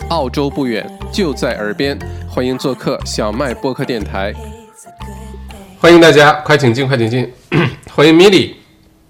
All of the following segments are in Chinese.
澳洲不远，就在耳边，欢迎做客小麦播客电台。欢迎大家，快请进，快请进。欢迎米莉。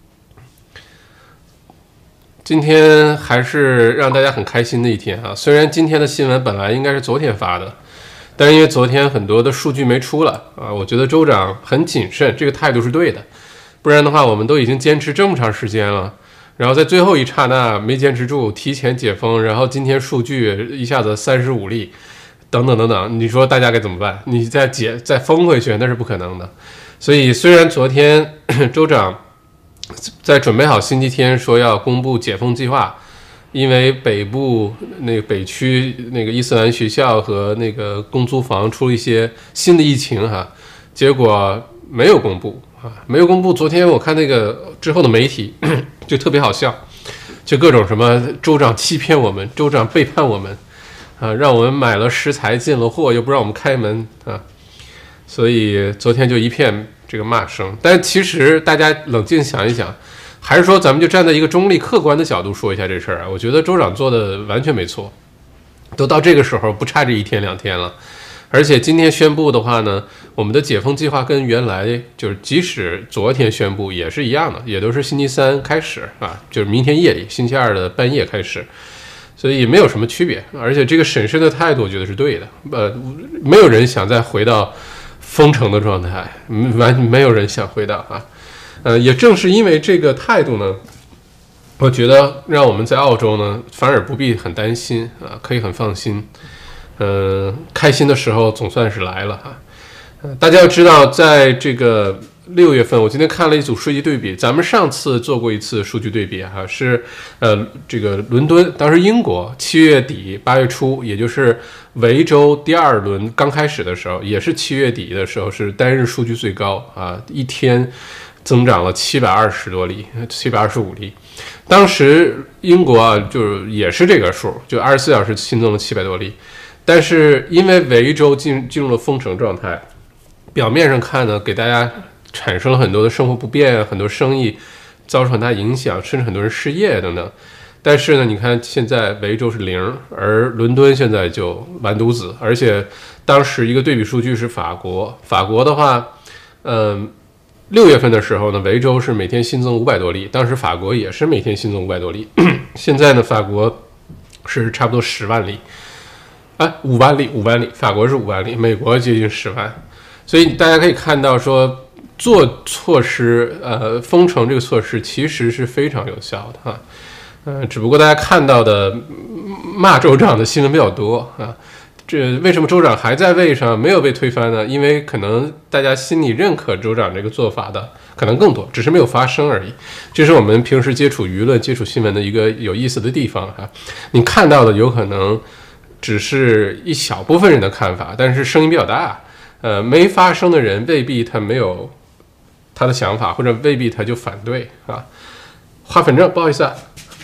今天还是让大家很开心的一天啊！虽然今天的新闻本来应该是昨天发的，但是因为昨天很多的数据没出来啊，我觉得州长很谨慎，这个态度是对的。不然的话，我们都已经坚持这么长时间了，然后在最后一刹那没坚持住，提前解封，然后今天数据一下子35例，等等等等，你说大家该怎么办？你再封回去，那是不可能的。所以虽然昨天州长在准备好星期天说要公布解封计划，因为北部那个北区那个伊斯兰学校和那个公租房出了一些新的疫情哈，结果没有公布啊，没有公布。昨天我看那个之后的媒体就特别好笑，就各种什么州长欺骗我们，州长背叛我们啊，让我们买了食材进了货又不让我们开门啊，所以昨天就一片这个骂声。但其实大家冷静想一想，还是说咱们就站在一个中立客观的角度说一下这事儿啊，我觉得州长做的完全没错，都到这个时候不差这1天2天了。而且今天宣布的话呢，我们的解封计划跟原来就是即使昨天宣布也是一样的，也都是星期三开始啊，就是明天夜里星期二的半夜开始，所以没有什么区别。而且这个审慎的态度我觉得是对的，没有人想再回到封城的状态，没有人想回到啊。也正是因为这个态度呢，我觉得让我们在澳洲呢反而不必很担心啊，可以很放心。开心的时候总算是来了啊。大家要知道，在这个6月份，我今天看了一组数据对比，咱们上次做过一次数据对比哈，是这个伦敦，当时英国7月底8月初，也就是维州第2轮刚开始的时候，也是7月底的时候是单日数据最高啊，一天增长了720多例，725例。当时英国啊，就是也是这个数，就24小时新增了700多例。但是因为维州进入了封城状态，表面上看呢，给大家产生了很多的生活不便，很多生意遭受很大影响，甚至很多人失业等等。但是呢，你看现在维州是0，而伦敦现在就完犊子。而且当时一个对比数据是法国的话，6月份的时候呢，维州是每天新增500多例，当时法国也是每天新增500多例。现在呢，法国是差不多10万例。5万例，法国是5万例，美国接近10万，所以大家可以看到说，做措施，封城这个措施其实是非常有效的哈，只不过大家看到的骂州长的新闻比较多啊，这为什么州长还在位上没有被推翻呢？因为可能大家心里认可州长这个做法的可能更多，只是没有发生而已。这是我们平时接触舆论、接触新闻的一个有意思的地方哈，你看到的有可能只是一小部分人的看法，但是声音比较大。没发生的人未必他没有他的想法，或者未必他就反对啊。花粉症，不好意思啊。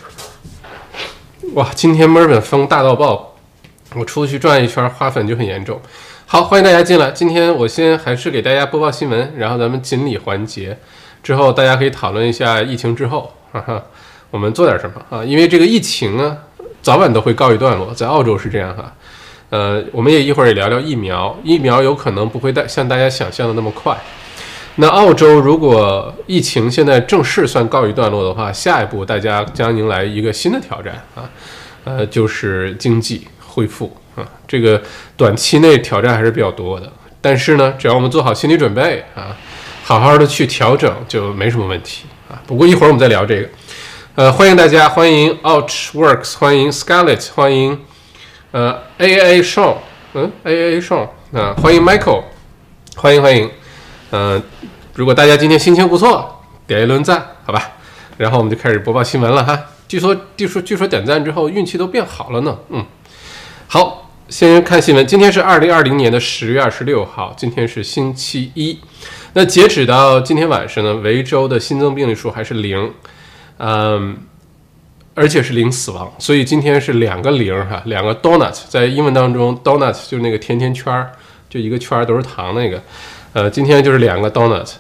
哇，今天墨尔本风大到爆，我出去转一圈，花粉就很严重。好，欢迎大家进来。今天我先还是给大家播报新闻，然后咱们锦鲤环节之后，大家可以讨论一下疫情之后，我们做点什么啊？因为这个疫情呢，早晚都会告一段落，在澳洲是这样哈。我们也一会儿也聊聊疫苗有可能不会像大家想象的那么快。那澳洲如果疫情现在正式算告一段落的话，下一步大家将迎来一个新的挑战啊，就是经济恢复啊，这个短期内挑战还是比较多的。但是呢，只要我们做好心理准备啊，好好的去调整，就没什么问题啊。不过一会儿我们再聊这个。欢迎大家，欢迎 Outworks， 欢迎 Scarlett， 欢迎AA Sean，AA Sean 啊，欢迎 Michael， 欢迎，如果大家今天心情不错，点一轮赞，好吧？然后我们就开始播报新闻了哈。据说点赞之后运气都变好了呢。好，先看新闻。今天是2020年的10月26号，今天是星期一。那截止到今天晚上呢，维州的新增病例数还是0。而且是0死亡，所以今天是2个0哈，2个 donut， 在英文当中 donut 就是那个甜甜圈，就一个圈都是糖那个，今天就是2个 donut，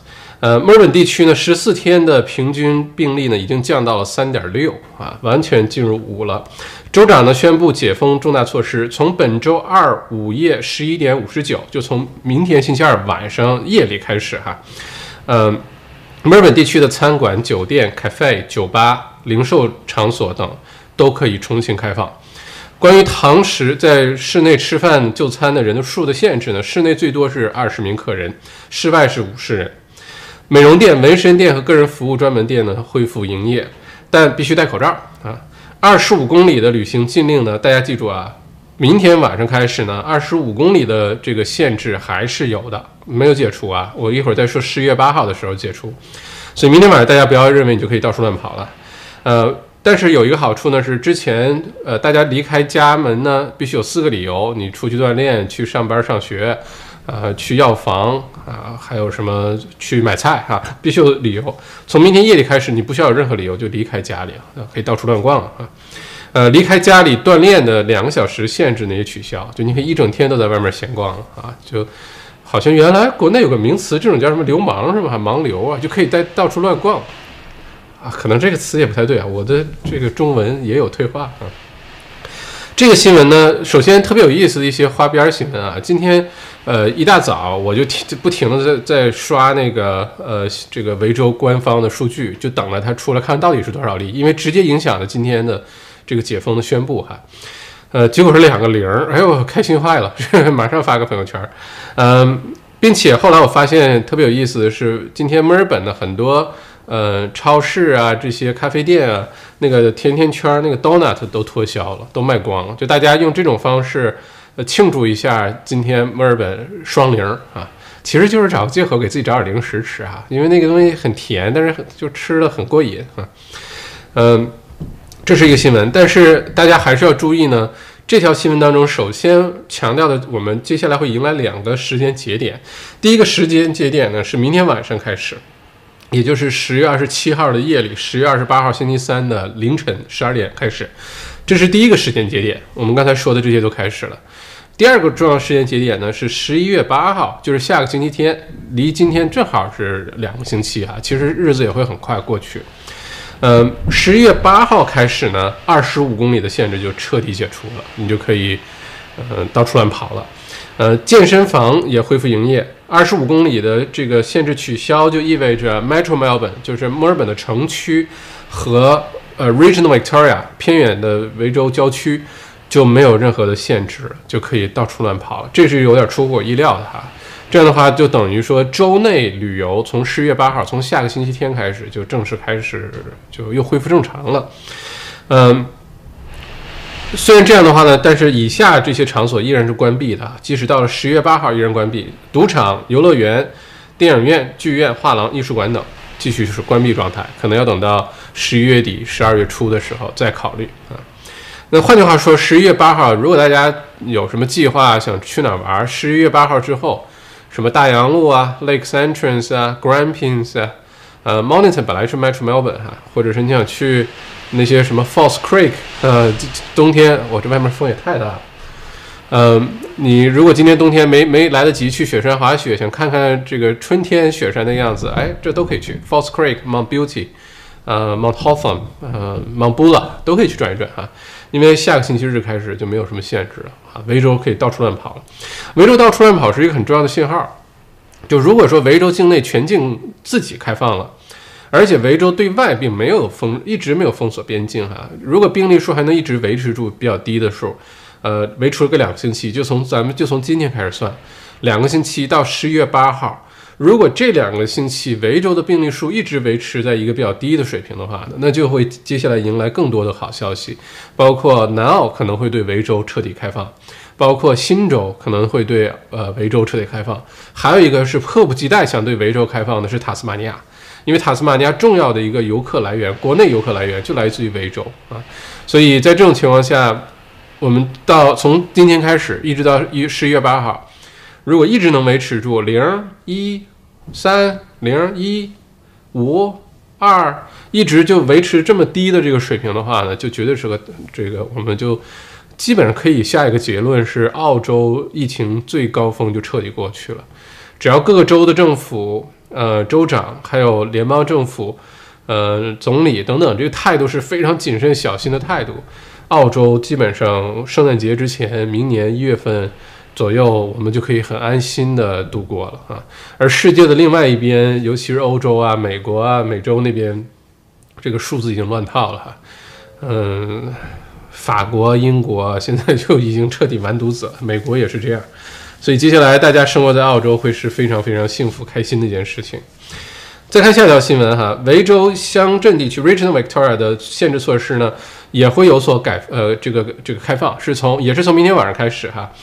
墨尔本地区呢14天的平均病例呢已经降到了 3.6 啊，完全进入5了。州长呢宣布解封重大措施，从本周二午夜11点59，就从明天星期二晚上夜里开始哈，墨尔本地区的餐馆、酒店、cafe、酒吧、零售场所等都可以重新开放。关于堂食在室内吃饭就餐的人的数的限制呢，室内最多是20名客人，室外是50人。美容店、纹身店和个人服务专门店呢恢复营业，但必须戴口罩啊。25公里的旅行禁令呢，大家记住啊，明天晚上开始呢，25公里的这个限制还是有的，没有解除啊。我一会儿再说11月8号的时候解除，所以明天晚上大家不要认为你就可以到处乱跑了。但是有一个好处呢，是之前大家离开家门呢，必须有4个理由：你出去锻炼、去上班上学。去药房啊，还有什么去买菜啊，必须有理由。从明天夜里开始，你不需要有任何理由就离开家里可以到处乱逛啊。离开家里锻炼的2个小时限制呢也取消，就你可以一整天都在外面闲逛啊。就好像原来国内有个名词，这种叫什么流氓是吧？盲流啊，就可以到处乱逛啊。可能这个词也不太对啊，我的这个中文也有退化啊。这个新闻呢，首先特别有意思的一些花边新闻啊。今天一大早我就不停的在刷那个这个维州官方的数据，就等着它出来看到底是多少例，因为直接影响了今天的这个解封的宣布哈。结果是2个0，哎呦开心坏了，马上发个朋友圈。并且后来我发现特别有意思的是，今天墨尔本的很多超市啊，这些咖啡店啊，那个甜甜圈那个 donut 都脱销了，都卖光了。就大家用这种方式庆祝一下今天墨尔本双0啊，其实就是找个借口给自己找点零食吃啊，因为那个东西很甜，但是就吃了很过瘾啊。这是一个新闻，但是大家还是要注意呢。这条新闻当中，首先强调的，我们接下来会迎来2个时间节点。第一个时间节点呢是明天晚上开始，也就是10月27号的夜里，10月28号星期三的凌晨12点开始，这是第一个时间节点。我们刚才说的这些都开始了。第2个重要时间节点呢是11月8号，就是下个星期天，离今天正好是2个星期啊，其实日子也会很快过去。11月8号开始呢，25公里的限制就彻底解除了，你就可以到处乱跑了。健身房也恢复营业。25公里的这个限制取消，就意味着 Metro Melbourne 就是墨尔本的城区和Regional Victoria 偏远的维州郊区就没有任何的限制，就可以到处乱跑了。这是有点出乎我意料的哈。这样的话，就等于说州内旅游从10月8号，从下个星期天开始就正式开始，就又恢复正常了。虽然这样的话呢，但是以下这些场所依然是关闭的，即使到了10月8号依然关闭。赌场、游乐园、电影院、剧院、画廊、艺术馆等继续是关闭状态，可能要等到11月底、12月初的时候再考虑啊。那换句话说，11月8号，如果大家有什么计划想去哪玩，11月8号之后，什么大洋路啊、Lakes Entrance 啊、Grampians 啊、Mornington 本来是 Metro Melbourne 哈，或者是你想去那些什么 False Creek， 冬天我这外面风也太大了。你如果今年冬天没来得及去雪山滑雪，想看看这个春天雪山的样子，哎，这都可以去 False Creek、Mount Beauty、Mount Hawthorne、Mount Bulla 都可以去转一转哈。因为下个星期日开始就没有什么限制了啊，维州可以到处乱跑了。维州到处乱跑是一个很重要的信号，就如果说维州境内全境自己开放了，而且维州对外并没有一直没有封锁边境哈，如果病例数还能一直维持住比较低的数，维持个2个星期，咱们就从今天开始算，2个星期到11月8号。如果这2个星期维州的病例数一直维持在一个比较低的水平的话，那就会接下来迎来更多的好消息，包括南澳可能会对维州彻底开放，包括新州可能会对维州彻底开放，还有一个是迫不及待想对维州开放的是塔斯马尼亚，因为塔斯马尼亚重要的一个游客来源，国内游客来源就来自于维州啊，所以在这种情况下，我们从今天开始一直到11月8号。如果一直能维持住0、1、3、0、1、5、2，一直就维持这么低的这个水平的话呢，就绝对是我们就基本上可以下一个结论是，澳洲疫情最高峰就彻底过去了。只要各个州的政府州长，还有联邦政府，总理等等，这个态度是非常谨慎小心的态度。澳洲基本上圣诞节之前，明年1月份左右，我们就可以很安心的度过了啊。而世界的另外一边，尤其是欧洲啊、美国啊、美洲那边，这个数字已经乱套了哈。法国、英国现在就已经彻底完犊子了，美国也是这样。所以接下来大家生活在澳洲会是非常非常幸福开心的一件事情。再看下条新闻哈，维州乡镇地区 Regional Victoria 的限制措施呢也会有所这个开放，也是从明天晚上开始哈。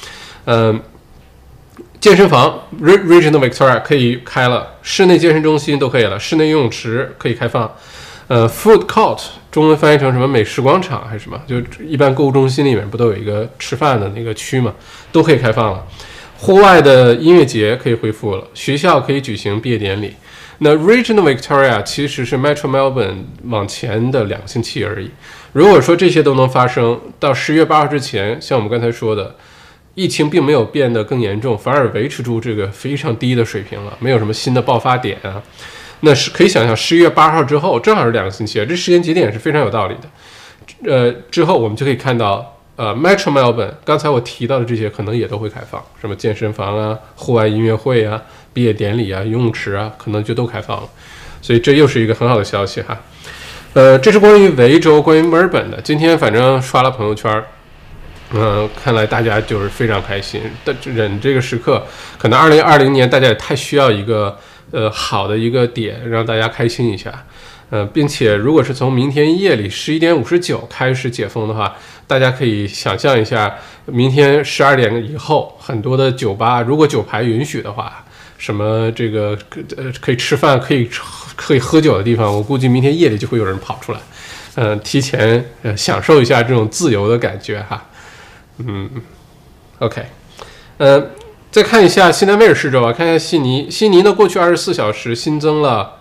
健身房 Regional Victoria 可以开了，室内健身中心都可以了，室内游泳池可以开放。Food Court 中文翻译成什么美食广场还是什么？就一般购物中心里面不都有一个吃饭的那个区嘛，都可以开放了。户外的音乐节可以恢复了，学校可以举行毕业典礼。那 Regional Victoria 其实是 Metro Melbourne 往前的2个星期而已。如果说这些都能发生，到10月8号之前，像我们刚才说的，疫情并没有变得更严重，反而维持住这个非常低的水平了，没有什么新的爆发点啊。那是可以想象11月8号之后正好是2个星期，这时间节点是非常有道理的。之后我们就可以看到Metro Melbourne 刚才我提到的这些可能也都会开放，什么健身房啊、户外音乐会啊、毕业典礼啊、游泳池啊，可能就都开放了。所以这又是一个很好的消息哈。这是关于维州、关于墨尔本的。今天反正刷了朋友圈，看来大家就是非常开心。忍这个时刻，可能2020年大家也太需要一个好的一个点，让大家开心一下。并且如果是从明天夜里11点59开始解封的话，大家可以想象一下，明天12点以后，很多的酒吧，如果酒牌允许的话，什么这个可以吃饭、可以喝酒的地方，我估计明天夜里就会有人跑出来，提前享受一下这种自由的感觉哈。OK， 再看一下新南威尔士州啊，看一下悉尼呢，过去24小时新增了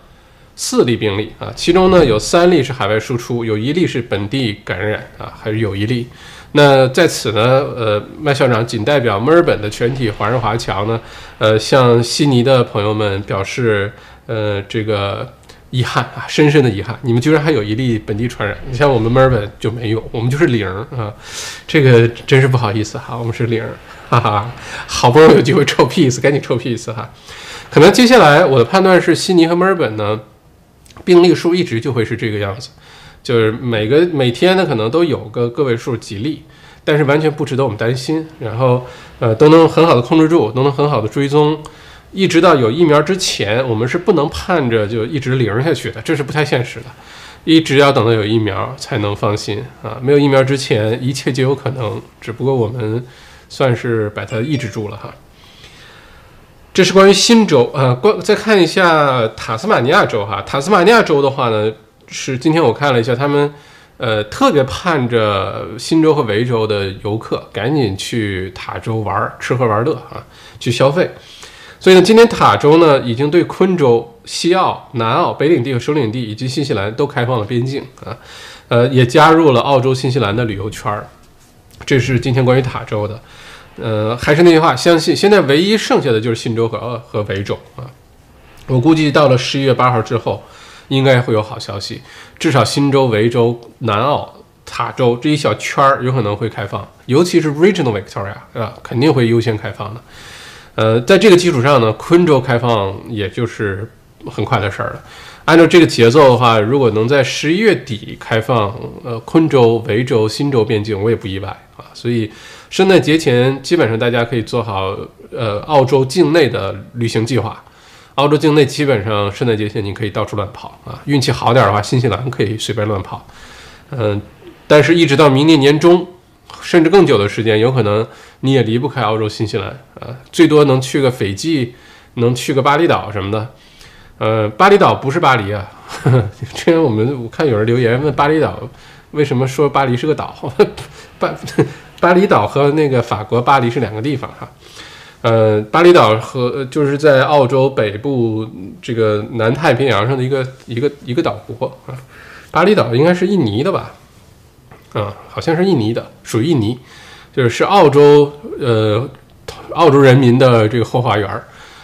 4例病例啊，其中呢有3例是海外输出，有1例是本地感染啊，还是有1例。那在此呢，麦校长仅代表墨尔本的全体华人华侨呢，向悉尼的朋友们表示，这个遗憾啊，深深的遗憾，你们居然还有1例本地传染，你像我们墨尔本就没有，我们就是0啊，这个真是不好意思哈，我们是0，哈哈，好不容易有机会臭屁一次，赶紧臭屁一次哈。可能接下来我的判断是，悉尼和墨尔本呢，病例数一直就会是这个样子。就是每天呢可能都有个位数几例，但是完全不值得我们担心。然后都能很好的控制住，都能很好的追踪，一直到有疫苗之前，我们是不能盼着就一直0下去的，这是不太现实的。一直要等到有疫苗才能放心啊！没有疫苗之前，一切皆有可能，只不过我们算是把它抑制住了哈。这是关于新州再看一下塔斯马尼亚州哈。塔斯马尼亚州的话呢，是今天我看了一下，他们特别盼着新州和维州的游客赶紧去塔州玩，吃喝玩乐啊，去消费。所以呢，今天塔州呢已经对昆州、西澳、南澳、北领地和首领地以及新西兰都开放了边境啊，也加入了澳洲、新西兰的旅游圈。这是今天关于塔州的。还是那句话，相信现在唯一剩下的就是新州和维州啊。我估计到了11月8号之后，应该会有好消息，至少新州、维州、南澳、塔州这一小圈有可能会开放，尤其是 Regional Victoria 啊，肯定会优先开放的。在这个基础上呢，昆州开放也就是很快的事儿了。按照这个节奏的话，如果能在11月底开放昆州、维州、新州边境，我也不意外啊。所以圣诞节前基本上大家可以做好澳洲境内的旅行计划。澳洲境内基本上圣诞节前你可以到处乱跑啊，运气好点的话，新西兰可以随便乱跑。但是一直到明年年中，甚至更久的时间，有可能你也离不开澳洲、新西兰啊，最多能去个斐济，能去个巴厘岛什么的。巴厘岛不是巴黎啊，之前我看有人留言问巴厘岛为什么说巴黎是个岛，巴厘岛和那个法国巴黎是2个地方哈。巴厘岛就是在澳洲北部这个南太平洋上的一个岛国啊。巴厘岛应该是印尼的吧？好像是印尼的，属于印尼，就是澳洲人民的这个后花园。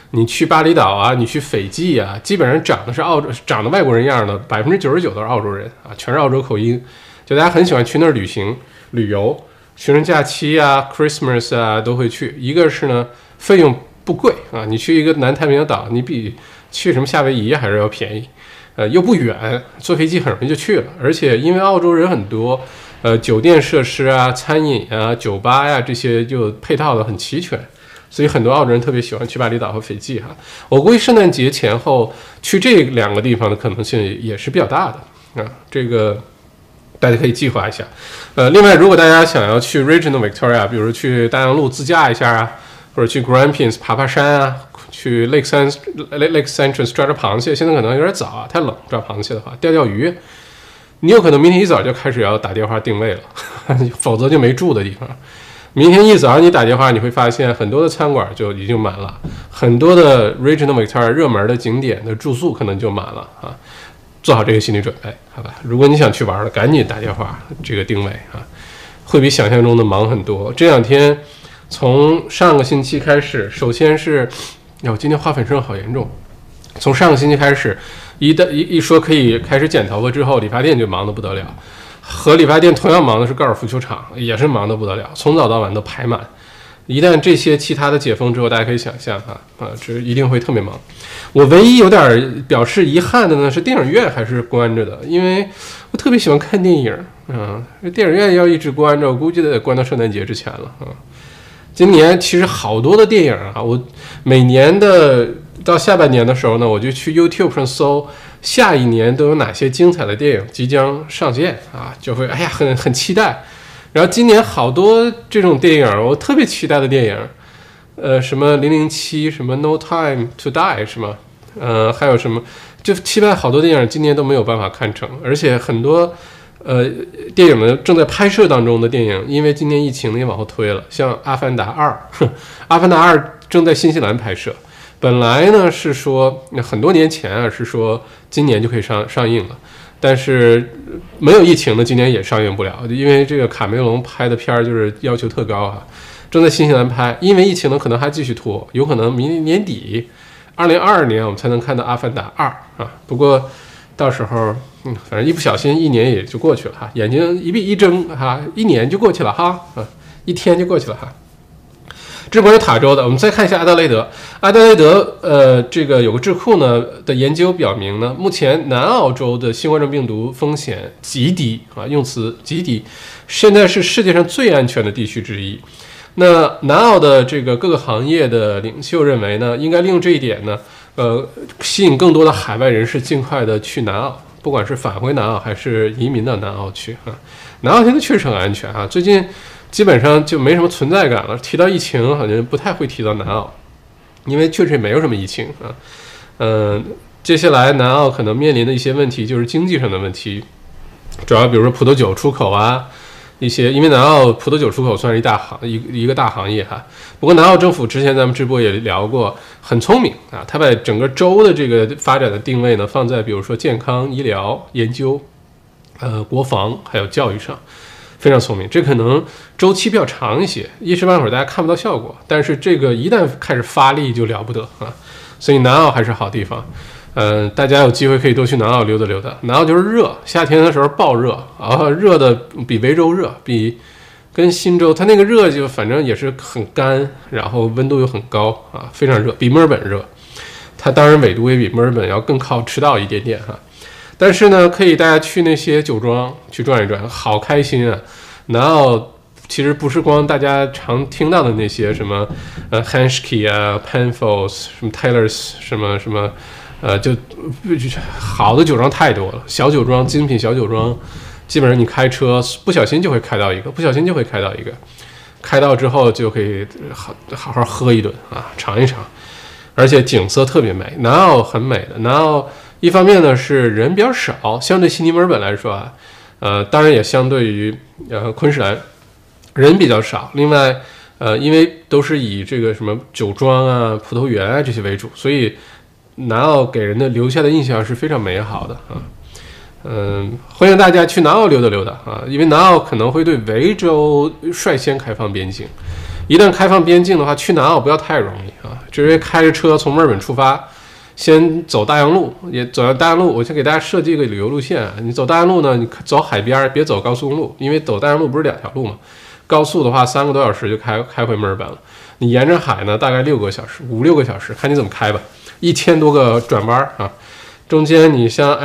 你去巴厘岛啊，你去斐济啊，基本上长得外国人样的99%都是澳洲人啊，全是澳洲口音。就大家很喜欢去那儿旅游，学生假期啊 ，Christmas 啊都会去。一个是呢，费用不贵啊，你去一个南太平洋岛，你比去什么夏威夷还是要便宜，又不远，坐飞机很容易就去了。而且因为澳洲人很多，酒店设施啊、餐饮啊、酒吧呀、这些就配套的很齐全。所以很多澳洲人特别喜欢去巴厘岛和斐济哈，我估计圣诞节前后去这2个地方的可能性也是比较大的啊，这个大家可以计划一下。另外如果大家想要去 Regional Victoria， 比如去大洋路自驾一下啊，或者去 Grampians 爬山啊，去 Lake Central 抓螃蟹，现在可能有点早啊，太冷抓螃蟹的话，钓鱼，你有可能明天一早就开始要打电话定位了，否则就没住的地方。明天一早你打电话，你会发现很多的餐馆就已经满了，很多的 Regional Victoria 热门的景点的住宿可能就满了啊，做好这个心理准备，好吧？如果你想去玩了，赶紧打电话这个定位啊，会比想象中的忙很多。这2天从上个星期开始，首先是，今天花粉症好严重，从上个星期开始，一说可以开始剪头发之后，理发店就忙得不得了。和理发店同样忙的是高尔夫球场，也是忙得不得了，从早到晚都排满。一旦这些其他的解封之后，大家可以想象这一定会特别忙。我唯一有点表示遗憾的呢，是电影院还是关着的，因为我特别喜欢看电影电影院要一直关着，我估计得关到圣诞节之前了啊。今年其实好多的电影啊，我每年的到下半年的时候呢，我就去 YouTube 上搜下一年都有哪些精彩的电影即将上线啊，就会很期待。然后今年好多这种电影，我特别期待的电影，什么007，什么 No Time to Die， 什么，还有什么，就期待好多电影今年都没有办法看成，而且很多电影呢正在拍摄当中的电影，因为今年疫情呢也往后推了，像《阿凡达2》，《阿凡达2》正在新西兰拍摄。本来呢是说很多年前啊，是说今年就可以上映了，但是没有疫情呢，今年也上映不了，因为这个卡梅隆拍的片儿就是要求特高啊，正在新西兰拍，因为疫情呢可能还继续拖，有可能明年年底2022年我们才能看到《阿凡达2》啊。不过到时候反正一不小心1年也就过去了哈，眼睛一闭一睁哈，1年就过去了哈，1天就过去了哈。这关于塔州的，我们再看一下阿德雷德。阿德雷德，这个有个智库呢的研究表明呢，目前南澳洲的新冠状病毒风险极低啊，用词极低，现在是世界上最安全的地区之一。那南澳的这个各个行业的领袖认为呢，应该利用这一点呢，吸引更多的海外人士尽快的去南澳，不管是返回南澳还是移民到南澳去啊。南澳现在确实很安全啊，最近基本上就没什么存在感了。提到疫情，好像不太会提到南澳，因为确实也没有什么疫情啊。接下来南澳可能面临的一些问题就是经济上的问题，主要比如说葡萄酒出口啊，一些因为南澳葡萄酒出口算是一个大行业哈。不过南澳政府之前咱们直播也聊过，很聪明啊，他把整个州的这个发展的定位呢放在比如说健康、医疗、研究、国防还有教育上。非常聪明，这可能周期比较长一些，一时半会儿大家看不到效果，但是这个一旦开始发力就了不得啊！所以南澳还是好地方，大家有机会可以多去南澳溜达溜达。南澳就是热，夏天的时候爆热啊，热的比维州热，跟新州它那个热就反正也是很干，然后温度又很高啊，非常热，比墨尔本热。它当然纬度也比墨尔本要更靠赤道一点点哈。但是呢，可以大家去那些酒庄去转一转，好开心啊！南澳其实不是光大家常听到的那些什么Henschke 啊、Penfolds 什么 Taylors 什么就好的酒庄太多了，小酒庄、精品小酒庄，基本上你开车不小心就会开到一个，开到之后就可以好好喝一顿啊，尝一尝，而且景色特别美，南澳很美的，南澳。一方面呢是人比较少，相对悉尼、墨尔本来说啊，当然也相对于昆士兰人比较少。另外，因为都是以这个什么酒庄啊、葡萄园啊这些为主，所以南澳给人的留下的印象是非常美好的啊。欢迎大家去南澳溜达溜达啊，因为南澳可能会对维州率先开放边境。 一旦开放边境的话，去南澳不要太容易啊，直接开着车从墨尔本出发，先走大洋路，也走大洋路。我先给大家设计一个旅游路线啊，你走大洋路呢，你走海边，别走高速公路，因为走大洋路不是2条路嘛，高速的话3个多小时就开回墨尔本了。你沿着海呢，大概6个小时，5、6个小时，看你怎么开吧。1000多个转弯啊，中间你像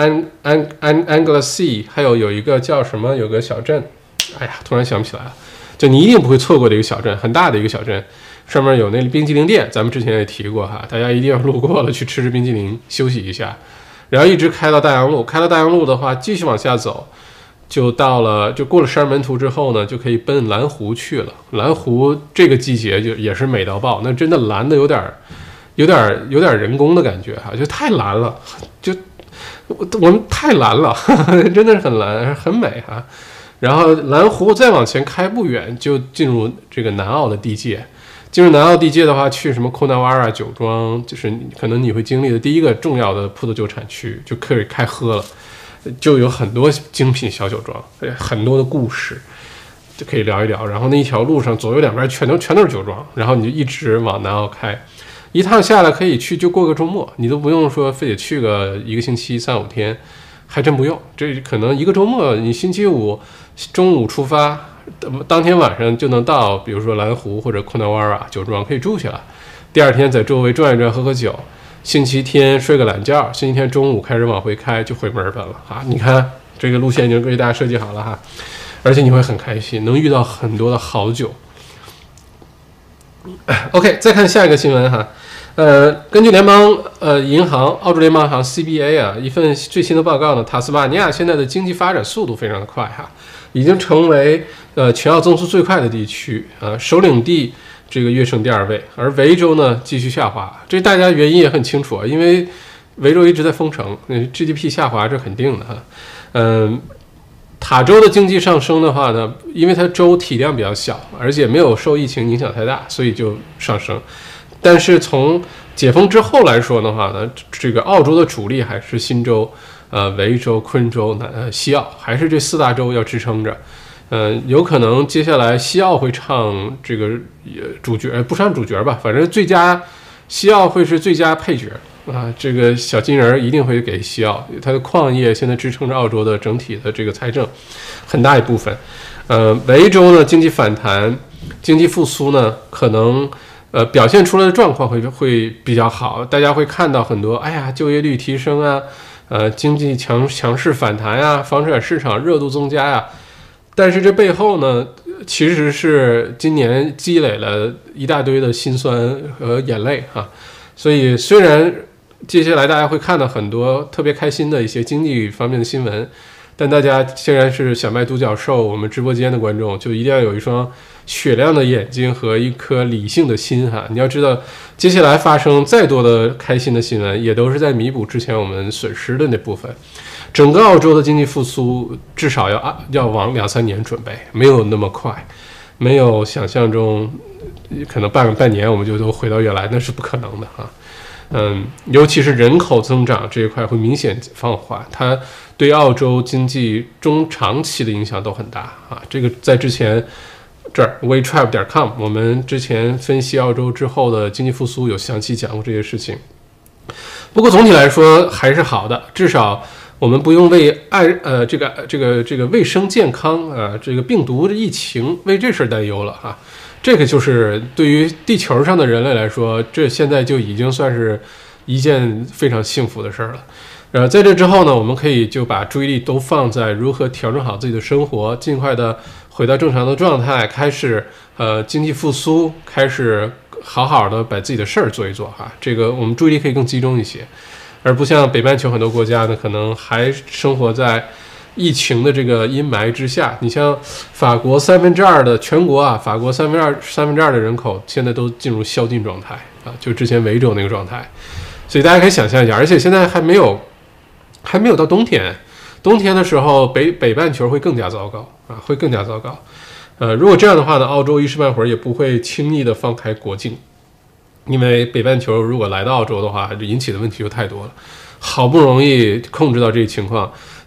Anglesea， 还有一个叫什么，有个小镇，哎呀，突然想不起来了。就你一定不会错过的一个小镇，很大的一个小镇，上面有那冰激凌店，咱们之前也提过哈，大家一定要路过了去吃冰激凌，休息一下，然后一直开到大洋路。开到大洋路的话，继续往下走，就过了十二门徒之后呢，就可以奔蓝湖去了。蓝湖这个季节就也是美到爆，那真的蓝的有点人工的感觉哈，就太蓝了，就我们太蓝了，真的是很蓝，很美哈。然后蓝湖再往前开不远，就进入这个南澳的地界。进入南澳地界的话，去什么 Coonawarra 酒庄，就是可能你会经历的第一个重要的葡萄酒产区，就可以开喝了，就有很多精品小酒庄，很多的故事就可以聊一聊。然后那一条路上左右两边全都是酒庄，然后你就一直往南澳开，一趟下来可以去就过个周末，你都不用说非得去个1个星期3、5天。还真不用，这可能一个周末，你星期五中午出发，当天晚上就能到，比如说蓝湖或者 Coonawarra 酒庄可以住下来，第二天在周围转一转，喝喝酒，星期天睡个懒觉，星期天中午开始往回开就回墨尔本了啊！你看这个路线已经给大家设计好了哈，而且你会很开心，能遇到很多的好酒。OK， 再看下一个新闻哈。根据联邦银行，澳洲联邦银行 CBA 啊，一份最新的报告呢，塔斯马尼亚现在的经济发展速度非常的快哈，已经成为全澳增速最快的地区啊，首领地这个跃升第2位，而维州呢继续下滑，这大家原因也很清楚啊，因为维州一直在封城，GDP 下滑这肯定的哈，塔州的经济上升的话呢，因为它州体量比较小，而且没有受疫情影响太大，所以就上升。但是从解封之后来说的话呢，这个澳洲的主力还是新州、维州、昆州、西澳，还是这4大州要支撑着。有可能接下来西澳会唱这个主角，不唱主角吧，反正西澳会是最佳配角啊。这个小金人一定会给西澳，它的矿业现在支撑着澳洲的整体的这个财政很大一部分。维州呢经济反弹、经济复苏呢可能。表现出来的状况会比较好，大家会看到很多，哎呀，就业率提升啊，经济强势反弹啊，房产市场热度增加呀。但是这背后呢，其实是今年积累了一大堆的辛酸和眼泪啊。所以虽然接下来大家会看到很多特别开心的一些经济方面的新闻，但大家既然是小麦独角兽，我们直播间的观众就一定要有一双雪亮的眼睛和一颗理性的心哈！你要知道，接下来发生再多的开心的新闻，也都是在弥补之前我们损失的那部分。整个澳洲的经济复苏至少要往2、3年准备，没有那么快，没有想象中可能半年我们就都回到原来，那是不可能的哈。尤其是人口增长这一块会明显放缓，它对澳洲经济中长期的影响都很大啊。这个在之前这儿 wetrap.com 我们之前分析澳洲之后的经济复苏有详细讲过这些事情。不过总体来说还是好的，至少我们不用为这个卫生健康这个病毒的疫情为这事担忧了哈。这个就是对于地球上的人类来说，这现在就已经算是一件非常幸福的事儿了。在这之后呢，我们可以就把注意力都放在如何调整好自己的生活，尽快的回到正常的状态，开始经济复苏，开始好好的把自己的事儿做一做哈。这个我们注意力可以更集中一些，而不像北半球很多国家呢，可能还生活在疫情的这个阴霾之下。你像法国2/3的全国啊，法国2/3的人口现在都进入宵禁状态啊，就之前维州那个状态。所以大家可以想象一下，而且现在还没有到冬天，冬天的时候北半球会更加糟糕啊，会更加糟糕。如果这样的话呢，澳洲一时半会儿也不会轻易的放开国境，因为北半球如果来到澳洲的话，这引起的问题就太多了。好不容易控制到这个情况，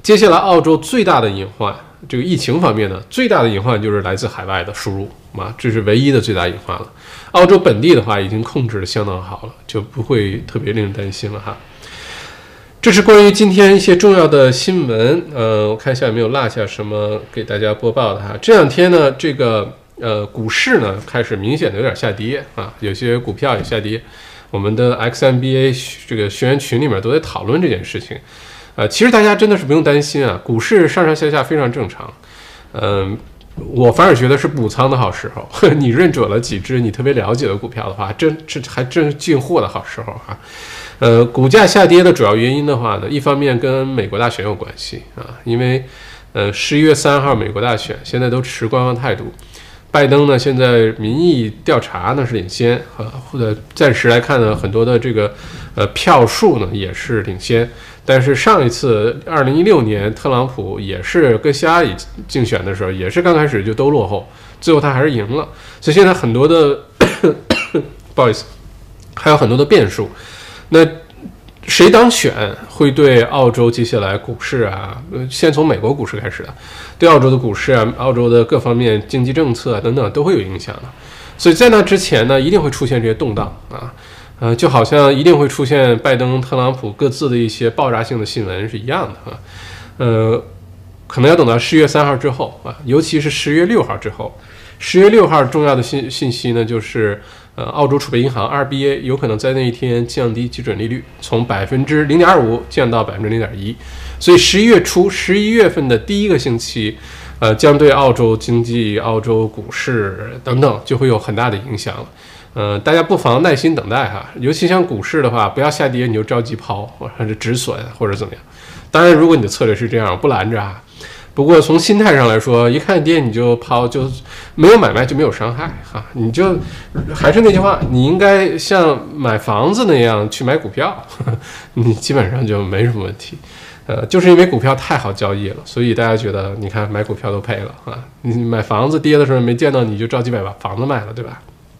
接下来澳洲最大的隐患，这个疫情方面呢，最大的隐患就是来自海外的输入啊，这是唯一的最大隐患了。澳洲本地的话已经控制得相当好了，就不会特别令人担心了哈。这是关于今天一些重要的新闻，我看一下有没有落下什么给大家播报的哈。这两天呢，这个股市呢开始明显的有点下跌啊，有些股票也下跌。我们的 XMBA 这个学员群里面都在讨论这件事情，其实大家真的是不用担心啊，股市上上下下非常正常，我反而觉得是补仓的好时候。你认准了几只你特别了解的股票的话，还真是进货的好时候哈。股价下跌的主要原因的话呢，一方面跟美国大选有关系啊，因为11月3号美国大选现在都持观望态度，拜登呢现在民意调查呢是领先或者暂时来看呢，很多的这个票数呢也是领先，但是上一次2016年特朗普也是跟希拉里竞选的时候，也是刚开始就都落后，最后他还是赢了，所以现在很多的不好意思，还有很多的变数。那谁当选会对澳洲接下来股市啊，先从美国股市开始的，对澳洲的股市啊，澳洲的各方面经济政策啊等等都会有影响的。所以在那之前呢，一定会出现这些动荡啊，就好像一定会出现拜登、特朗普各自的一些爆炸性的新闻是一样的啊。可能要等到10月3号之后啊，尤其是10月6号之后。10月6号重要的信息呢，就是澳洲储备银行 RBA 有可能在那一天降低基准利率，从0.25%降到0.1%，所以11月初11月份的第一个星期，将对澳洲经济、澳洲股市等等就会有很大的影响了。大家不妨耐心等待哈，尤其像股市的话，不要下跌你就着急抛或者是止损或者怎么样。当然，如果你的策略是这样，我不拦着啊。不过从心态上来说，一看跌你就抛，就没有买卖就没有伤害哈。你就还是那句话，你应该像买房子那样去买股票，你基本上就没什么问题。就是因为股票太好交易了，所以大家觉得你看买股票都赔了啊。你买房子跌的时候没见到你就着急把房子卖了，对吧？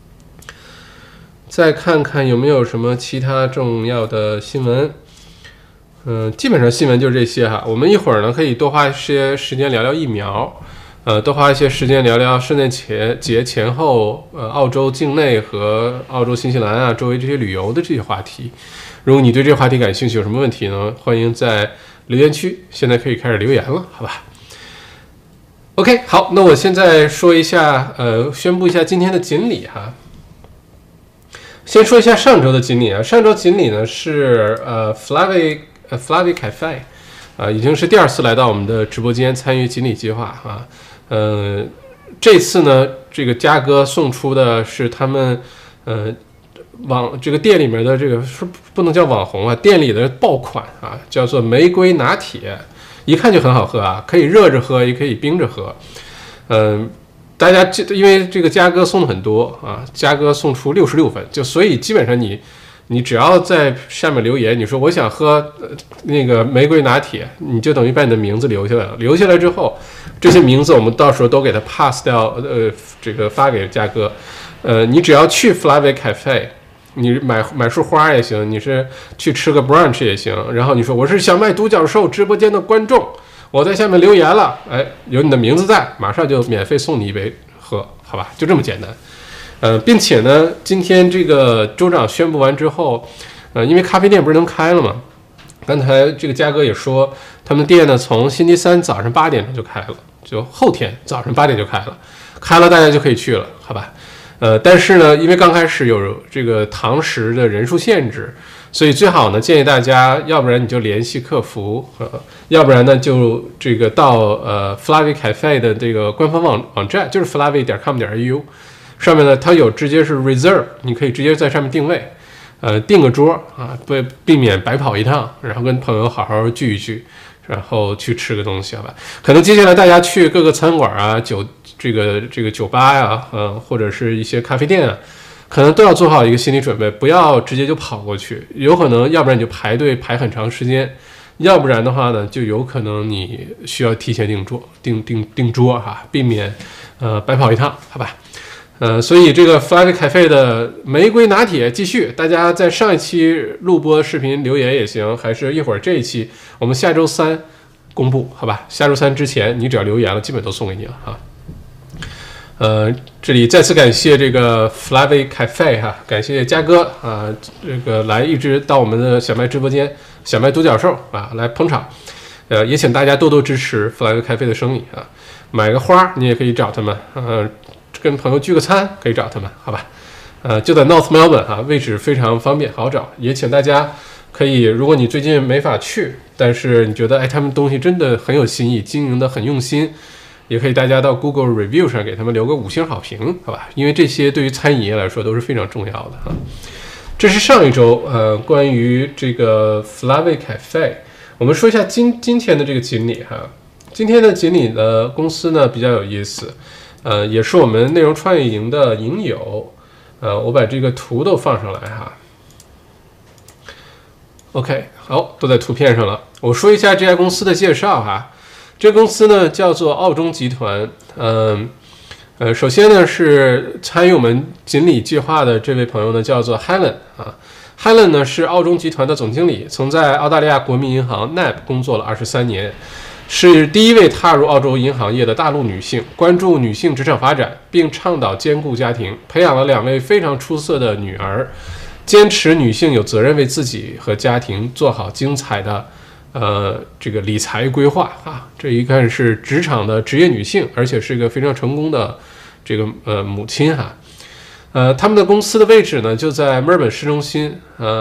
再看看有没有什么其他重要的新闻。基本上新闻就是这些哈。我们一会儿呢可以多花一些时间聊聊疫苗，多花一些时间聊聊圣诞节前后，澳洲境内和澳洲、新西兰啊周围这些旅游的这些话题。如果你对这个话题感兴趣，有什么问题呢？欢迎在留言区，现在可以开始留言了，好吧 ？OK， 好，那我现在说一下，宣布一下今天的锦鲤哈。先说一下上周的锦鲤啊，上周锦鲤呢是Flavie Cafe， 已经是第2次来到我们的直播间参与锦鲤计划啊。这次呢，这个嘉哥送出的是他们这个店里面的这个是不能叫网红啊，店里的爆款啊，叫做玫瑰拿铁，一看就很好喝啊，可以热着喝，也可以冰着喝。大家因为这个嘉哥送的很多啊，嘉哥送出66分，就所以基本上你只要在下面留言，你说我想喝那个玫瑰拿铁，你就等于把你的名字留下来了。留下来之后，这些名字我们到时候都给他 pass 掉，这个发给嘉哥。你只要去 Flavie Cafe， 你买束花也行，你是去吃个 brunch 也行。然后你说我是小麦独角兽直播间的观众，我在下面留言了，哎，有你的名字在，马上就免费送你一杯喝，好吧？就这么简单。并且呢，今天这个州长宣布完之后，因为咖啡店不是能开了吗？刚才这个嘉哥也说，他们店呢从星期三早上8点钟就开了，就后天早上8点就开了大家就可以去了，好吧？但是呢，因为刚开始有这个堂食的人数限制，所以最好呢建议大家，要不然你就联系客服，要不然呢就这个到Flavie Cafe 的这个官方网站，就是 flavie.com.au。上面呢，它有直接是 reserve， 你可以直接在上面定位，订个桌啊，避免白跑一趟，然后跟朋友好好聚一聚，然后去吃个东西，好吧？可能接下来大家去各个餐馆啊、这个酒吧呀，或者是一些咖啡店啊，可能都要做好一个心理准备，不要直接就跑过去，有可能要不然你就排队排很长时间，要不然的话呢，就有可能你需要提前订桌哈，避免白跑一趟，好吧？所以这个 Flavie Cafe 的玫瑰拿铁继续，大家在上一期录播视频留言也行，还是一会儿这一期，我们下周3 公布，好吧？下周三之前你只要留言了，基本都送给你了啊。这里再次感谢这个 Flavy Cafe 哈，感谢嘉哥啊，这个来一直到我们的小麦直播间，小麦独角兽啊来捧场，也请大家多多支持 Flavy Cafe 的生意啊，买个花你也可以找他们，跟朋友聚个餐可以找他们，好吧？就在 North Melbourne 啊，位置非常方便好找，也请大家可以，如果你最近没法去，但是你觉得他们东西真的很有新意，经营的很用心。也可以大家到 Google Review 上给他们留个5星好评，好吧？因为这些对于餐饮业来说都是非常重要的啊。这是上一周关于这个 Flavy Cafe， 我们说一下今天的这个锦鲤哈。今天的锦鲤的公司呢比较有意思，也是我们内容创业营的营友，我把这个图都放上来哈。OK， 好，都在图片上了。我说一下这家公司的介绍哈。这个公司呢叫做澳中集团，首先呢是参与我们锦鲤计划的这位朋友呢叫做 Helen 啊 ，Helen 呢是澳中集团的总经理，曾在澳大利亚国民银行 NAB 工作了23年，是第一位踏入澳洲银行业的大陆女性，关注女性职场发展，并倡导兼顾家庭，培养了2位非常出色的女儿，坚持女性有责任为自己和家庭做好精彩的。这个理财规划啊，这一看是职场的职业女性，而且是一个非常成功的这个母亲哈。他们的公司的位置呢就在墨尔本市中心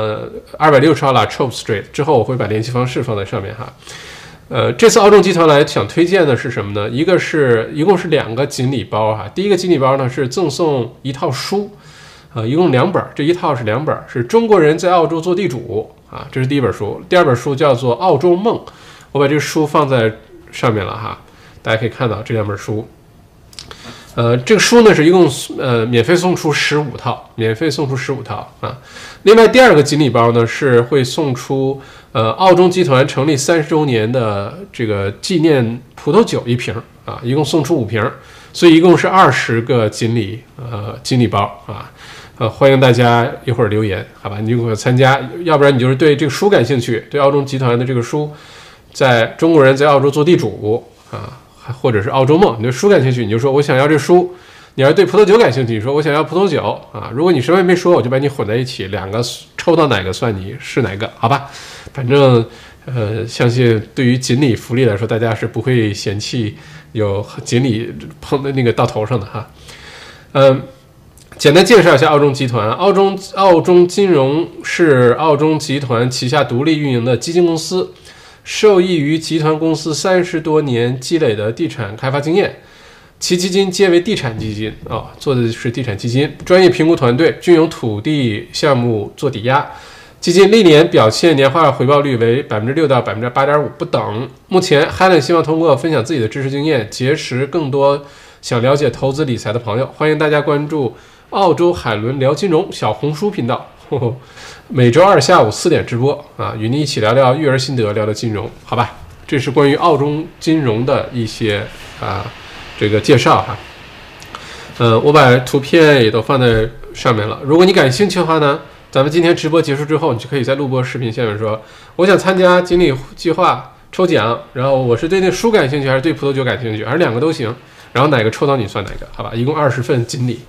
，260号La Trobe Street。之后我会把联系方式放在上面哈。这次澳中集团来想推荐的是什么呢？一共是2个锦鲤包哈。第一个锦鲤包呢是赠送一套书，一共2本，这一套是2本，是中国人在澳洲做地主。啊，这是第一本书，第2本书叫做《澳洲梦》，我把这个书放在上面了哈，大家可以看到这2本书。这个书呢是一共免费送出15套，免费送出15套啊。另外第2个锦鲤包呢是会送出澳中集团成立30周年的这个纪念葡萄酒1瓶啊，一共送出5瓶，所以一共是20个锦鲤包啊。欢迎大家一会儿留言，好吧？你就可以参加，要不然你就是对这个书感兴趣，对澳中集团的这个书，在中国人在澳洲做地主啊，或者是澳洲梦，你对书感兴趣，你就说我想要这书；你要是对葡萄酒感兴趣，你说我想要葡萄酒啊。如果你什么也没说，我就把你混在一起，2个抽到哪个算你是哪个，好吧？反正相信对于锦鲤福利来说，大家是不会嫌弃有锦鲤碰的那个到头上的哈。简单介绍一下澳中集团。澳中金融是澳中集团旗下独立运营的基金公司，受益于集团公司30多年积累的地产开发经验，其基金皆为地产基金做的是地产基金，专业评估团队均由土地项目做抵押，基金历年表现年化回报率为 6% 到 8.5% 不等。目前 Helen 希望通过分享自己的知识经验，结识更多想了解投资理财的朋友。欢迎大家关注澳洲海伦聊金融小红书频道，每周2下午4点直播啊，与你一起聊聊育儿心得，聊聊金融，好吧？这是关于澳中金融的一些这个介绍哈。我把图片也都放在上面了。如果你感兴趣的话呢，咱们今天直播结束之后，你就可以在录播视频下面说，我想参加锦鲤计划抽奖，然后我是对那书感兴趣，还是对葡萄酒感兴趣，还是2个都行，然后哪个抽到你算哪个，好吧？一共20份锦鲤，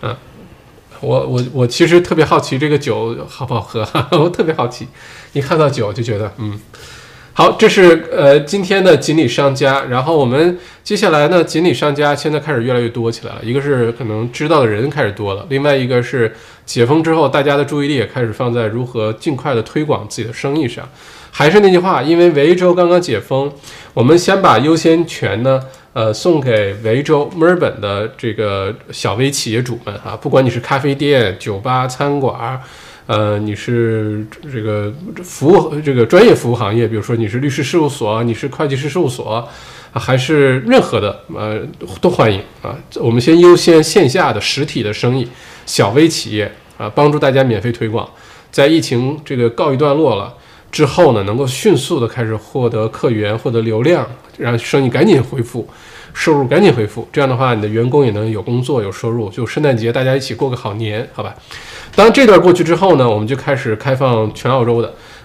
我其实特别好奇这个酒好不好喝，我特别好奇，一看到酒就觉得好，这是今天的锦鲤商家。然后我们接下来呢，锦鲤商家现在开始越来越多起来了，一个是可能知道的人开始多了，另外一个是解封之后大家的注意力也开始放在如何尽快的推广自己的生意上。还是那句话，因为维州刚刚解封，我们先把优先权呢送给维州墨尔本的这个小微企业主们啊，不管你是咖啡店、酒吧、餐馆，你是这个专业服务行业，比如说你是律师事务所，你是会计师事务所，还是任何的都欢迎啊。我们先优先线下的实体的生意，小微企业啊，帮助大家免费推广，在疫情这个告一段落了之后呢，能够迅速的开始获得客源，获得流量，让生意赶紧恢复，收入赶紧恢复。这样的话，你的员工也能有工作有收入，就圣诞节大家一起过个好年，好吧？当这段过去之后呢，我们就开始开放全澳洲的。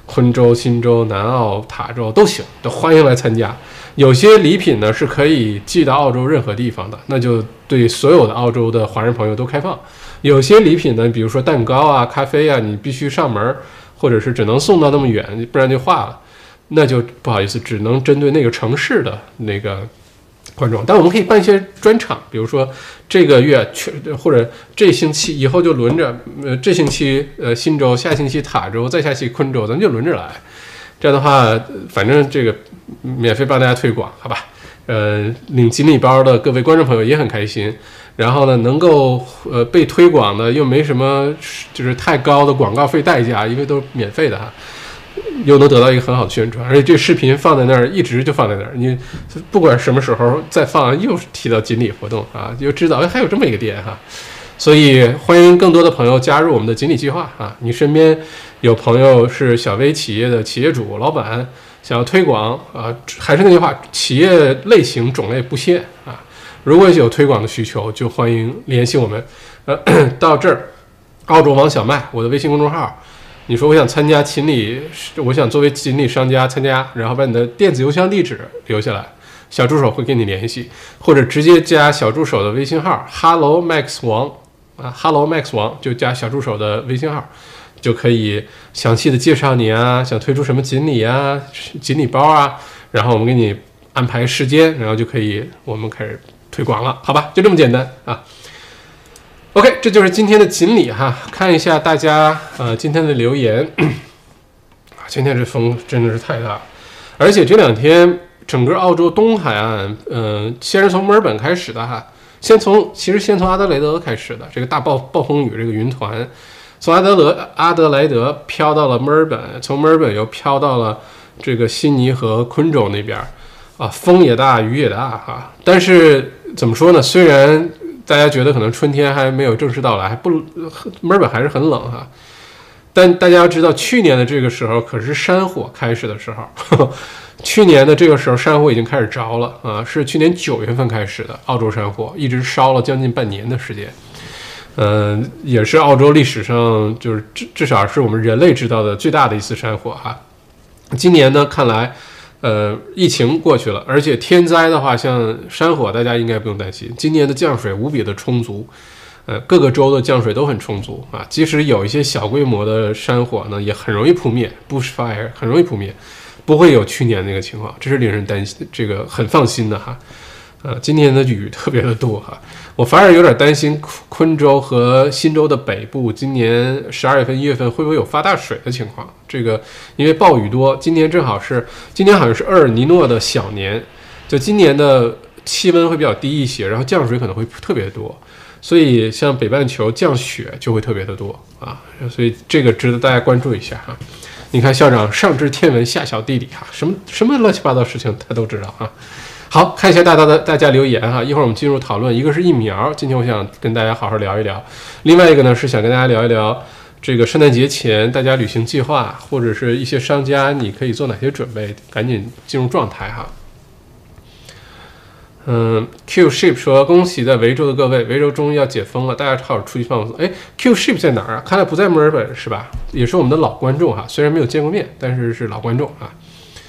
昆州、新州、南澳、塔州都行，都欢迎来参加。有些礼品呢是可以寄到澳洲任何地方的，那就对所有的澳洲的华人朋友都开放。有些礼品呢，比如说蛋糕啊、咖啡啊，你必须上门，或者是只能送到那么远，不然就化了，那就不好意思，只能针对那个城市的那个观众。但我们可以办一些专场，比如说这个月或者这星期以后就轮着，这星期新州，下星期塔州，再下星期昆州，咱们就轮着来。这样的话，反正这个免费帮大家推广，好吧？领锦鲤包的各位观众朋友也很开心。然后呢，能够被推广的又没什么就是太高的广告费代价，因为都是免费的哈，又能得到一个很好的宣传。而且这视频放在那儿，一直就放在那儿，你不管什么时候再放，又提到锦鲤活动啊，就知道还有这么一个店哈。所以欢迎更多的朋友加入我们的锦鲤计划啊！你身边有朋友是小微企业的企业主、老板，想要推广啊，还是那句话，企业类型种类不限啊。如果有推广的需求，就欢迎联系我们。到这儿，澳洲王小麦，我的微信公众号。你说我想参加锦鲤，我想作为锦鲤商家参加，然后把你的电子邮箱地址留下来，小助手会跟你联系，或者直接加小助手的微信号 Hello Max 王啊 ，Hello Max 王就加小助手的微信号，就可以详细的介绍你啊，想推出什么锦鲤啊、锦鲤包啊，然后我们给你安排时间，然后就可以我们开始推广了，好吧，就这么简单啊。OK， 这就是今天的锦鲤哈，看一下大家今天的留言。今天这风真的是太大了，而且这两天整个澳洲东海岸，先是从墨尔本开始的哈，先从阿德莱德开始的这个大暴风雨，这个云团从阿德莱德飘到了墨尔本，从墨尔本又飘到了这个悉尼和昆州那边啊，风也大，雨也大哈。但是怎么说呢？虽然大家觉得可能春天还没有正式到来，墨尔本还是很冷哈。但大家要知道，去年的这个时候可是山火开始的时候，去年的这个时候山火已经开始着了啊，是去年9月份开始的澳洲山火，一直烧了将近半年的时间。也是澳洲历史上就是至少是我们人类知道的最大的一次山火哈。今年呢，看来疫情过去了，而且天灾的话，像山火，大家应该不用担心。今年的降水无比的充足，各个州的降水都很充足啊。即使有一些小规模的山火呢，也很容易扑灭 ，bushfire 很容易扑灭，不会有去年那个情况，这是令人担心，这个很放心的哈。今年的雨特别的多哈，我反而有点担心昆州和新州的北部，今年12月份、1月份会不会有发大水的情况？这个因为暴雨多，今年好像是厄尔尼诺的小年，就今年的气温会比较低一些，然后降水可能会特别多，所以像北半球降雪就会特别的多啊，所以这个值得大家关注一下哈。你看校长上知天文下晓地理哈，什么乱七八糟事情他都知道哈。好，看一下大家留言哈，一会儿我们进入讨论。一个是疫苗，今天我想跟大家好好聊一聊；另外一个呢是想跟大家聊一聊这个圣诞节前大家旅行计划，或者是一些商家你可以做哪些准备，赶紧进入状态哈。Q Ship 说恭喜在维州的各位，维州终于要解封了，大家好好出去放松。哎 ，Q Ship 在哪儿啊？看来不在墨尔本是吧？也是我们的老观众哈，虽然没有见过面，但是是老观众啊。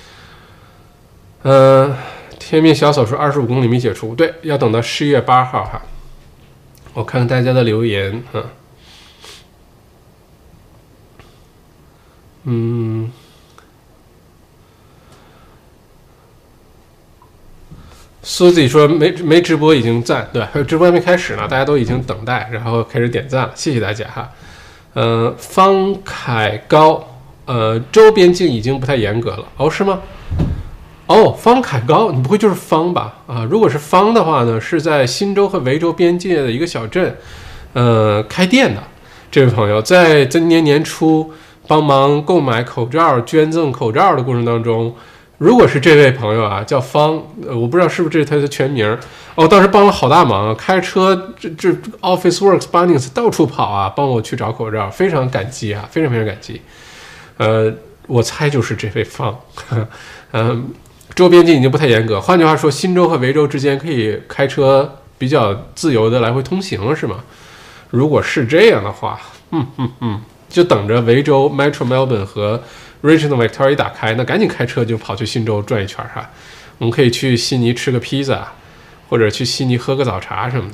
天命小手说25公里没解除，对，要等到11月8号哈。我看看大家的留言啊，苏子说没直播已经赞，对，还有直播还没开始呢，大家都已经等待，然后开始点赞了，谢谢大家哈。方凯高，周边境已经不太严格了，哦，是吗？哦，方凯高，你不会就是方吧？啊，如果是方的话呢，是在新州和维州边界的一个小镇，开店的这位朋友，在今年年初帮忙购买口罩、捐赠口罩的过程当中，如果是这位朋友啊，叫方，我不知道是不是这是他的全名哦，当时帮了好大忙，开车这 Office Works Bunnings 到处跑啊，帮我去找口罩，非常感激啊，非常非常感激。我猜就是这位方，周边境已经不太严格，换句话说，新州和维州之间可以开车比较自由的来回通行了，是吗？如果是这样的话，就等着维州 Metro Melbourne 和 Richmond Victoria 一打开，那赶紧开车就跑去新州转一圈哈。我们可以去悉尼吃个披萨，或者去悉尼喝个早茶什么的。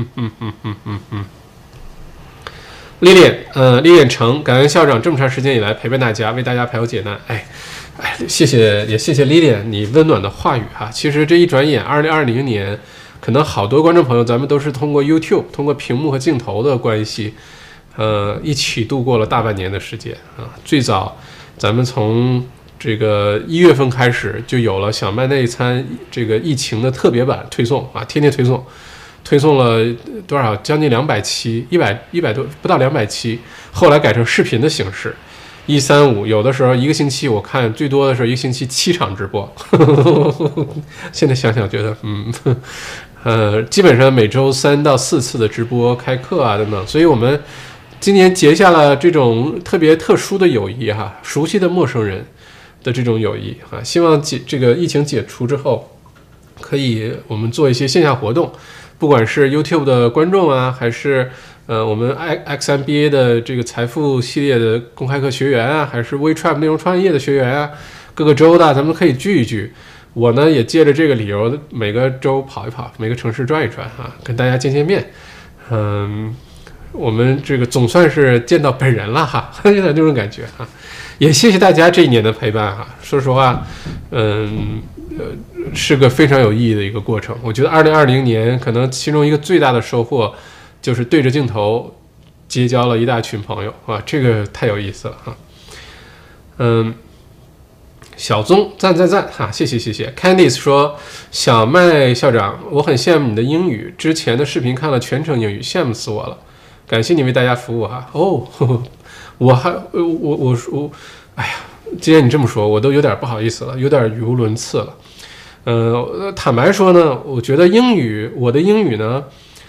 历练成，感恩校长这么长时间以来陪伴大家，为大家排忧解难。谢谢，也谢谢 Lilian 你温暖的话语哈。其实这一转眼，2020年，可能好多观众朋友咱们都是通过 YouTube， 通过屏幕和镜头的关系，一起度过了大半年的时间啊。最早咱们从这个1月份开始就有了小麦那一餐这个疫情的特别版推送啊，天天推送了多少？将近200期，100多，不到200期。后来改成视频的形式，135，有的时候一个星期我看最多的时候一个星期7场直播。现在想想觉得，基本上每周3到4次的直播、开课啊等等。所以我们今年结下了这种特别特殊的友谊哈，熟悉的陌生人的这种友谊啊。希望这个疫情解除之后，可以我们做一些线下活动。不管是 YouTube 的观众啊，还是我们 XMBA 的这个财富系列的公开课学员啊，还是 WeTrap 内容创业的学员啊，各个州的咱们可以聚一聚。我呢也借着这个理由，每个州跑一跑，每个城市转一转啊，跟大家见见面。我们这个总算是见到本人了哈，有点那种感觉啊。也谢谢大家这一年的陪伴哈。说实话，是个非常有意义的一个过程。我觉得2020年可能其中一个最大的收获，就是对着镜头结交了一大群朋友啊，这个太有意思了哈。小宗赞哈，谢谢。Candice 说，小麦校长，我很羡慕你的英语，之前的视频看了全程英语，羡慕死我了，感谢你为大家服务哈。哎呀，既然你这么说，我都有点不好意思了，有点语无伦次了。坦白说呢，我觉得我的英语呢，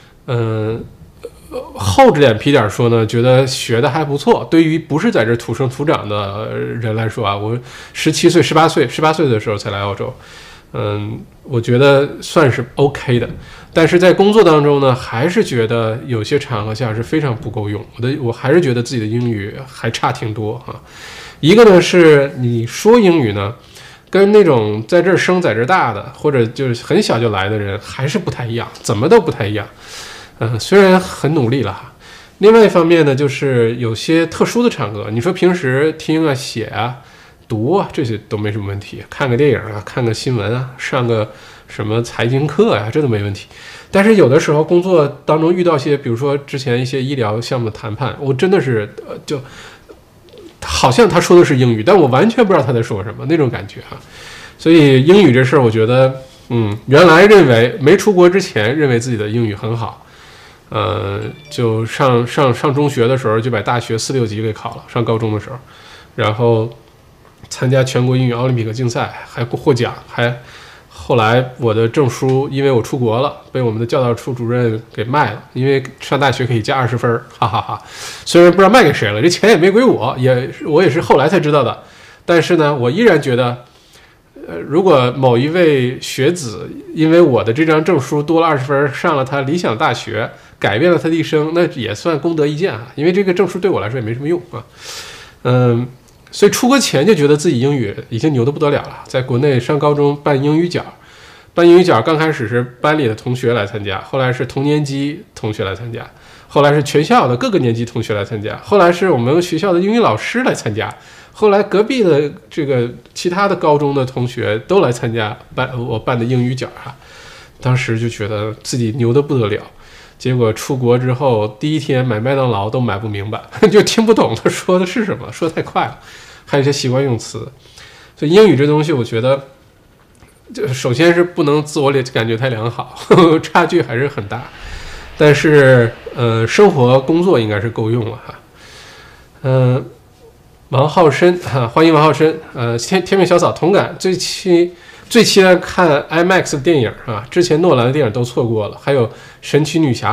厚着脸皮点说呢，觉得学的还不错。对于不是在这土生土长的人来说啊，我17岁、18岁的时候才来澳洲，我觉得算是 OK 的。但是在工作当中呢，还是觉得有些场合下是非常不够用。我还是觉得自己的英语还差挺多啊。一个呢是你说英语呢，跟那种在这儿生在这儿大的，或者就是很小就来的人还是不太一样，怎么都不太一样。虽然很努力了哈。另外一方面呢，就是有些特殊的场合，你说平时听啊、写啊、读啊，这些都没什么问题。看个电影啊，看个新闻啊，上个什么财经课呀，这都没问题。但是有的时候工作当中遇到些，比如说之前一些医疗项目的谈判，我真的是就好像他说的是英语，但我完全不知道他在说什么那种感觉哈。所以英语这事儿，我觉得，原来没出国之前认为自己的英语很好。就上中学的时候就把大学4、6级给考了，上高中的时候，然后参加全国英语奥林匹克竞赛，还获奖，还后来我的证书因为我出国了，被我们的教导处主任给卖了，因为上大学可以加20分，哈哈哈。虽然不知道卖给谁了，这钱也没归我，我也是后来才知道的，但是呢，我依然觉得。如果某一位学子因为我的这张证书多了20分，上了他理想大学，改变了他的一生，那也算功德一件啊。因为这个证书对我来说也没什么用啊。所以出国前就觉得自己英语已经牛得不得了了。在国内上高中办英语角，刚开始是班里的同学来参加，后来是同年级同学来参加，后来是全校的各个年级同学来参加，后来是我们学校的英语老师来参加。后来隔壁的这个其他的高中的同学都来参加我办的英语角哈，当时就觉得自己牛得不得了，结果出国之后第一天买麦当劳都买不明白，就听不懂他说的是什么，说太快了，还有一些习惯用词。所以英语这东西我觉得就首先是不能自我感觉太良好，差距还是很大，但是生活工作应该是够用了哈。王浩深欢迎王浩深。天命小嫂同感，最期待看 IMAX 的电影啊，之前诺兰的电影都错过了，还有神奇女侠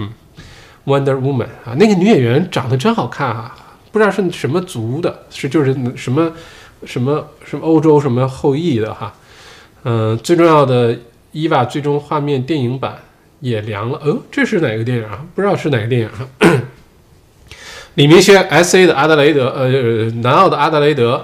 2，Wonder Woman 啊，那个女演员长得真好看啊，不知道是什么族的，就是什么欧洲什么后裔的哈。最重要的伊娃最终画面电影版也凉了，这是哪个电影啊？不知道是哪个电影啊。李明轩 SA 的阿德雷德，南澳的阿德雷德，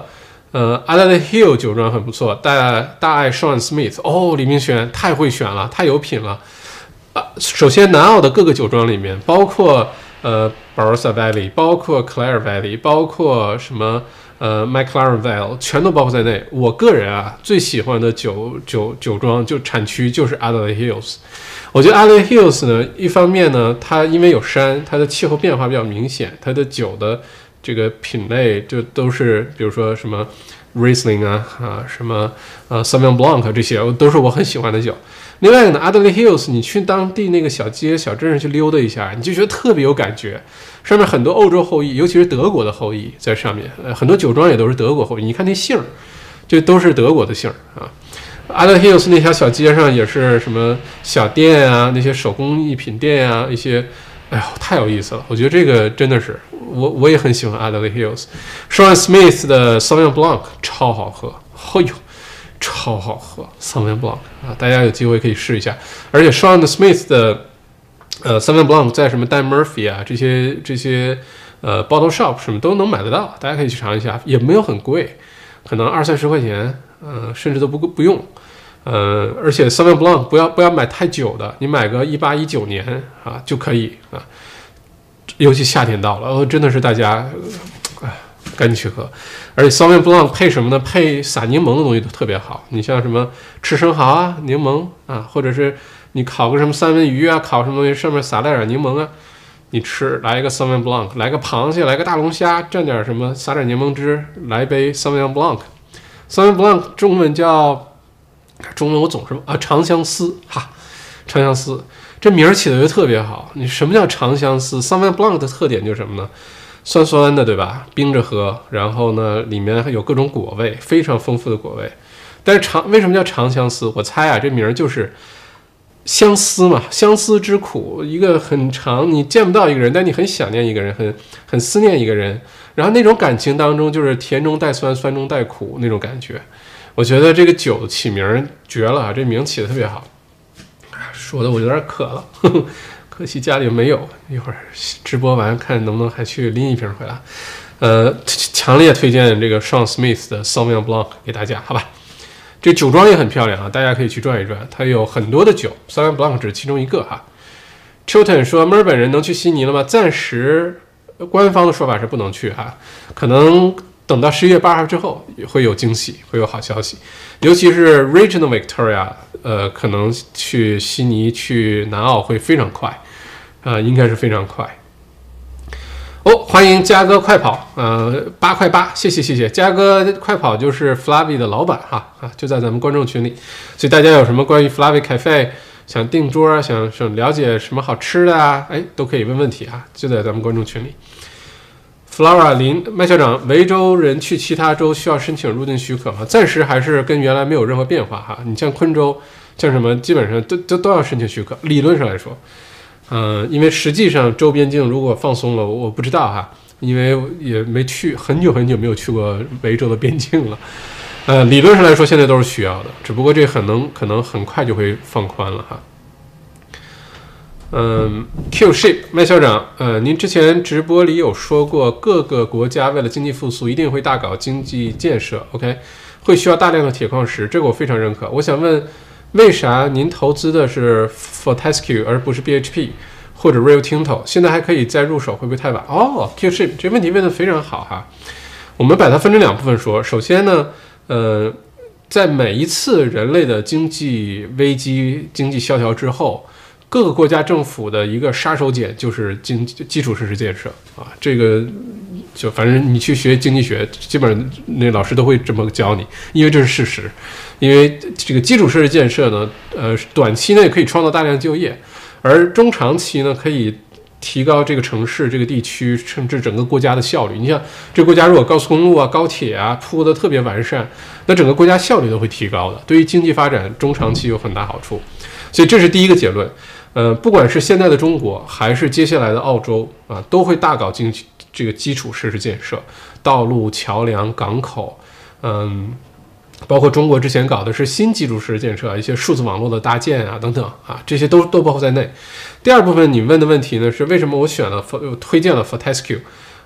Adelaide Hill 酒庄很不错，大爱 Sean Smith 哦，李明轩太会选了，太有品了。首先南澳的各个酒庄里面，包括Barossa Valley， 包括 Clare Valley， 包括什么McLaren Vale， 全都包括在内。我个人啊最喜欢的酒庄就产区就是 Adelaide Hills。我觉得 Adelaide Hills 呢，一方面呢，它因为有山，它的气候变化比较明显，它的酒的这个品类就都是，比如说什么 Riesling 什么Sauvignon Blanc 这些都是我很喜欢的酒。另外呢 Adelaide Hills 你去当地那个小街小镇上去溜达一下，你就觉得特别有感觉，上面很多欧洲后裔，尤其是德国的后裔在上面，很多酒庄也都是德国后裔，你看那姓儿，这都是德国的姓儿啊。Adelaide Hills 那条小街上也是什么小店啊，那些手工艺品店啊，一些，哎呦，太有意思了！我觉得这个真的是，我也很喜欢 Adelaide Hills。Sean Smith 的 Sauvignon Blanc 超好喝，哎呦，超好喝 Sauvignon Blanc 啊，大家有机会可以试一下。而且 Sean Smith 的Sauvignon Blanc 在什么 Dan Murphy 啊这些bottle shop 什么都能买得到，大家可以去尝一下，也没有很贵，可能20-30块钱，甚至都不用。而且 Sauvignon Blanc 不要买太久的，你买个18-19年啊就可以啊。尤其夏天到了，真的是大家赶紧去喝。而且 Sauvignon Blanc 配什么呢？配撒柠檬的东西都特别好。你像什么吃生蚝啊、柠檬啊，或者是你烤个什么三文鱼啊，烤什么东西上面撒点柠檬啊，你吃来一个 Sauvignon Blanc， 来个螃蟹，来个大龙虾，蘸点什么，撒点柠檬汁，来杯 Sauvignon Blanc。Sauvignon Blanc 中文我总是长相思哈，长相思这名儿起的就特别好。你什么叫长相思 ？Sauvignon Blanc 的特点就是什么呢？酸酸的，对吧？冰着喝，然后呢，里面有各种果味，非常丰富的果味。但是为什么叫长相思？我猜啊，这名儿就是相思嘛，相思之苦，一个很长，你见不到一个人，但你很想念一个人，很思念一个人，然后那种感情当中就是甜中带酸，酸中带苦那种感觉。我觉得这个酒起名绝了啊，这名起的特别好。说的我有点渴了，可惜家里没有，一会儿直播完看能不能还去拎一瓶回来。强烈推荐这个 Sean Smith 的 Sauvignon Blanc 给大家，好吧？这酒庄也很漂亮啊，大家可以去转一转，它有很多的酒 ，Sauvignon Blanc 只是其中一个哈。Chilton 说墨尔本人能去悉尼了吗？暂时官方的说法是不能去哈，可能等到11月8号之后会有惊喜，会有好消息，尤其是 Regional Victoria， 可能去悉尼、去南澳会非常快，应该是非常快。欢迎嘉哥快跑，8块8，谢谢嘉哥快跑就是 Flavy 的老板哈就在咱们观众群里，所以大家有什么关于 Flavy Cafe 想订桌啊，想了解什么好吃的啊，都可以问问题啊，就在咱们观众群里。Flora 林麦校长，维州人去其他州需要申请入境许可吗？暂时还是跟原来没有任何变化哈。你像昆州，像什么基本上都要申请许可，理论上来说。因为实际上州边境如果放松了，我不知道哈，因为也没去很久没有去过维州的边境了。理论上来说现在都是需要的，只不过这可能很快就会放宽了哈。Q Ship 麦校长，您之前直播里有说过，各个国家为了经济复苏，一定会大搞经济建设 ，OK， 会需要大量的铁矿石，这个我非常认可。我想问，为啥您投资的是 Fortescue 而不是 BHP 或者 Rio Tinto？ 现在还可以再入手，会不会太晚？Q Ship 这问题问得非常好哈。我们把它分成两部分说。首先呢，在每一次人类的经济危机、经济萧条之后，各个国家政府的一个杀手锏就是基础设施建设啊，这个就反正你去学经济学，基本上那老师都会这么教你，因为这是事实。因为这个基础设施建设呢，短期内可以创造大量就业，而中长期呢可以提高这个城市、这个地区甚至整个国家的效率。你像这个国家如果高速公路啊、高铁啊铺得特别完善，那整个国家效率都会提高的，对于经济发展中长期有很大好处。所以这是第一个结论。不管是现在的中国还是接下来的澳洲啊，都会大搞这个基础设施建设，道路、桥梁、港口，包括中国之前搞的是新基础设施建设，一些数字网络的搭建啊等等啊，这些都包括在内。第二部分你问的问题呢是为什么我推荐了 Fortescue？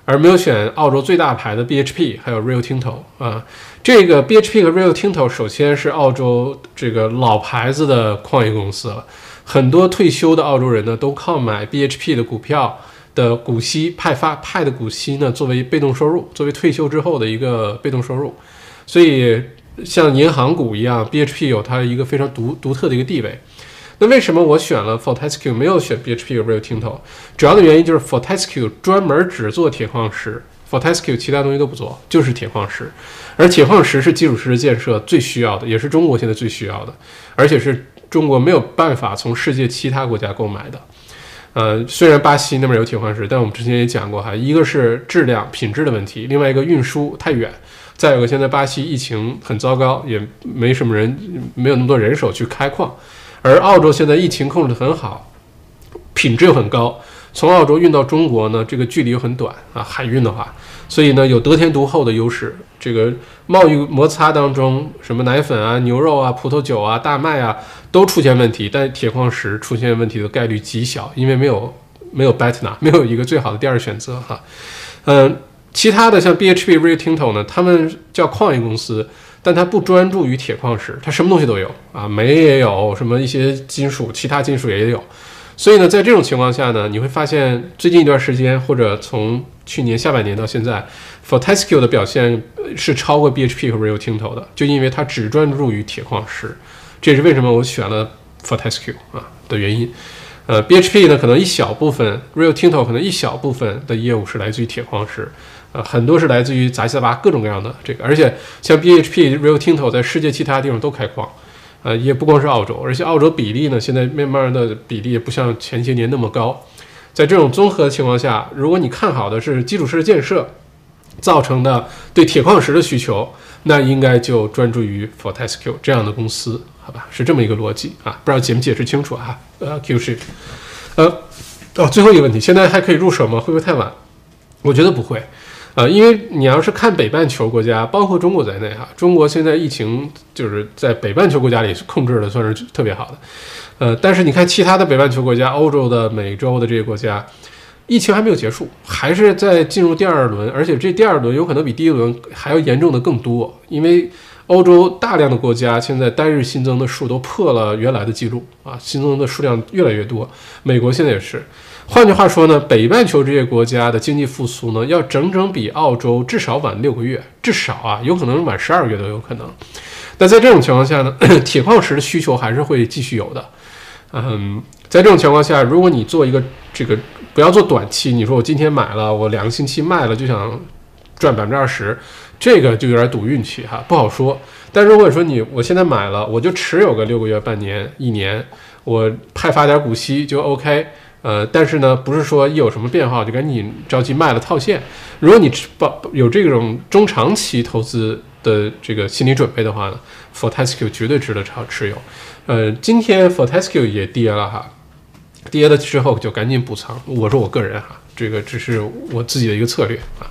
而没有选澳洲最大牌的 BHP 还有 Rio Tinto 啊。这个 BHP 和 Rio Tinto 首先是澳洲这个老牌子的矿业公司了，很多退休的澳洲人呢都靠买 BHP 的股票的股息派的股息呢作为被动收入，作为退休之后的一个被动收入。所以像银行股一样 ，BHP 有它一个非常独特的一个地位。那为什么我选了 Fortescue 没有选 BHP 和 Rio Tinto？ 主要的原因就是 Fortescue 专门只做铁矿石。Fortescue 其他东西都不做，就是铁矿石，而铁矿石是基础设施建设最需要的，也是中国现在最需要的，而且是中国没有办法从世界其他国家购买的。虽然巴西那边有铁矿石，但我们之前也讲过哈，一个是质量品质的问题，另外一个运输太远，再有个现在巴西疫情很糟糕，也没什么人，没有那么多人手去开矿，而澳洲现在疫情控制得很好，品质又很高。从澳洲运到中国呢，这个距离又很短啊，海运的话，所以呢有得天独厚的优势。这个贸易摩擦当中，什么奶粉啊、牛肉啊、葡萄酒啊、大麦啊都出现问题，但铁矿石出现问题的概率极小，因为没有 Betna， 没有一个最好的第二选择哈。其他的像 BHP、Rio Tinto 呢，他们叫矿业公司，但它不专注于铁矿石，它什么东西都有啊，煤也有，什么一些金属，其他金属也有。所以呢，在这种情况下呢，你会发现最近一段时间，或者从去年下半年到现在 ，Fortescue 的表现是超过 BHP 和 Rio Tinto 的，就因为它只专注于铁矿石，这也是为什么我选了 Fortescue 的原因。BHP 呢可能一小部分 ，Rio Tinto 可能一小部分的业务是来自于铁矿石，很多是来自于杂七杂八各种各样的这个，而且像 BHP、Rio Tinto 在世界其他地方都开矿。也不光是澳洲，而且澳洲比例呢，现在慢慢的比例也不像前些年那么高。在这种综合的情况下，如果你看好的是基础设施建设造成的对铁矿石的需求，那应该就专注于 Fortescue 这样的公司，好吧？是这么一个逻辑啊，不知道解没解释清楚啊？Q 是，最后一个问题，现在还可以入手吗？会不会太晚？我觉得不会。因为你要是看北半球国家，包括中国在内哈，中国现在疫情就是在北半球国家里控制的算是特别好的，但是你看其他的北半球国家，欧洲的、美洲的这些国家，疫情还没有结束，还是在进入第二轮，而且这第二轮有可能比第一轮还要严重的更多，因为欧洲大量的国家现在单日新增的数都破了原来的记录啊，新增的数量越来越多，美国现在也是。换句话说呢，北半球这些国家的经济复苏呢，要整整比澳洲至少晚6个月，至少啊，有可能晚12个月都有可能。那在这种情况下呢，铁矿石的需求还是会继续有的。在这种情况下，如果你做一个这个不要做短期，你说我今天买了，我2个星期卖了就想赚20%，这个就有点赌运气哈，不好说。但如果说我现在买了，我就持有个6个月、半年、1年，我派发点股息就 OK。但是呢，不是说一有什么变化就赶紧着急卖了套现。如果你有这种中长期投资的这个心理准备的话呢 ，Fortescue 绝对值得持有。今天 Fortescue 也跌了哈，跌了之后就赶紧补仓。我说我个人哈，这个只是我自己的一个策略啊。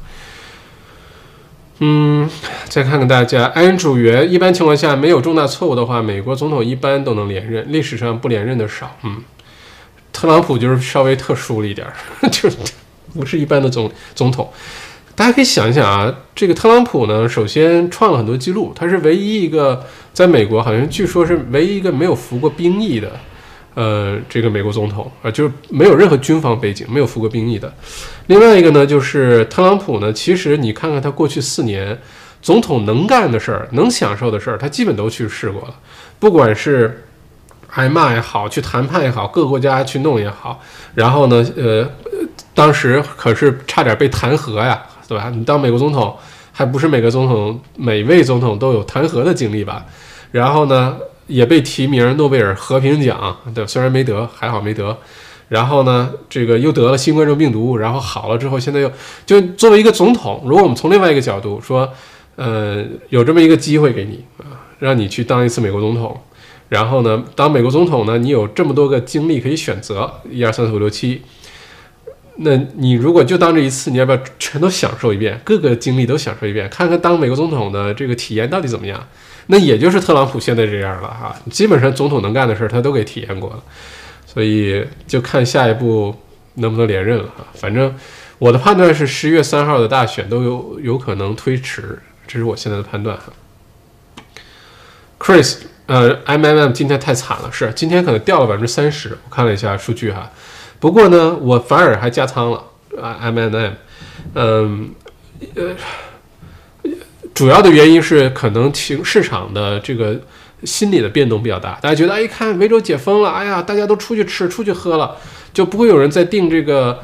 再看看大家，安主元一般情况下没有重大错误的话，美国总统一般都能连任，历史上不连任的少。特朗普就是稍微特殊了一点，就是不是一般的总统。大家可以想一想啊，这个特朗普呢，首先创了很多记录，他是唯一一个在美国好像据说是唯一一个没有服过兵役的，这个美国总统就是没有任何军方背景，没有服过兵役的。另外一个呢，就是特朗普呢，其实你看看他过去4年总统能干的事儿、能享受的事儿，他基本都去试过了，不管是挨骂也好，去谈判也好，各个国家去弄也好，然后呢，当时可是差点被弹劾呀，对吧？你当美国总统，还不是每位总统都有弹劾的经历吧？然后呢，也被提名诺贝尔和平奖，对，虽然没得，还好没得。然后呢，这个又得了新冠状病毒，然后好了之后，现在又就作为一个总统，如果我们从另外一个角度说，有这么一个机会给你啊，让你去当一次美国总统。然后呢，当美国总统呢，你有这么多个经历可以选择，1、2、3、4、5、6、7。那你如果就当这一次，你要不要全都享受一遍，各个经历都享受一遍，看看当美国总统的这个体验到底怎么样？那也就是特朗普现在这样了哈，基本上总统能干的事他都给体验过了，所以就看下一步能不能连任了哈。反正我的判断是11月3号的大选都有可能推迟，这是我现在的判断哈。Chris，MMM 今天太惨了，是今天可能掉了30%，我看了一下数据哈。不过呢，我反而还加仓了MMM，主要的原因是可能市场的这个心理的变动比较大，大家觉得看维州解封了，哎呀，大家都出去吃出去喝了，就不会有人再订这个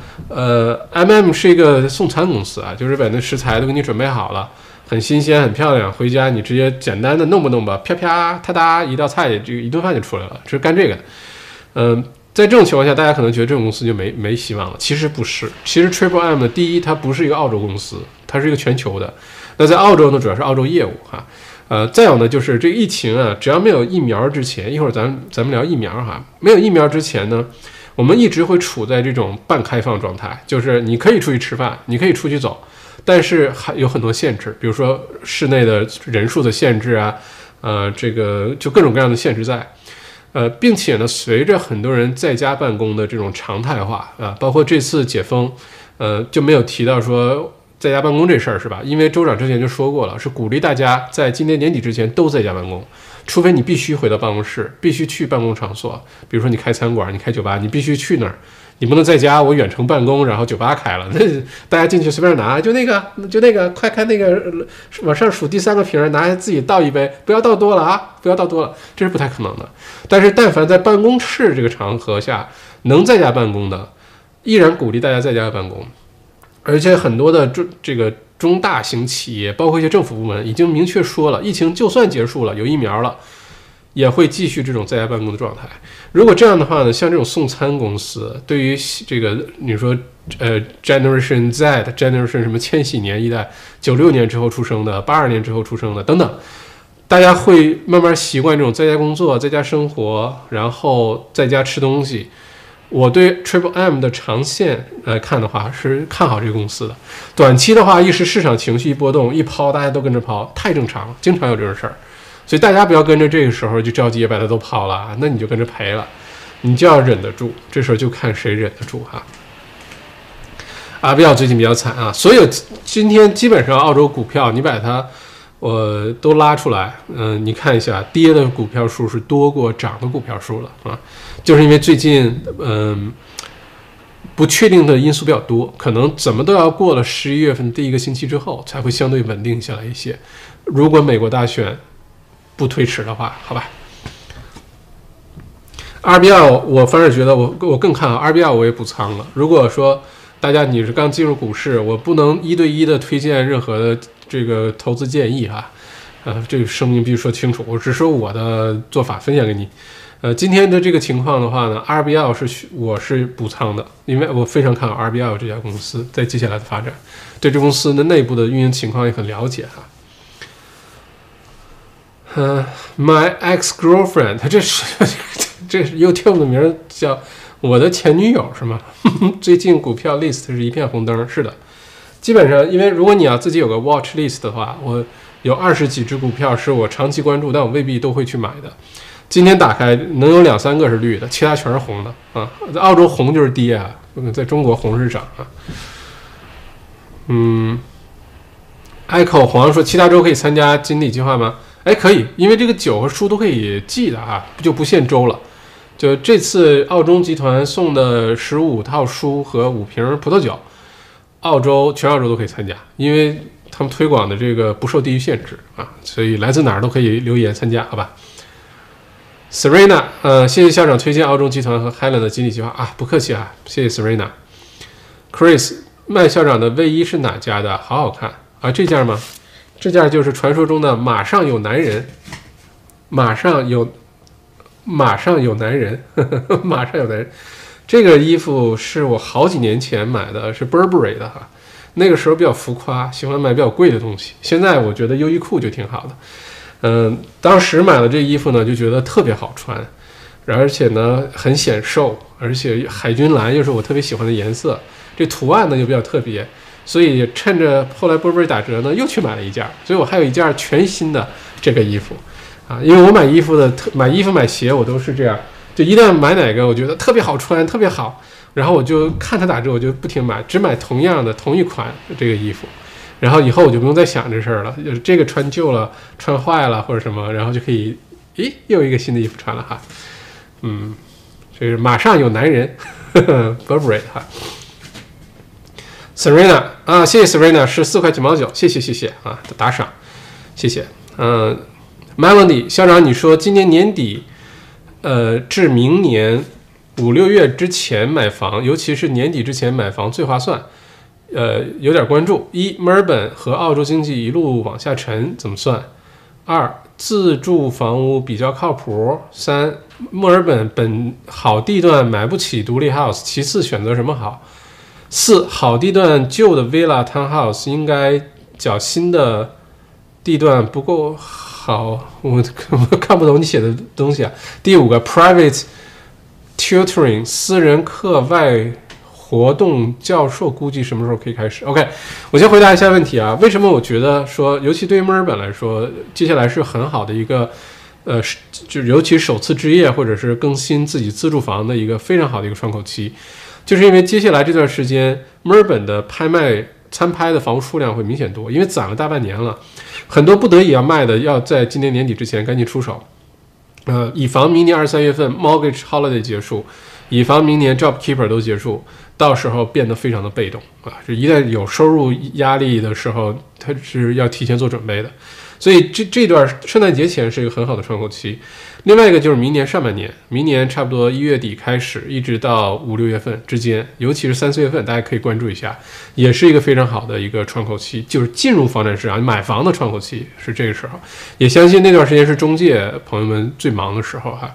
MM 是一个送餐公司啊，就是把那食材都给你准备好了，很新鲜很漂亮，回家你直接简单的弄不弄吧，啪啪嗒嗒一道菜，这个一顿饭就出来了，是干这个。在这种情况下，大家可能觉得这种公司就没希望了。其实不是，其实 Triple M 的第一，它不是一个澳洲公司，它是一个全球的。那在澳洲呢，主要是澳洲业务哈。再有呢，就是这个疫情啊，只要没有疫苗之前，一会儿咱们聊疫苗哈。没有疫苗之前呢，我们一直会处在这种半开放状态，就是你可以出去吃饭，你可以出去走，但是还有很多限制，比如说室内的人数的限制啊，这个就各种各样的限制在。并且呢，随着很多人在家办公的这种常态化啊，包括这次解封，就没有提到说在家办公这事儿是吧？因为州长之前就说过了，是鼓励大家在今年年底之前都在家办公，除非你必须回到办公室，必须去办公场所，比如说你开餐馆、你开酒吧，你必须去那儿，你不能在家我远程办公，然后酒吧开了，那大家进去随便拿，就那个，快看那个往上数第3个瓶，拿自己倒一杯，不要倒多了啊，不要倒多了，这是不太可能的。但是但凡在办公室这个场合下能在家办公的，依然鼓励大家在家办公。而且很多的这个中大型企业，包括一些政府部门，已经明确说了，疫情就算结束了，有疫苗了，也会继续这种在家办公的状态。如果这样的话呢，像这种送餐公司，对于这个你说Generation Z、Generation 什么千禧年一代、96年之后出生的、82年之后出生的等等，大家会慢慢习惯这种在家工作、在家生活，然后在家吃东西。我对 Triple M 的长线来看的话，是看好这个公司的。短期的话，一时市场情绪波动，一抛大家都跟着抛，太正常了，经常有这种事儿。所以大家不要跟着这个时候就着急把它都抛了，那你就跟着赔了，你就要忍得住。这时候就看谁忍得住哈。RBL 最近比较惨啊，所有今天基本上澳洲股票，你把它都拉出来，你看一下，跌的股票数是多过涨的股票数了啊，就是因为最近不确定的因素比较多，可能怎么都要过了11月份第1个星期之后才会相对稳定下来一些。如果美国大选不推迟的话，好吧。RBL 我反而觉得我更看好 RBL， 我也补仓了。如果说大家你是刚进入股市，我不能1对1的推荐任何的这个投资建议哈，这个声明必须说清楚，我只说我的做法分享给你。今天的这个情况的话呢 ，RBL 我是补仓的，因为我非常看好 RBL 这家公司在接下来的发展，对这公司的内部的运营情况也很了解哈。My ex-girlfriend， 这是 YouTube 的名叫我的前女友是吗？最近股票 list 是一片红灯，是的。基本上，因为如果你要自己有个 watch list 的话，我有20几只股票是我长期关注，但我未必都会去买的。今天打开能有2-3个是绿的，其他全是红的啊。在澳洲红就是跌啊，在中国红是涨啊。Echo 黄说，其他州可以参加金理计划吗？可以，因为这个酒和书都可以寄的啊，就不限州了。就这次澳中集团送的15套书和5瓶葡萄酒，全澳洲都可以参加，因为他们推广的这个不受地域限制啊，所以来自哪儿都可以留言参加，好吧。Serena， 谢谢校长推荐澳中集团和 Helen 的经理计划啊，不客气啊，谢谢 Serena。Chris， 麦校长的卫衣是哪家的？好好看啊，这件吗？这件就是传说中的马上有男人，马上有男人，马上有男人。这个衣服是我好几年前买的，是 Burberry 的哈。那个时候比较浮夸，喜欢买比较贵的东西。现在我觉得优衣库就挺好的。当时买了这衣服呢，就觉得特别好穿，而且呢很显瘦，而且海军蓝又是我特别喜欢的颜色，这图案呢又比较特别，所以趁着后来 Burberry 打折呢，又去买了一件。所以我还有一件全新的这个衣服啊，因为我买衣服买鞋我都是这样。就一旦买哪个我觉得特别好穿特别好， 然后我就看它打折，我就不停买，只买同样的同一款这个衣服，然后以后我就不用再想这事儿了，就是这个穿旧了、穿坏了或者什么，然后就可以，又一个新的衣服穿了哈。这是马上有男人，Burberry 哈。Serena 啊，谢谢 Serena 14块9毛9，谢谢啊，打赏，谢谢。Melody 校长，你说今年年底，至明年5、6月之前买房，尤其是年底之前买房最划算。有点关注：一、墨尔本和澳洲经济一路往下沉，怎么算？2、自住房屋比较靠谱。3、墨尔本本好地段买不起独立 house， 其次选择什么好？4、好地段旧的 villa townhouse 应该较新的地段不够好，我看不懂你写的东西啊。第5个 private tutoring 私人课外活动教授估计什么时候可以开始 ？OK， 我先回答一下问题啊。为什么我觉得说，尤其对于墨尔本来说，接下来是很好的一个，就尤其首次置业或者是更新自己自住房的一个非常好的一个窗口期，就是因为接下来这段时间，墨尔本的拍卖参拍的房屋数量会明显多，因为攒了大半年了，很多不得已要卖的，要在今年年底之前赶紧出手，以防明年2、3月份 mortgage holiday 结束，以防明年 job keeper 都结束，到时候变得非常的被动啊！这一旦有收入压力的时候，它是要提前做准备的。所以这段圣诞节前是一个很好的窗口期。另外一个就是明年上半年，明年差不多1月底开始，一直到5、6月份之间，尤其是3、4月份，大家可以关注一下，也是一个非常好的一个窗口期，就是进入房产市场买房的窗口期是这个时候。也相信那段时间是中介朋友们最忙的时候哈。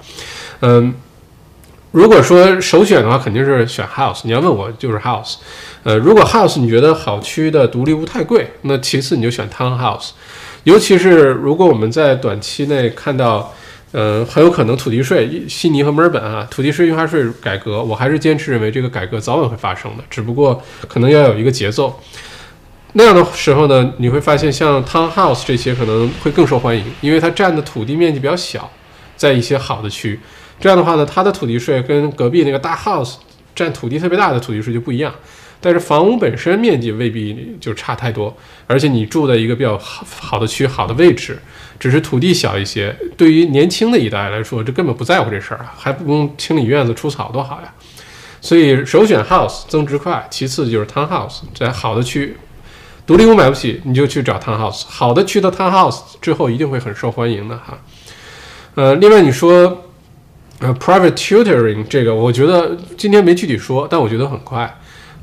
如果说首选的话，肯定是选 house。你要问我就是 house。如果 house 你觉得好区的独立屋太贵，那其次你就选 townhouse。尤其是如果我们在短期内看到，很有可能土地税，悉尼和墨尔本啊，土地税印花税改革，我还是坚持认为这个改革早晚会发生的，只不过可能要有一个节奏。那样的时候呢，你会发现像 townhouse 这些可能会更受欢迎，因为它占的土地面积比较小，在一些好的区。这样的话呢，它的土地税跟隔壁那个大 house 占土地特别大的土地税就不一样，但是房屋本身面积未必就差太多，而且你住的一个比较好的区、好的位置，只是土地小一些。对于年轻的一代来说，这根本不在乎这事儿啊，还不用清理院子、除草，多好呀！所以首选 house 增值快，其次就是 townhouse， 在好的区，独立屋买不起你就去找 townhouse， 好的区的 townhouse 之后一定会很受欢迎的哈。另外你说。private tutoring 这个，我觉得今天没具体说，但我觉得很快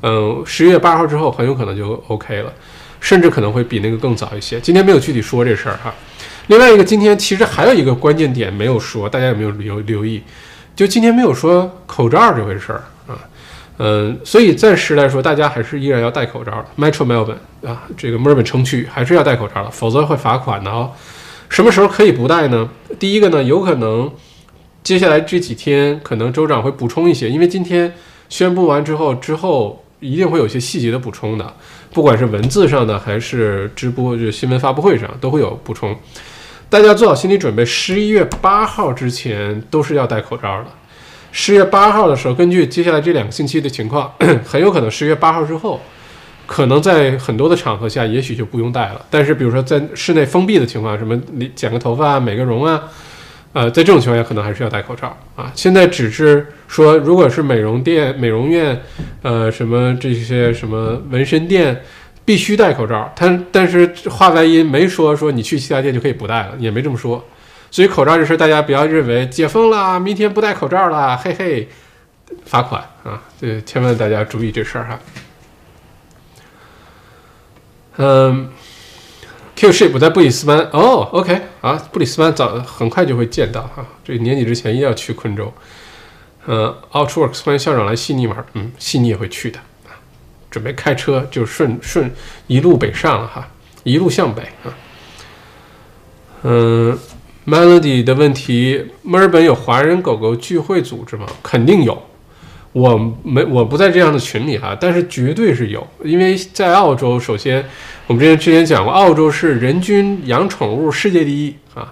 ，10月8号之后很有可能就 OK 了，甚至可能会比那个更早一些。今天没有具体说这事儿哈。另外一个，今天其实还有一个关键点没有说，大家有没有留意？就今天没有说口罩这回事儿啊。所以暂时来说，大家还是依然要戴口罩的。Metro Melbourne 啊，这个墨尔本城区还是要戴口罩的，否则会罚款的哦。什么时候可以不戴呢？第一个呢，有可能。接下来这几天可能州长会补充一些，因为今天宣布完之后一定会有一些细节的补充的，不管是文字上的还是直播就新闻发布会上都会有补充。大家做好心理准备，11月8号之前都是要戴口罩的。10月8号的时候，根据接下来这2个星期的情况，很有可能10月8号之后，可能在很多的场合下也许就不用戴了。但是比如说在室内封闭的情况，什么剪个头发啊、美个容啊。在这种情况下可能还是要戴口罩啊。现在只是说，如果是美容店、美容院，什么这些什么纹身店，必须戴口罩。但是话外音没说你去其他店就可以不戴了，也没这么说。所以口罩这事大家不要认为解封了，明天不戴口罩了，嘿嘿，罚款啊！这千万大家注意这事儿哈。Q-ship 在布里斯班哦 ，OK 啊，布里斯班很快就会见到哈，这年底之前一定要去昆州。Outworks 欢迎校长来悉尼玩，悉尼也会去的啊，准备开车就顺一路北上了哈，一路向北啊。Melody 的问题，墨尔本有华人狗狗聚会组织吗？肯定有。我不在这样的群里哈，但是绝对是有，因为在澳洲，首先我们之前讲过，澳洲是人均养宠物世界第一啊，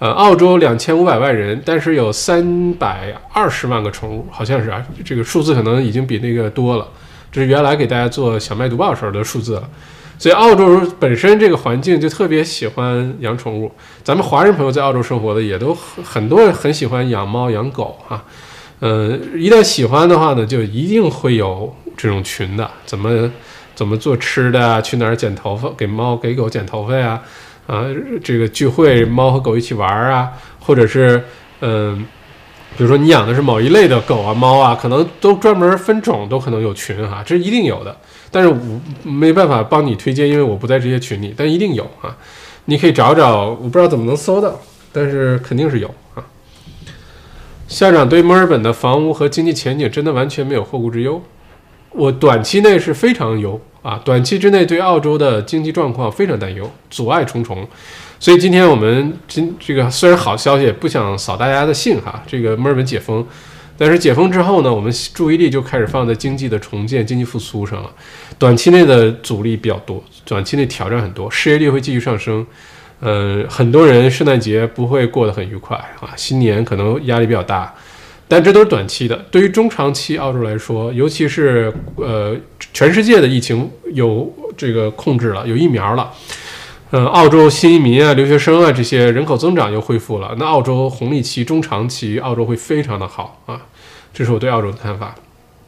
澳洲2500万人，但是有320万个宠物，好像是啊，这个数字可能已经比那个多了，这是原来给大家做小麦读报时候的数字了。所以澳洲本身这个环境就特别喜欢养宠物，咱们华人朋友在澳洲生活的也都很多人很喜欢养猫养狗啊，一旦喜欢的话呢，就一定会有这种群的，怎么做吃的啊，去哪儿剪头发，给猫给狗剪头发呀，这个聚会猫和狗一起玩啊，或者是比如说你养的是某一类的狗啊猫啊，可能都专门分种都可能有群哈，这是一定有的。但是我没办法帮你推荐，因为我不在这些群里，但一定有啊。你可以找找，我不知道怎么能搜到，但是肯定是有啊。校长对墨尔本的房屋和经济前景真的完全没有后顾之忧，我短期内是非常忧啊，短期之内对澳洲的经济状况非常担忧，阻碍重重。所以今天我们这个虽然好消息，不想扫大家的兴哈，这个墨尔本解封。但是解封之后呢，我们注意力就开始放在经济的重建、经济复苏上了。短期内的阻力比较多，短期内挑战很多，失业率会继续上升。很多人圣诞节不会过得很愉快啊，新年可能压力比较大，但这都是短期的。对于中长期澳洲来说，尤其是全世界的疫情有这个控制了，有疫苗了。澳洲新移民啊、留学生啊这些人口增长又恢复了，那澳洲红利期、中长期，澳洲会非常的好啊，这是我对澳洲的看法。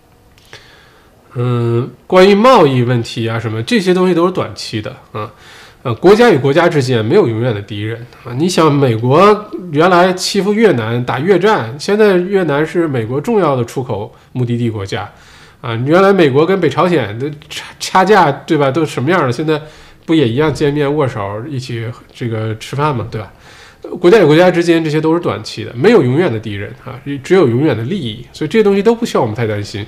关于贸易问题啊什么这些东西都是短期的啊。国家与国家之间没有永远的敌人啊。你想，美国原来欺负越南打越战，现在越南是美国重要的出口目的地国家啊。原来美国跟北朝鲜的差价对吧，都什么样了？现在不也一样见面握手一起这个吃饭吗？对吧？国家与国家之间这些都是短期的，没有永远的敌人啊，只有永远的利益，所以这些东西都不需要我们太担心。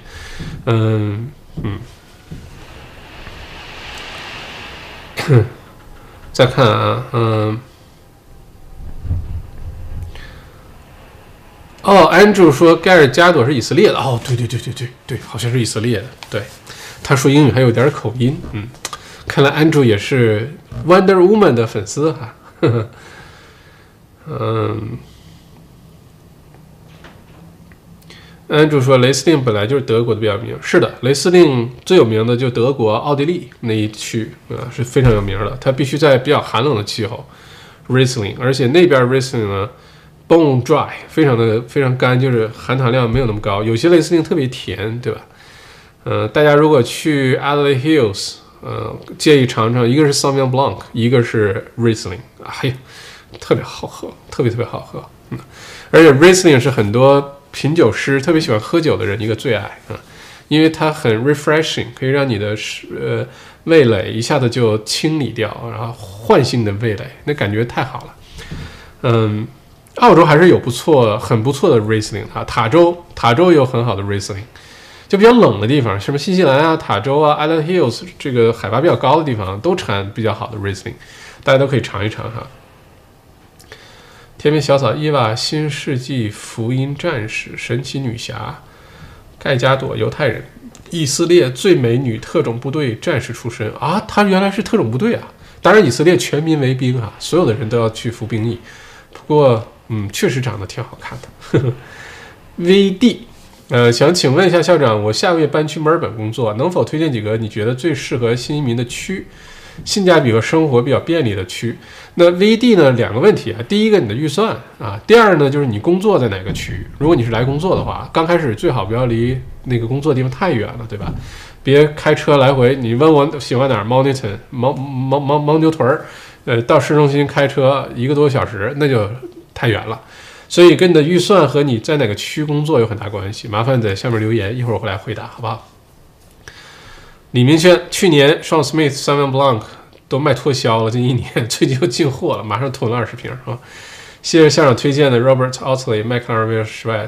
再看啊，Andrew 说盖尔加朵是以色列的，对，好像是以色列的，对，他说英语还有点口音，看来 Andrew 也是 Wonder Woman 的粉丝哈，Andrew 说雷司令本来就是德国的比较名，是的，雷司令最有名的就德国、奥地利那一区是非常有名的，它必须在比较寒冷的气候 Riesling， 而且那边 Riesling 呢 bone dry， 非常干，就是含糖量没有那么高，有些雷司令特别甜，对吧？大家如果去 Adelaide Hills。建议尝尝，一个是 Sauvignon Blanc， 一个是 Riesling， 哎呀，特别好喝，特别好喝。而且 Riesling 是很多品酒师特别喜欢喝酒的人一个最爱啊，因为它很 refreshing， 可以让你的味蕾一下子就清理掉，然后唤醒你的味蕾，那感觉太好了。澳洲还是有很不错的 Riesling 啊，塔州也有很好的 Riesling。就比较冷的地方，什么新西兰啊、塔州啊、Adelaide Hills 这个海拔比较高的地方，都产比较好的 Riesling， 大家都可以尝一尝哈。天边小草伊娃，新世纪福音战士，神奇女侠，盖加朵，犹太人，以色列最美女特种部队战士出身啊，她原来是特种部队啊。当然，以色列全民为兵啊，所有的人都要去服兵役。不过，确实长得挺好看的。VD。想请问一下校长，我下个月搬去墨尔本工作，能否推荐几个你觉得最适合新移民的区，性价比和生活比较便利的区？那 VD 呢，两个问题啊，第一个你的预算啊，第二呢就是你工作在哪个区。如果你是来工作的话，刚开始最好不要离那个工作的地方太远了，对吧？别开车来回。你问我喜欢哪儿 ，Mornington 牦牛屯到市中心开车1个多小时，那就太远了。所以跟你的预算和你在哪个区工作有很大关系，麻烦在下面留言，一会儿我会来回答，好不好？李明轩，去年 Sean Smith、Sauvignon Blanc 都卖脱销了，近1年，最近又进货了，马上囤了20瓶啊！谢谢校长推荐的 Robert Outley 麦克尔维尔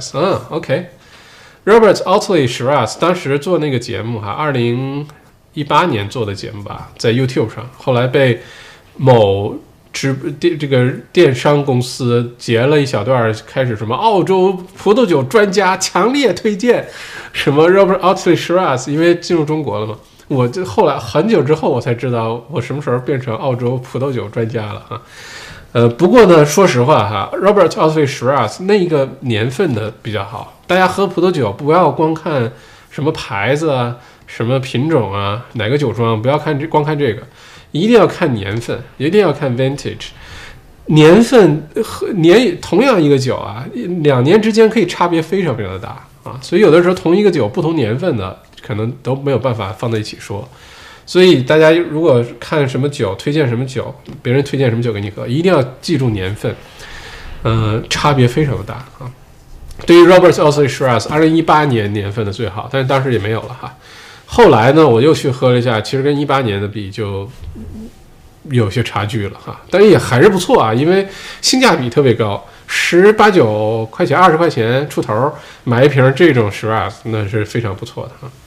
Shiraz，OK，Robert Outley Shiraz 当时做那个节目哈，2018年做的节目吧，在 YouTube 上，后来被某这个电商公司截了一小段，开始什么澳洲葡萄酒专家强烈推荐什么 Robert Outley Shiraz， 因为进入中国了嘛。我就后来很久之后我才知道我什么时候变成澳洲葡萄酒专家了啊。 不过呢，说实话哈，Robert Oswald Shiraz 那一个年份的比较好。大家喝葡萄酒不要光看什么牌子啊、什么品种啊、哪个酒庄，不要光看这个，一定要看年份，一定要看 vintage。年份和同样一个酒啊，2年之间可以差别非常非常的大啊，所以有的时候同一个酒不同年份的可能都没有办法放在一起说。所以大家如果看什么酒，推荐什么酒，别人推荐什么酒给你喝，一定要记住年份，差别非常的大啊。对于 Robert Oswald Shiraz 2018年年份的最好，但是当时也没有了哈。后来呢，我又去喝了一下，其实跟18年的比就有些差距了哈，但是也还是不错啊，因为性价比特别高，18、9块钱、20块钱出头买一瓶这种 Shiraz 那是非常不错的哈。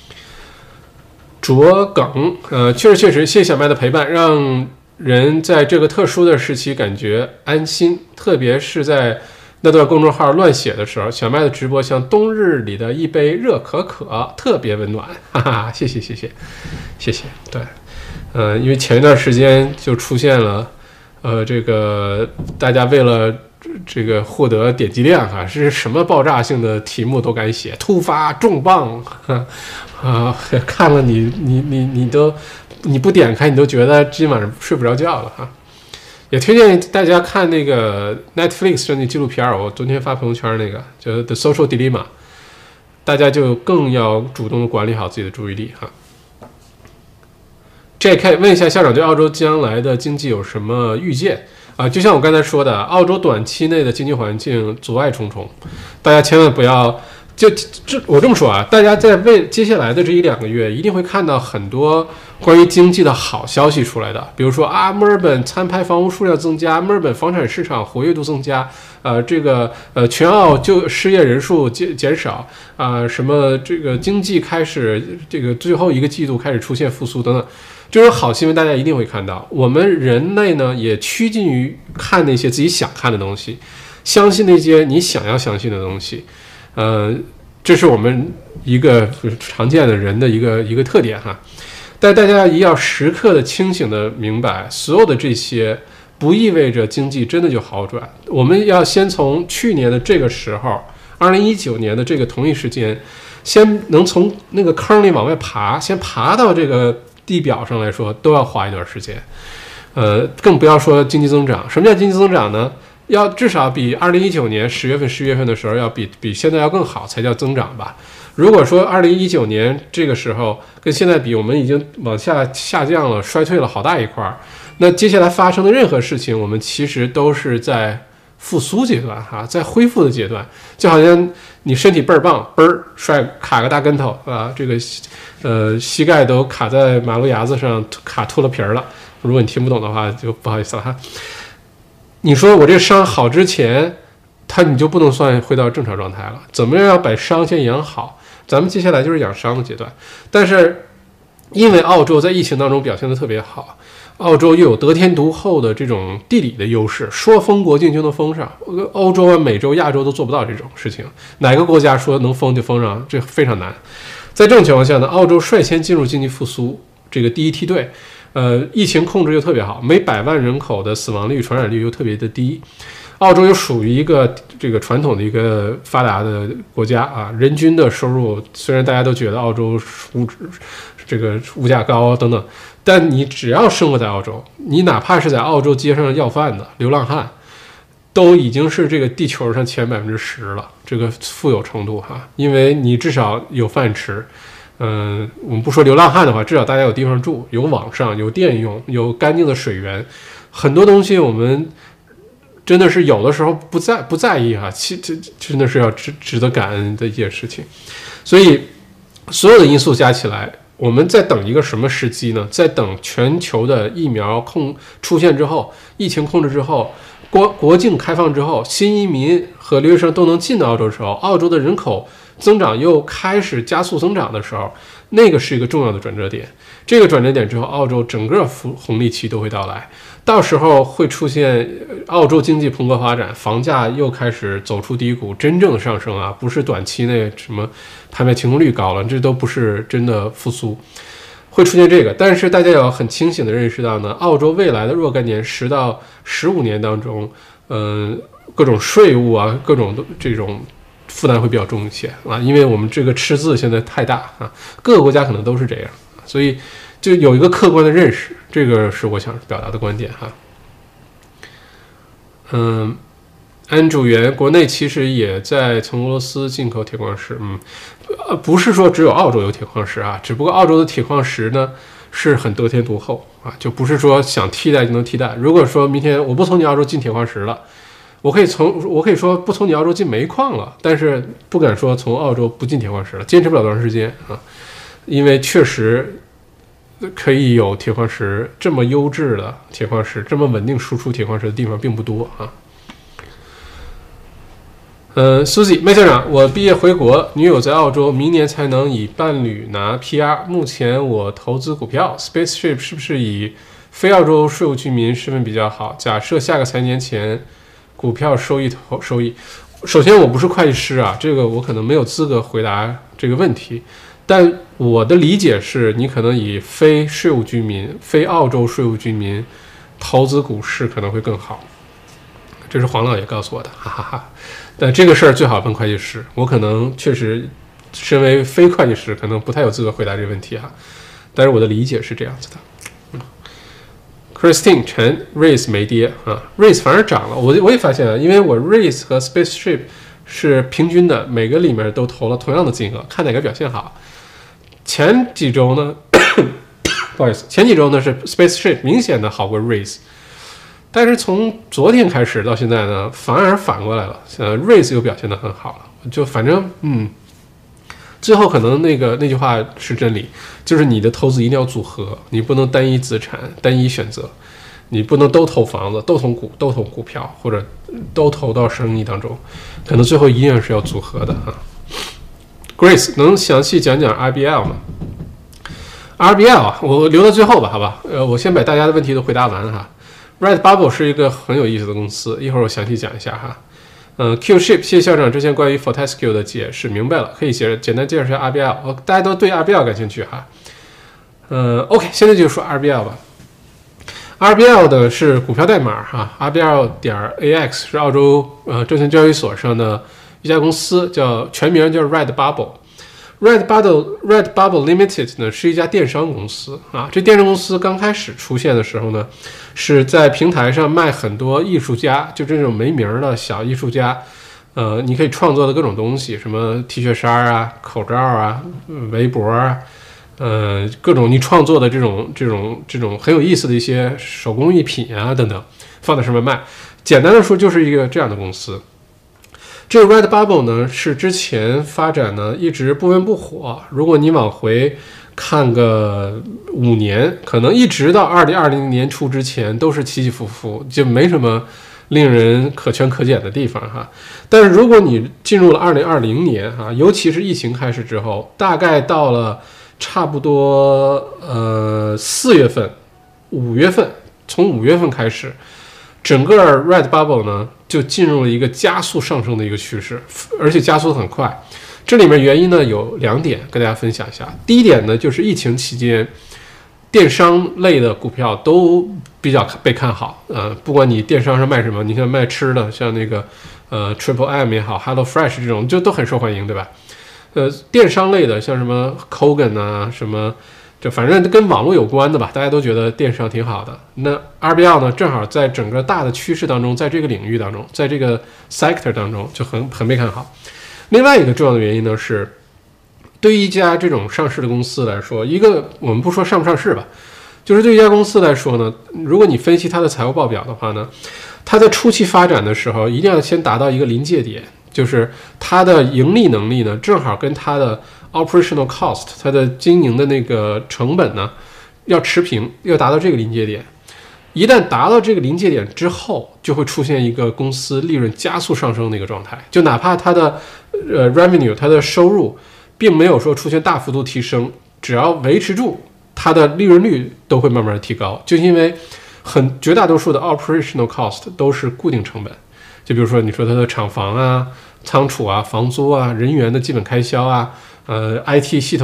卓梗，确实，谢谢小麦的陪伴，让人在这个特殊的时期感觉安心，特别是在那段公众号乱写的时候，小麦的直播像冬日里的一杯热可可，特别温暖，哈哈，谢谢，对，因为前一段时间就出现了，这个大家为了这个获得点击量哈，是什么爆炸性的题目都敢写，突发重磅，看了你不点开，你都觉得今晚上睡不着觉了哈。也推荐大家看那个 Netflix 的那纪录片，我昨天发朋友圈那个叫 The Social Dilemma， 大家就更要主动的管理好自己的注意力哈。JK 问一下校长对澳洲将来的经济有什么预见啊？就像我刚才说的，澳洲短期内的经济环境阻碍重重，大家千万不要我这么说啊，大家在接下来的这1-2个月一定会看到很多关于经济的好消息出来的，比如说啊，墨尔本参拍房屋数量增加，墨尔本房产市场活跃度增加，全澳就失业人数减少啊，什么这个经济开始这个最后一个季度开始出现复苏等等，这种好新闻大家一定会看到。我们人类呢也趋近于看那些自己想看的东西，相信那些你想要相信的东西。这是我们一个常见的人的一个特点哈，但大家一定要时刻的清醒的明白，所有的这些不意味着经济真的就好转。我们要先从去年的这个时候，2019年的这个同一时间，先能从那个坑里往外爬，先爬到这个地表上来说，都要花一段时间。更不要说经济增长。什么叫经济增长呢？要至少比2019年10月份、11月份的时候要比现在要更好才叫增长吧。如果说2019年这个时候跟现在比，我们已经往下降了，衰退了好大一块，那接下来发生的任何事情，我们其实都是在复苏阶段哈，在恢复的阶段。就好像你身体倍儿棒，嘣儿卡个大跟头啊，这个膝盖都卡在马路牙子上，卡秃了皮儿了。如果你听不懂的话，就不好意思了哈。你说我这伤好之前，你就不能算回到正常状态了。怎么样要把伤先养好？咱们接下来就是养伤的阶段。但是因为澳洲在疫情当中表现得特别好，澳洲又有得天独厚的这种地理的优势，说封国境就能封上。欧洲啊、美洲、亚洲都做不到这种事情，哪个国家说能封就封上，这非常难。在这种情况下呢，澳洲率先进入经济复苏这个第一梯队。疫情控制又特别好，每100万人口的死亡率、传染率又特别的低。澳洲又属于一个这个传统的一个发达的国家啊，人均的收入虽然大家都觉得澳洲物价高等等，但你只要生活在澳洲，你哪怕是在澳洲街上要饭的流浪汉，都已经是这个地球上前10%了，这个富有程度哈，因为你至少有饭吃。我们不说流浪汉的话，至少大家有地方住，有网上，有电用，有干净的水源，很多东西我们真的是有的时候不在意哈，这真的是要值得感恩的一件事情。所以所有的因素加起来，我们在等一个什么时机呢？在等全球的疫苗出现之后，疫情控制之后，国境开放之后，新移民和留学生都能进到澳洲的时候，澳洲的人口增长又开始加速增长的时候，那个是一个重要的转折点。这个转折点之后，澳洲整个红利期都会到来，到时候会出现澳洲经济蓬勃发展，房价又开始走出低谷，真正的上升啊，不是短期内什么拍卖成功率高了，这都不是真的复苏。 会出现这个。但是大家要很清醒的认识到呢，澳洲未来的若干年10到15年当中，各种税务啊，各种这种负担会比较重一些啊，因为我们这个赤字现在太大啊，各个国家可能都是这样，所以就有一个客观的认识，这个是我想表达的观点哈。安主元，国内其实也在从俄罗斯进口铁矿石，不是说只有澳洲有铁矿石啊，只不过澳洲的铁矿石呢是很得天独厚啊，就不是说想替代就能替代。如果说明天我不从你澳洲进铁矿石了，我可以说不从你澳洲进煤矿了，但是不敢说从澳洲不进铁矿石了，坚持不了多长时间啊，因为确实可以有铁矿石这么优质的铁矿石，这么稳定输出铁矿石的地方并不多啊。Susie 麦校长，我毕业回国，女友在澳洲，明年才能以伴侣拿 PR。目前我投资股票 ，Spaceship 是不是以非澳洲税务居民身份比较好？假设下个财年前股票收益，首先我不是会计师啊，这个我可能没有资格回答这个问题。但我的理解是，你可能以非税务居民、非澳洲税务居民投资股市可能会更好。这是黄老爷告诉我的，哈哈哈。但这个事儿最好问会计师，我可能确实身为非会计师，可能不太有资格回答这个问题哈。但是我的理解是这样子的。Christine 陈 Race 没跌啊 ，Race 反而涨了。我也发现啊，因为我 Race 和 Spaceship 是平均的，每个里面都投了同样的金额，看哪个表现好。前几周呢，不好意思，前几周呢是 Spaceship 明显的好过 Race。但是从昨天开始到现在呢，反而反过来了。Race 又表现得很好了，就反正最后可能那句话是真理，就是你的投资一定要组合，你不能单一资产、单一选择，你不能都投房子、都投股票，或者都投到生意当中，可能最后一定是要组合的啊。Grace 能详细讲讲 RBL 吗？RBL 啊，我留到最后吧，好吧？我先把大家的问题都回答完哈。Red Bubble 是一个很有意思的公司，一会儿我详细讲一下哈。Q-Ship 谢谢校长之前关于 Fortescue 的解释明白了，可以简单介绍一下 RBL。大家都对 RBL 感兴趣哈。OK， 现在就说 RBL 吧。RBL 的是股票代码哈 ，RBL.AX 是澳洲证券交易所上的一家公司，全名叫 Red Bubble。Red Bubble Limited 呢是一家电商公司啊，这电商公司刚开始出现的时候呢，是在平台上卖很多艺术家，就这种没名的小艺术家，你可以创作的各种东西，什么 T 恤衫啊、口罩啊、围脖啊，各种你创作的这种很有意思的一些手工艺品啊等等，放在上面卖。简单的说，就是一个这样的公司。这个 Red Bubble 呢，是之前发展呢一直不温不火。如果你往回看个5年，可能一直到2020年初之前都是起起伏伏，就没什么令人可圈可点的地方哈。但是如果你进入了2020年哈，尤其是疫情开始之后，大概到了差不多4月份、5月份，从5月份开始，整个 Red Bubble 呢就进入了一个加速上升的一个趋势，而且加速很快。这里面原因呢有2点跟大家分享一下。第一点呢，就是疫情期间电商类的股票都比较被看好，不管你电商上卖什么，你像卖吃的，像那个Triple M 也好 ，Hello Fresh 这种就都很受欢迎，对吧？电商类的像什么 Kogan 啊，什么就反正跟网络有关的吧，大家都觉得电商挺好的。那 RBL 呢，正好在整个大的趋势当中，在这个领域当中，在这个 sector 当中就很被看好。另外一个重要的原因呢是，对于一家这种上市的公司来说，一个我们不说上不上市吧，就是对于一家公司来说呢，如果你分析它的财务报表的话呢，它在初期发展的时候，一定要先达到一个临界点，就是它的盈利能力呢，正好跟它的 operational cost， 它的经营的那个成本呢，要持平，要达到这个临界点。一旦达到这个临界点之后，就会出现一个公司利润加速上升的一个状态。就哪怕它的revenue， 它的收入并没有说出现大幅度提升，只要维持住，它的利润率都会慢慢提高。就因为绝大多数的 operational cost 都是固定成本。就比如说你说它的厂房啊、仓储啊、房租啊、人员的基本开销啊、IT 系统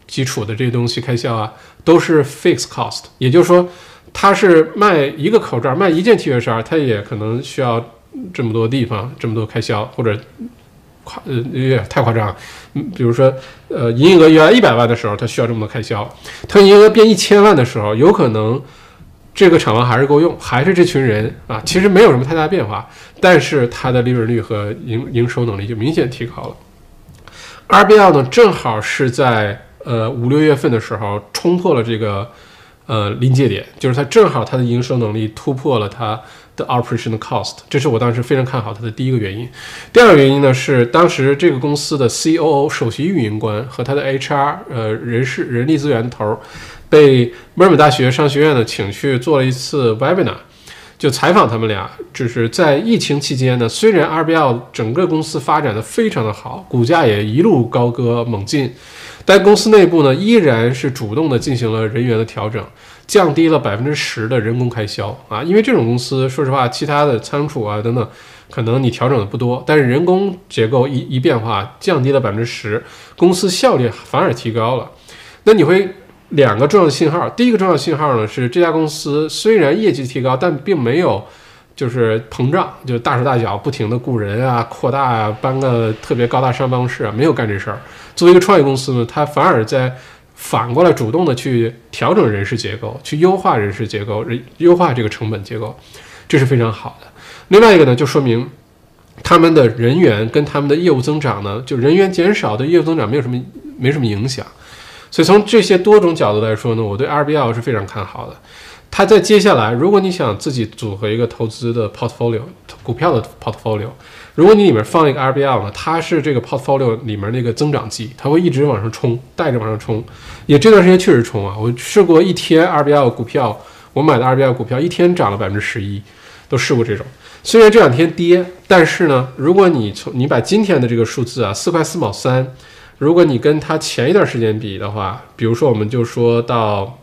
基础的这些东西开销啊，都是 fixed cost， 也就是说，它是卖一个口罩，卖一件 T 恤衫，它也可能需要这么多地方，这么多开销，或者有点太夸张。比如说，营业额原来100万的时候，它需要这么多开销；它营业额变1000万的时候，有可能这个厂房还是够用，还是这群人啊，其实没有什么太大变化，但是它的利润率和营收能力就明显提高了。RBL 呢，正好是在5-6月份的时候冲破了这个临界点，就是它正好它的营收能力突破了它的 operational cost， 这是我当时非常看好它的第一个原因。第二个原因呢是当时这个公司的 COO 首席运营官和他的 HR 人力资源头被墨尔本大学商学院呢请去做了一次 webinar， 就采访他们俩。就是在疫情期间呢，虽然 RBL 整个公司发展的非常的好，股价也一路高歌猛进，但公司内部呢依然是主动的进行了人员的调整，降低了10%的人工开销啊。因为这种公司说实话，其他的仓储啊等等，可能你调整的不多，但是人工结构一变化，降低了10%，公司效率反而提高了。那你会两个重要的信号，第一个重要的信号呢是这家公司虽然业绩提高，但并没有就是膨胀，就是大手大脚不停的雇人啊、扩大啊、搬个特别高大上办公室啊，没有干这事儿。作为一个创业公司呢，它反而在反过来主动的去调整人事结构，去优化人事结构，优化这个成本结构，这是非常好的。另外一个呢，就说明他们的人员跟他们的业务增长呢，就人员减少对业务增长没什么影响。所以从这些多种角度来说呢，我对 RBL 是非常看好的。它在接下来，如果你想自己组合一个投资的 portfolio， 股票的 portfolio， 如果你里面放一个 RBL 呢，它是这个 portfolio 里面那个增长剂，它会一直往上冲，带着往上冲。也这段时间确实冲啊，我试过一天 RBL 股票，我买的 RBL 股票一天涨了11%，都试过这种。虽然这2天跌，但是呢，如果你把今天的这个数字啊，4块4毛3，如果你跟它前一段时间比的话，比如说我们就说到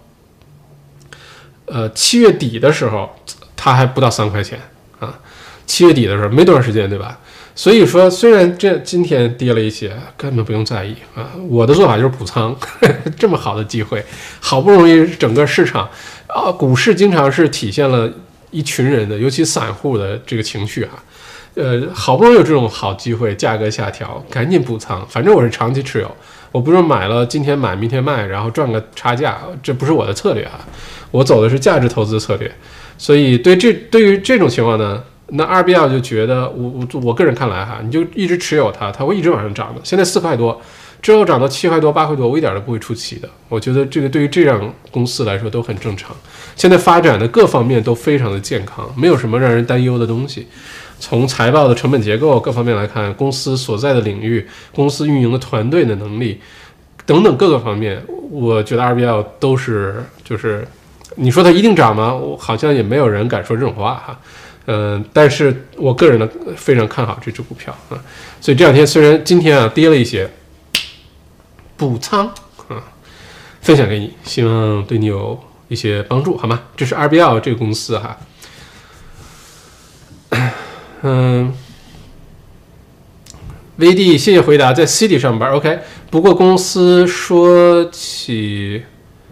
7月底的时候，它还不到3块钱啊。7月底的时候没多长时间，对吧？所以说，虽然今天跌了一些，根本不用在意啊。我的做法就是补仓，这么好的机会，好不容易整个市场啊，股市经常是体现了一群人的，尤其散户的这个情绪啊。好不容易有这种好机会，价格下调，赶紧补仓。反正我是长期持有，我不是买了今天买明天卖，然后赚个差价，这不是我的策略啊。我走的是价值投资策略，所以对于这种情况呢，那RBL就觉得我个人看来哈，你就一直持有它，它会一直往上涨的。现在4块多，之后涨到7块多、8块多，我一点都不会出奇的。我觉得这个对于这样公司来说都很正常。现在发展的各方面都非常的健康，没有什么让人担忧的东西。从财报的成本结构各方面来看，公司所在的领域、公司运营的团队的能力等等各个方面，我觉得 RBL 都是就是你说它一定涨吗？我好像也没有人敢说这种话哈。但是我个人呢非常看好这只股票啊，所以这2天虽然今天啊跌了一些，补仓啊，分享给你，希望对你有一些帮助，好吗？这是 RBL 这个公司哈。VD 谢谢回答，在 City 上班 ，OK。不过公司说起，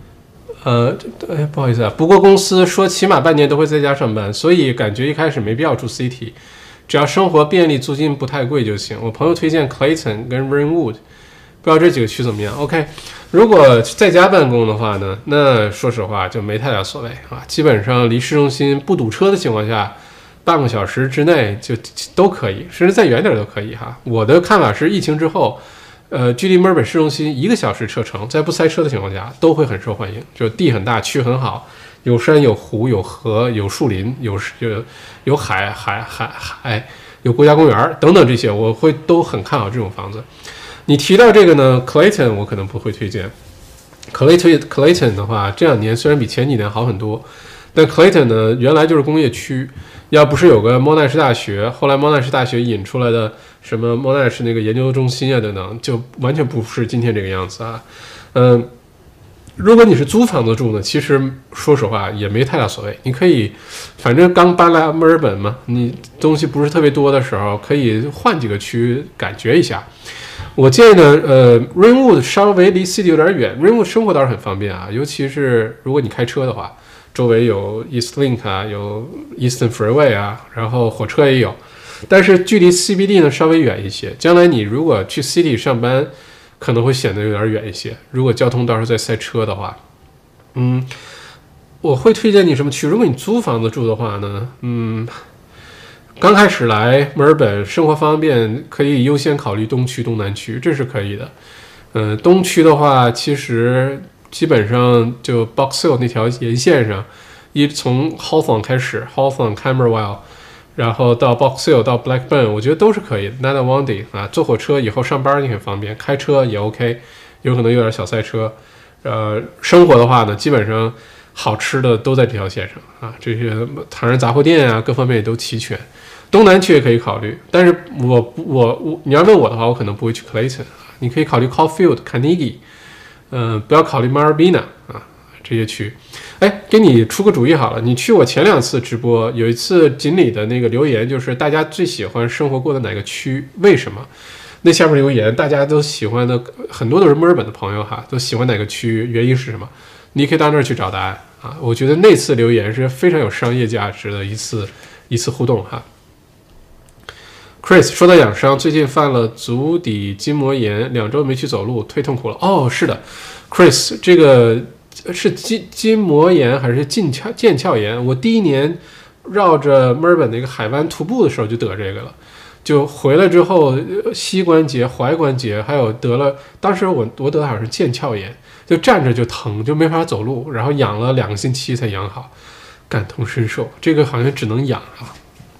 不好意思啊，不过公司说起码半年都会在家上班，所以感觉一开始没必要住 City， 只要生活便利，租金不太贵就行。我朋友推荐 Clayton 跟 Rainwood， 不知道这几个区怎么样 ？OK， 如果在家办公的话呢，那说实话就没太大所谓啊，基本上离市中心不堵车的情况下。半个小时之内就都可以，甚至再远点都可以哈。我的看法是，疫情之后，距离墨尔本市中心1个小时车程，在不塞车的情况下，都会很受欢迎。就地很大，区很好，有山有湖有河有树林有海，有国家公园等等这些，我会都很看好这种房子。你提到这个呢 ，Clayton 我可能不会推荐。Clayton 的话，这2年虽然比前几年好很多。但 Clayton 呢，原来就是工业区，要不是有个莫奈什大学，后来莫奈什大学引出来的什么莫奈什那个研究中心啊等等，就完全不是今天这个样子啊。如果你是租房子住呢，其实说实话也没太大所谓，你可以，反正刚搬来墨尔本嘛，你东西不是特别多的时候，可以换几个区感觉一下。 我建议呢，Ringwood 稍微离 City 有点远，Ringwood 生活倒是很方便啊，尤其是如果你开车的话，周围有 Eastlink 啊，有 Eastern Freeway 啊，然后火车也有，但是距离 CBD 呢稍微远一些。将来你如果去 City 上班，可能会显得有点远一些。如果交通到时候再塞车的话，我会推荐你什么区？如果你租房子住的话呢，刚开始来墨尔本生活方便，可以优先考虑东区、东南区，这是可以的。东区的话，其实基本上就 Box Hill 那条沿线上，从 Hawthorne 开始 ，Hawthorne、Camberwell， 然后到 Box Hill 到 Blackburn， 我觉得都是可以的。Nadawandy 啊，坐火车以后上班也很方便，开车也 OK， 有可能有点小塞车。生活的话呢，基本上好吃的都在这条线上啊，这些唐人杂货店啊，各方面也都齐全。东南区也可以考虑，但是你要问我的话，我可能不会去 Clayton， 你可以考虑 Caulfield、Carnegie， 不要考虑 Maribyrnong 啊这些区。哎，给你出个主意好了，你去我前2次直播，有一次锦鲤的那个留言就是大家最喜欢生活过的哪个区，为什么？那下面留言大家都喜欢的，很多都是墨尔本的朋友哈，都喜欢哪个区，原因是什么？你可以到那儿去找答案啊。我觉得那次留言是非常有商业价值的一次互动哈。Chris 说到养伤，最近犯了足底筋膜炎，2周没去走路，忒痛苦了。哦，是的 ，Chris， 这个是筋膜炎还是腱鞘炎？我第1年绕着墨尔本那个海湾徒步的时候就得这个了，就回来之后，膝关节、踝关节还有得了，当时我得的好像是腱鞘炎，就站着就疼，就没法走路，然后养了2个星期才养好，感同身受，这个好像只能养啊。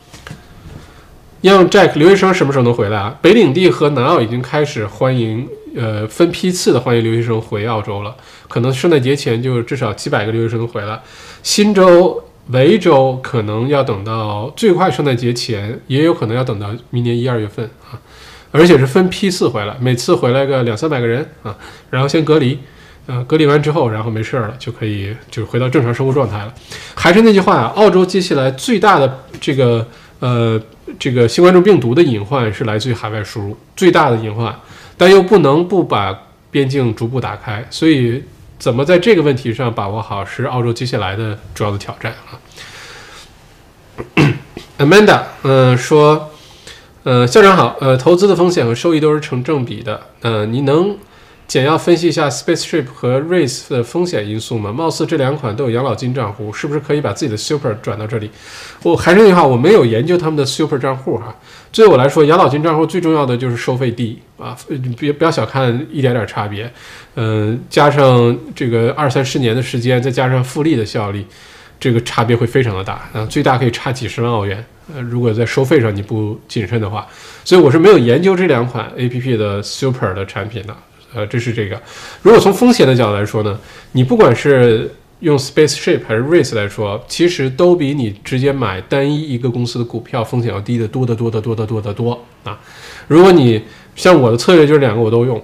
让 Jack 留学生什么时候能回来啊？北领地和南澳已经开始欢迎，分批次的欢迎留学生回澳洲了。可能圣诞节前就至少几百个留学生回来。新州、维州可能要等到最快圣诞节前，也有可能要等到明年1、2月份啊。而且是分批次回来，每次回来个200-300个人啊，然后先隔离，隔离完之后，然后没事了，就可以就回到正常生活状态了。还是那句话啊，澳洲接下来最大的这个新冠状病毒的隐患是来自于海外输入，最大的隐患，但又不能不把边境逐步打开，所以怎么在这个问题上把握好，是澳洲接下来的主要的挑战啊。Amanda，说，校长好，投资的风险和收益都是成正比的，你能简要分析一下 Spaceship 和 Race 的风险因素吗？貌似这2款都有养老金账户，是不是可以把自己的 Super 转到这里？我还是那句话，我没有研究他们的 Super 账户哈。对我来说，养老金账户最重要的就是收费低啊，不要小看一点点差别，加上这个2-3-4年的时间，再加上复利的效力，这个差别会非常的大，最大可以差几十万澳元。如果在收费上你不谨慎的话，所以我是没有研究这2款 APP 的 Super 的产品的。这是这个。如果从风险的角度来说呢，你不管是用 Spaceship 还是 Race 来说，其实都比你直接买单一个公司的股票风险要低得多得多得多得多得多啊！如果你像我的策略就是2个我都用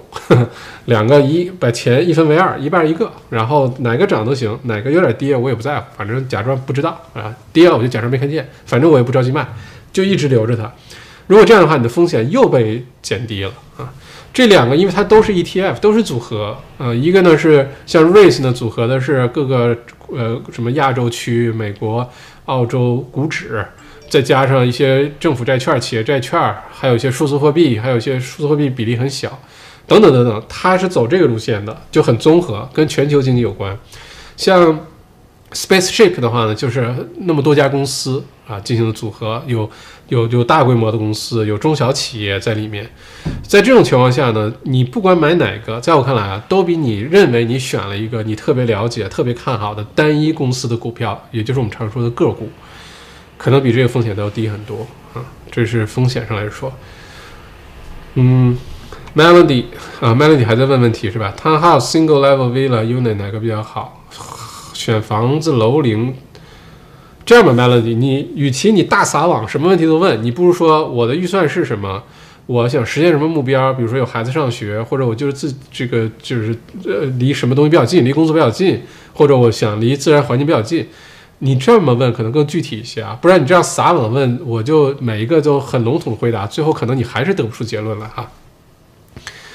，2个把钱1分为2，一半一个，然后哪个涨都行，哪个有点跌我也不在乎，反正假装不知道啊，跌了我就假装没看见，反正我也不着急卖，就一直留着它。如果这样的话，你的风险又被减低了啊！这2个，因为它都是 ETF， 都是组合，一个呢是像 Race 呢组合的是各个什么亚洲区、美国、澳洲股指，再加上一些政府债券、企业债券，还有一些数字货币，还有一些数字货币比例很小，等等等等，它是走这个路线的，就很综合，跟全球经济有关。像 Spaceship 的话呢，就是那么多家公司啊进行的组合，有大规模的公司，有中小企业在里面。在这种情况下呢，你不管买哪个，在我看来啊，都比你认为你选了一个你特别了解、特别看好的单一公司的股票，也就是我们常说的个股，可能比这个风险都要低很多啊。这是风险上来说。Melody 啊 ，Melody 还在问问题是吧 ？Townhouse、Single Level Villa、Unit 哪个比较好？选房子楼龄。这样吧 ，Melody， 你与其你大撒网，什么问题都问，你不如说我的预算是什么，我想实现什么目标，比如说有孩子上学，或者我就是离什么东西比较近，离工作比较近，或者我想离自然环境比较近。你这么问可能更具体一些啊，不然你这样撒网问，我就每一个都很笼统的回答，最后可能你还是得不出结论来哈。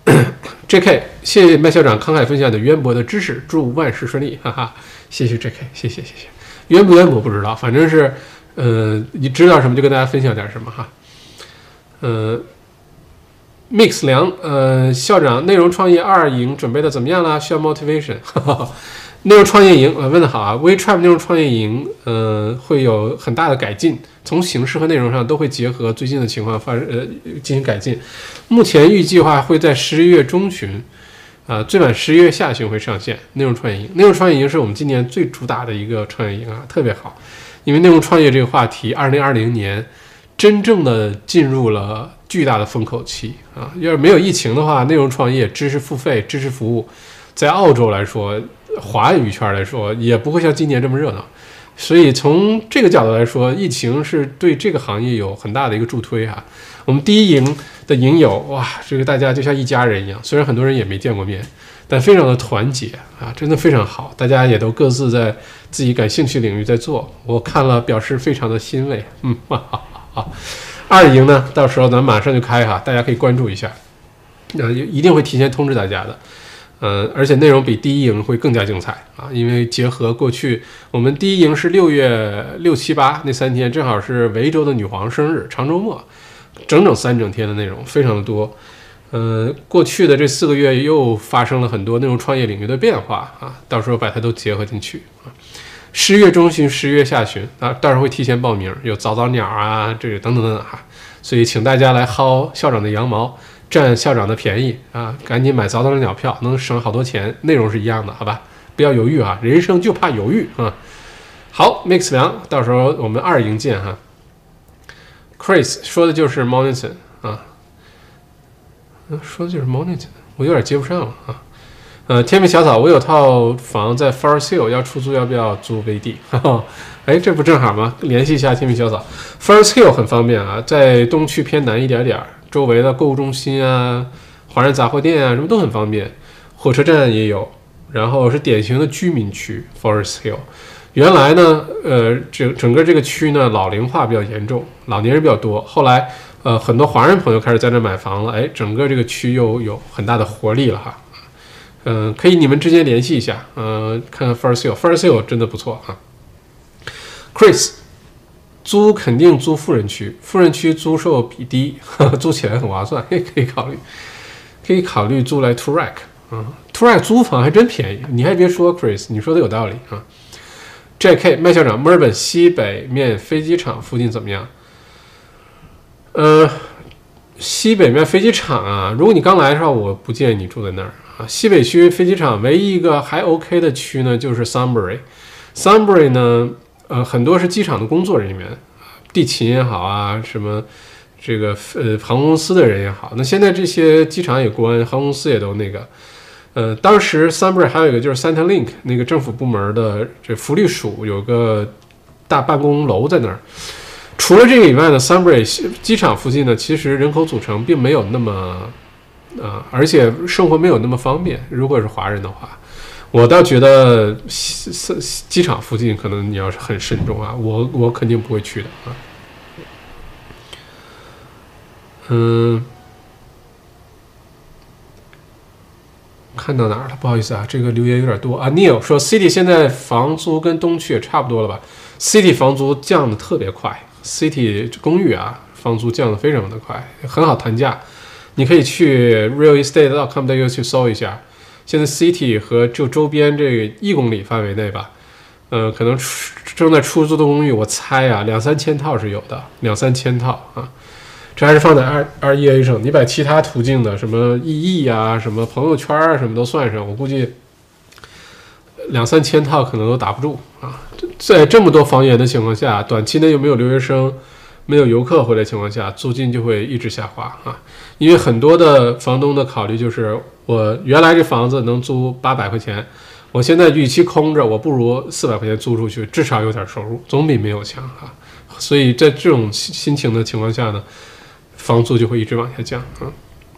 JK， 谢谢麦校长慷慨分享的渊博的知识，祝万事顺利，哈哈，谢谢 JK， 谢谢。渊不渊博不知道，反正是，你知道什么就跟大家分享点什么哈。Mix 梁，校长，内容创业2营准备的怎么样了？需要 motivation， 哈哈。内容创业营，问得好啊 ！WeTrap 内容创业营，会有很大的改进，从形式和内容上都会结合最近的情况进行改进。目前预计话会在11月中旬，最晚11月下旬会上线内容创业营。内容创业营是我们今年最主打的一个创业营啊，特别好，因为内容创业这个话题，2020年真正的进入了巨大的风口期啊！要是没有疫情的话，内容创业、知识付费、知识服务，在澳洲来说，华语圈来说也不会像今年这么热闹，所以从这个角度来说，疫情是对这个行业有很大的一个助推哈。我们第一营的营友，哇，这个大家就像一家人一样，虽然很多人也没见过面，但非常的团结啊，真的非常好，大家也都各自在自己感兴趣领域在做，我看了表示非常的欣慰，好。2营呢，到时候咱们马上就开哈，大家可以关注一下，一定会提前通知大家的。而且内容比第一营会更加精彩啊，因为结合过去我们第一营是6月6、7、8那3天，正好是维州的女皇生日，长周末，整3整天的内容非常的多。过去的这4个月又发生了很多内容创业领域的变化啊，到时候把它都结合进去啊。11月中旬、11月下旬啊，到时候会提前报名，有早早鸟啊，这个等等哈，所以请大家来薅校长的羊毛。占校长的便宜啊！赶紧买早早的鸟票，能省好多钱。内容是一样的，好吧？不要犹豫啊！人生就怕犹豫啊！好 ，Mix 梁，到时候我们2营见哈。Chris 说的就是 Monitor 啊，说的就是 Monitor， 我有点接不上了啊。天美小草，我有套房在 Forest Hill 要出租，要不要租 VD？ 哎，这不正好吗？联系一下天美小草。Forest Hill 很方便啊，在东区偏南一点点。周围的购物中心啊、华人杂货店啊，什么都很方便，火车站也有，然后是典型的居民区 Forest Hill。原来呢，整个这个区呢老龄化比较严重，老年人比较多。后来很多华人朋友开始在这买房了，哎，整个这个区又有很大的活力了哈。可以你们之间联系一下，看看 Forest Hill 真的不错啊。Chris。租肯定租富人区，富人区租售比低，租起来很划算，可以考虑租来 Toorak 啊 ，Toorak 租房还真便宜，你还别说 ，Chris， 你说的有道理啊。JK 麦校长，墨尔本西北面飞机场附近怎么样？西北面飞机场啊，如果你刚来的话，我不建议你住在那儿啊。西北区飞机场唯一一个还 OK 的区呢，就是 Sunbury 呢。很多是机场的工作人员，地勤也好啊，什么这个航空公司的人也好，那现在这些机场也关，航空公司也都那个。当时 Sunbury 还有一个就是 Centrelink 那个政府部门的这福利署有个大办公楼在那儿。除了这个以外呢 ，Sunbury 机场附近呢，其实人口组成并没有那么而且生活没有那么方便。如果是华人的话。我倒觉得机场附近可能你要是很慎重啊，我肯定不会去的啊。看到哪儿了？不好意思啊，这个留言有点多啊。Neil 说 City 现在房租跟东区也差不多了吧 ？City 房租降的特别快 ，City 公寓啊房租降的非常的快，很好谈价。你可以去 realestate.com 去搜一下。现在 City 和就周边这个1公里范围内吧，可能正在出租的公寓，我猜啊，2、3千套是有的，2、3千套啊。这还是放在2EA 上，你把其他途径的什么EE啊、什么朋友圈啊什么都算上，我估计2、3千套可能都打不住啊。在这么多房源的情况下，短期内又没有留学生、没有游客回来的情况下，租金就会一直下滑啊。因为很多的房东的考虑就是，我原来这房子能租800块钱，我现在与其空着，我不如400块钱租出去，至少有点收入，总比没有强啊。所以在这种心情的情况下呢，房租就会一直往下降啊。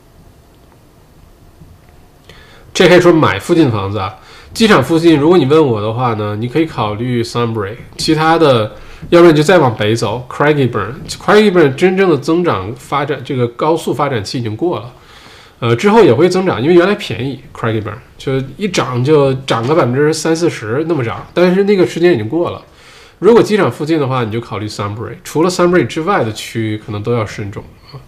这可以说买附近房子啊，机场附近，如果你问我的话呢，你可以考虑 Sunbury， 其他的。要不然你就再往北走 Craigieburn 真正的增长发展，这个高速发展期已经过了。 之后也会增长，因为原来便宜 Craigieburn 就一涨就涨个30%-40%那么涨，但是那个时间已经过了。如果机场附近的话，你就考虑 Sunbury， 除了 Sunbury 之外的区域可能都要慎重啊。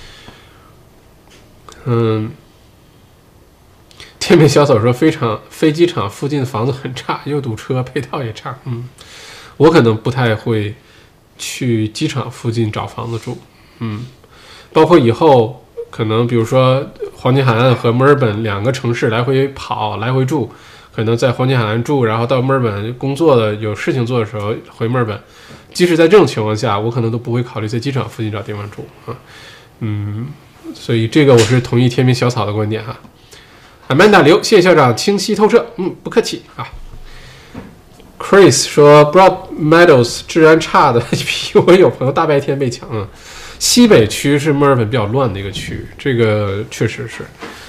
天边小草说飞机场附近的房子很差，又堵车，配套也差。我可能不太会去机场附近找房子住。包括以后可能比如说黄金海岸和墨尔本两个城市来回跑来回住，可能在黄金海岸住，然后到墨尔本工作的有事情做的时候回墨尔本。即使在这种情况下，我可能都不会考虑在机场附近找地方住啊。所以这个我是同意天边小草的观点哈。Amanda 刘，谢谢校长清晰透彻，不客气啊。Chris 说 Broadmeadows 治安差的比我有朋友大白天被抢了。西北区是墨尔本比较乱的一个区域，这个确实是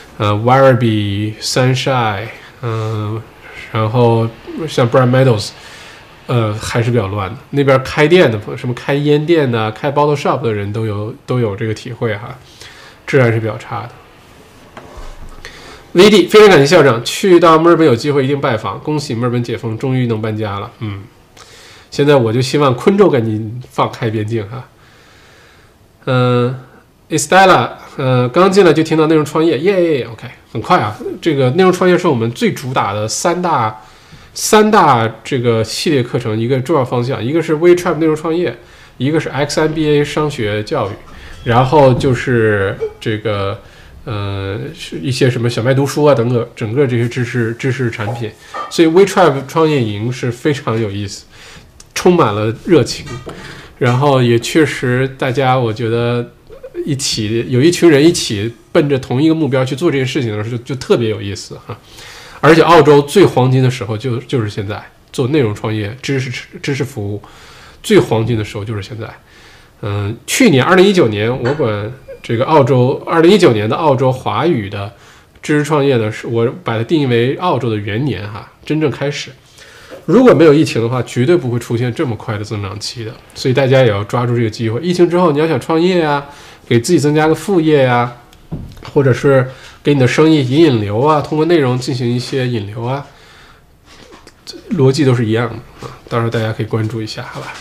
，Werribee、Sunshine，然后像 Broadmeadows，还是比较乱的。那边开店的朋友，什么开烟店的、开 bottle shop 的人都有这个体会哈，治安是比较差的。VD 非常感谢校长，去到墨尔本有机会一定拜访，恭喜墨尔本解封，终于能搬家了。现在我就希望昆州赶紧放开边境哈。Estella， 刚进来就听到内容创业，耶 ，OK， 很快啊。这个内容创业是我们最主打的三大这个系列课程一个重要方向，一个是 WeTrap 内容创业，一个是 XMBA 商学教育，然后就是这个是一些什么小麦读书啊等等，整个这些知识产品。所以 WeTrap 创业营是非常有意思，充满了热情。然后也确实，大家我觉得有一群人一起奔着同一个目标去做这件事情的时候，就特别有意思哈。而且澳洲最黄金的时候就是现在，做内容创业、知识服务最黄金的时候就是现在。去年2019年，我管这个2019年的澳洲华语的知识创业呢，是我把它定义为澳洲的元年哈，真正开始。如果没有疫情的话，绝对不会出现这么快的增长期的，所以大家也要抓住这个机会。疫情之后，你要想创业啊，给自己增加个副业啊，或者是给你的生意引流啊，通过内容进行一些引流啊，逻辑都是一样的啊。到时候大家可以关注一下，好吧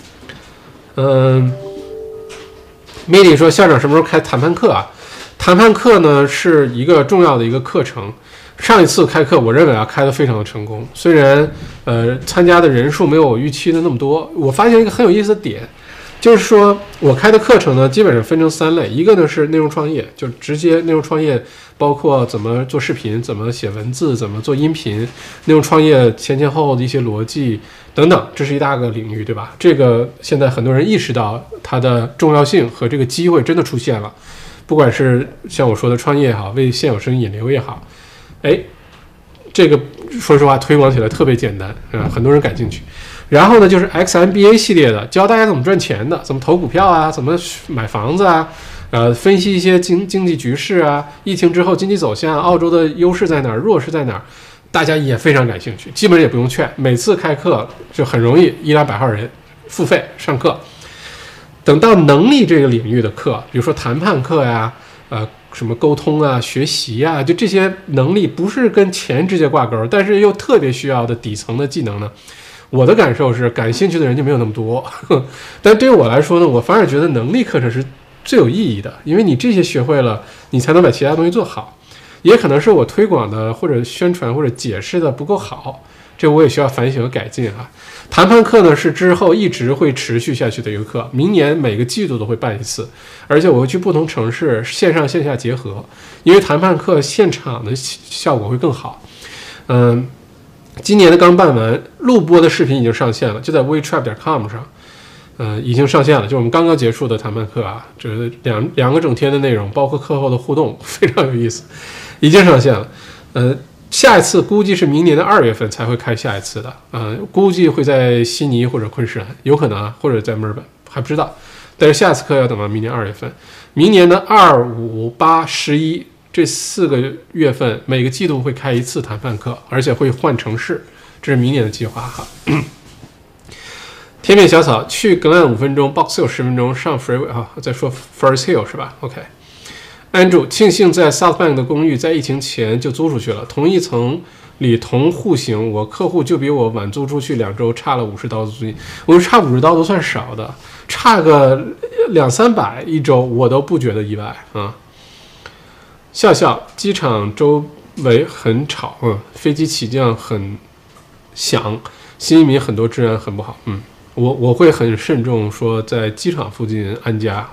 ？Milly 说校长什么时候开谈判课啊？谈判课呢是一个重要的一个课程。上一次开课，我认为开得非常的成功，虽然参加的人数没有我预期的那么多。我发现一个很有意思的点，就是说我开的课程呢，基本上分成3类，一个呢是内容创业，就直接内容创业，包括怎么做视频、怎么写文字、怎么做音频，内容创业前后后的一些逻辑等等，这是一大个领域，对吧？这个现在很多人意识到它的重要性和这个机会真的出现了，不管是像我说的创业也好，为现有生意引流也好。这个说实话推广起来特别简单，很多人感兴趣。然后呢，就是 XMBA 系列的，教大家怎么赚钱的，怎么投股票啊，怎么买房子啊，分析一些经济局势啊，疫情之后经济走向，澳洲的优势在哪儿，弱势在哪儿，大家也非常感兴趣，基本也不用劝，每次开课就很容易100-200号人付费上课。等到能力这个领域的课，比如说谈判课呀，什么沟通啊、学习啊，就这些能力不是跟钱直接挂钩，但是又特别需要的底层的技能呢。我的感受是，感兴趣的人就没有那么多。但对于我来说呢，我反而觉得能力课程是最有意义的，因为你这些学会了，你才能把其他东西做好。也可能是我推广的或者宣传或者解释的不够好，这我也需要反省和改进哈。谈判课呢是之后一直会持续下去的一个课，明年每个季度都会办一次，而且我会去不同城市线上线下结合，因为谈判课现场的效果会更好。今年的刚办完，录播的视频已经上线了，就在 WeTrap.com 上，已经上线了，就我们刚刚结束的谈判课啊，这两个整天的内容，包括课后的互动，非常有意思，已经上线了。下一次估计是明年的2月份才会开下一次的，估计会在悉尼或者昆士兰，有可能啊，或者在墨尔本，还不知道。但是下次课要等到明年2月份，明年的2、5、8、11这4个月份，每个季度会开一次谈判课，而且会换城市，这是明年的计划哈。天面小草去Glen5分钟 ，Box Hill 10分钟，上 Freeway 啊，再说 Forest Hill 是吧 ？OK。 Andrew 庆幸在 South Bank 的公寓在疫情前就租出去了，同一层里同户型，我客户就比我晚租出去2周，差了50刀的租金。我说差50刀都算少的，差个200-300一周我都不觉得意外啊。笑笑，机场周围很吵，飞机起降很响，新移民很多治安很不好，我会很慎重说在机场附近安家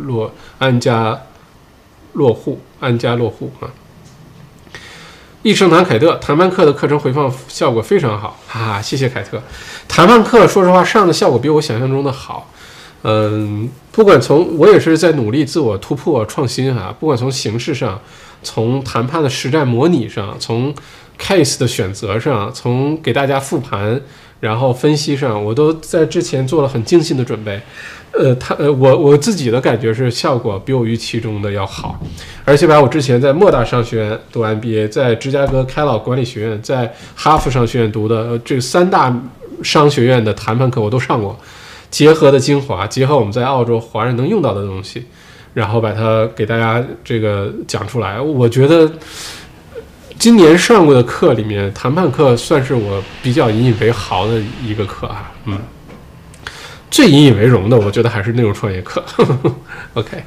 落户啊。益生堂凯特谈判课的课程回放效果非常好，谢谢凯特。谈判课说实话上的效果比我想象中的好，不管我也是在努力自我突破创新不管从形式上，从谈判的实战模拟上，从 case 的选择上，从给大家复盘然后分析上，我都在之前做了很精心的准备。我自己的感觉是效果比我预期中的要好，而且把我之前在莫大商学院读 MBA， 在芝加哥开朗管理学院，在哈佛商学院读的这3大商学院的谈判课我都上过，结合的精华，结合我们在澳洲华人能用到的东西，然后把它给大家这个讲出来。我觉得今年上过的课里面，谈判课算是我比较引以为豪的一个课最引以为荣的，我觉得还是内容创业课。OK，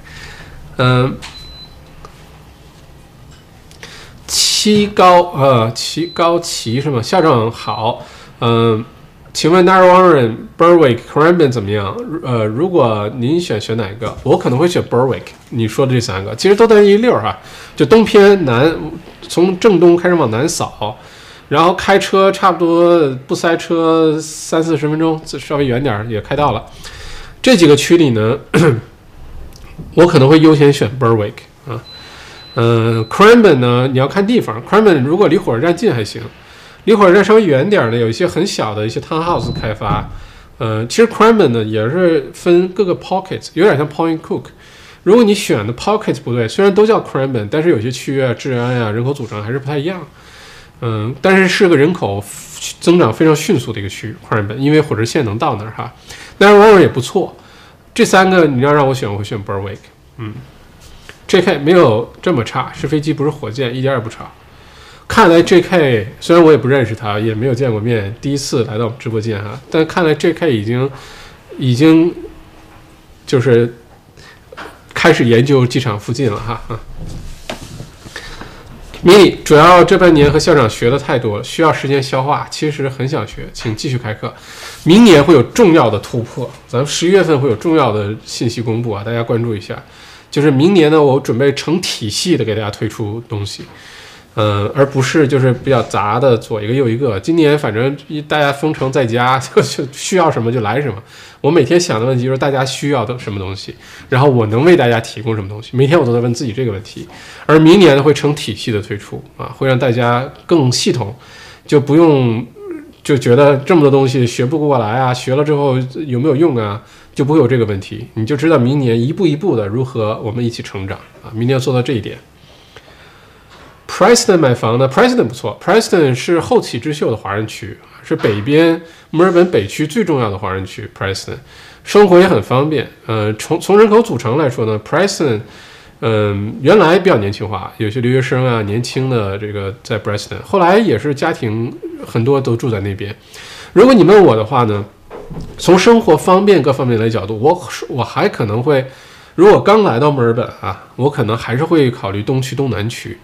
齐高齐是吗？校长好，请问 Narrawarren、Berwick、Cranbourne 怎么样？如果您选哪一个？我可能会选 Berwick。你说的这3个其实都在一溜就东偏南，从正东开始往南扫。然后开车差不多不塞车30-40分钟，稍微远点也开到了。这几个区里呢，我可能会优先选 Berwick Cranbourne 呢，你要看地方。Cranbourne 如果离火车站近还行，离火车站稍微远点呢，有一些很小的一些 townhouse 开发。其实 Cranbourne 呢也是分各个 pockets， 有点像 Point Cook。如果你选的 pockets 不对，虽然都叫 Cranbourne， 但是有些区治安人口组成还是不太一样。但是是个人口增长非常迅速的一个区域，因为火车线能到那儿但是Narrawarren也不错。这3个你要让我选，我会选 Berwick。JK 没有这么差，是飞机不是火箭，一点也不差。看来 JK 虽然我也不认识他，也没有见过面，第一次来到我们直播间但看来 JK 已经就是开始研究机场附近了mini 主要这半年和校长学的太多了，需要时间消化。其实很想学，请继续开课。明年会有重要的突破，咱们11月份会有重要的信息公布大家关注一下。就是明年呢，我准备成体系的给大家推出东西，而不是就是比较杂的左一个右一个。今年反正大家封城在家，就需要什么就来什么。我每天想的问题就是大家需要的什么东西，然后我能为大家提供什么东西。每天我都在问自己这个问题。而明年呢会成体系的推出会让大家更系统，就不用就觉得这么多东西学不过来学了之后有没有用就不会有这个问题。你就知道明年一步一步的如何我们一起成长明年要做到这一点。Preston 买房呢 ，Preston 不错 ，Preston 是后起之秀的华人区，是北边墨尔本北区最重要的华人区。Preston 生活也很方便，从人口组成来说呢 ，Preston 原来比较年轻化，有些留学生年轻的这个在 Preston， 后来也是家庭很多都住在那边。如果你问我的话呢，从生活方便各方面的角度，我还可能会，如果刚来到墨尔本我可能还是会考虑东区、东南区。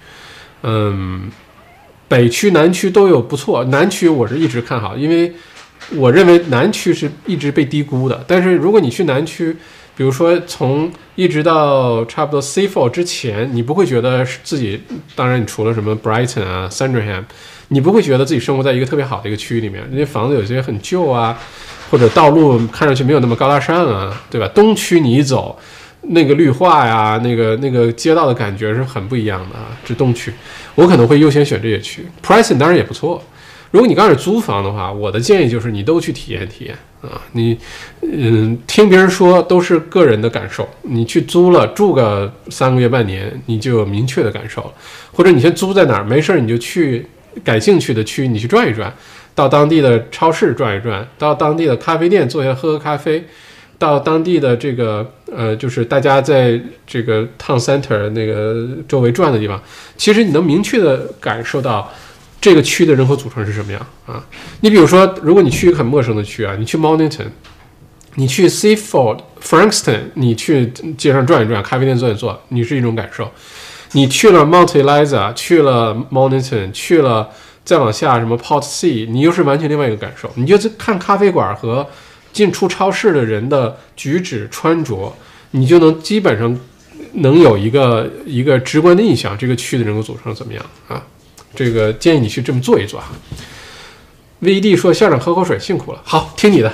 北区、南区都有不错，南区我是一直看好，因为我认为南区是一直被低估的。但是如果你去南区，比如说从一直到差不多 C4 之前，你不会觉得自己，当然你除了什么 Brighton Sandringham， 你不会觉得自己生活在一个特别好的一个区域里面，那些房子有些很旧或者道路看上去没有那么高大上对吧？东区你一走，那个绿化那个街道的感觉是很不一样的这东区，我可能会优先选这些区。Preston 当然也不错。如果你刚开始租房的话，我的建议就是你都去体验体验你听别人说都是个人的感受，你去租了住个3个月半年，你就有明确的感受了。或者你先租在哪儿，没事你就去感兴趣的区你去转一转，到当地的超市转一转，到当地的咖啡店坐下喝个咖啡。 到当地的这个就是大家在这个 town center 那个周围转的地方，其实你能明确的感受到这个区的人口组成是什么样啊。你比如说，如果你去一个很陌生的区啊，你去 Mornington， 你去 Seaford Frankston， 你去街上转一转，咖啡店坐一坐，你是一种感受。你去了 Mount Eliza， 去了 Mornington， 去了再往下什么 Port Sea， 你又是完全另外一个感受。你就看咖啡馆和进出超市的人的举止穿着，你就能基本上能有一个直观的印象，这个区的人口组成怎么样啊？这个建议你去这么做一做哈。VD 说校长喝口水，辛苦了。好，听你的。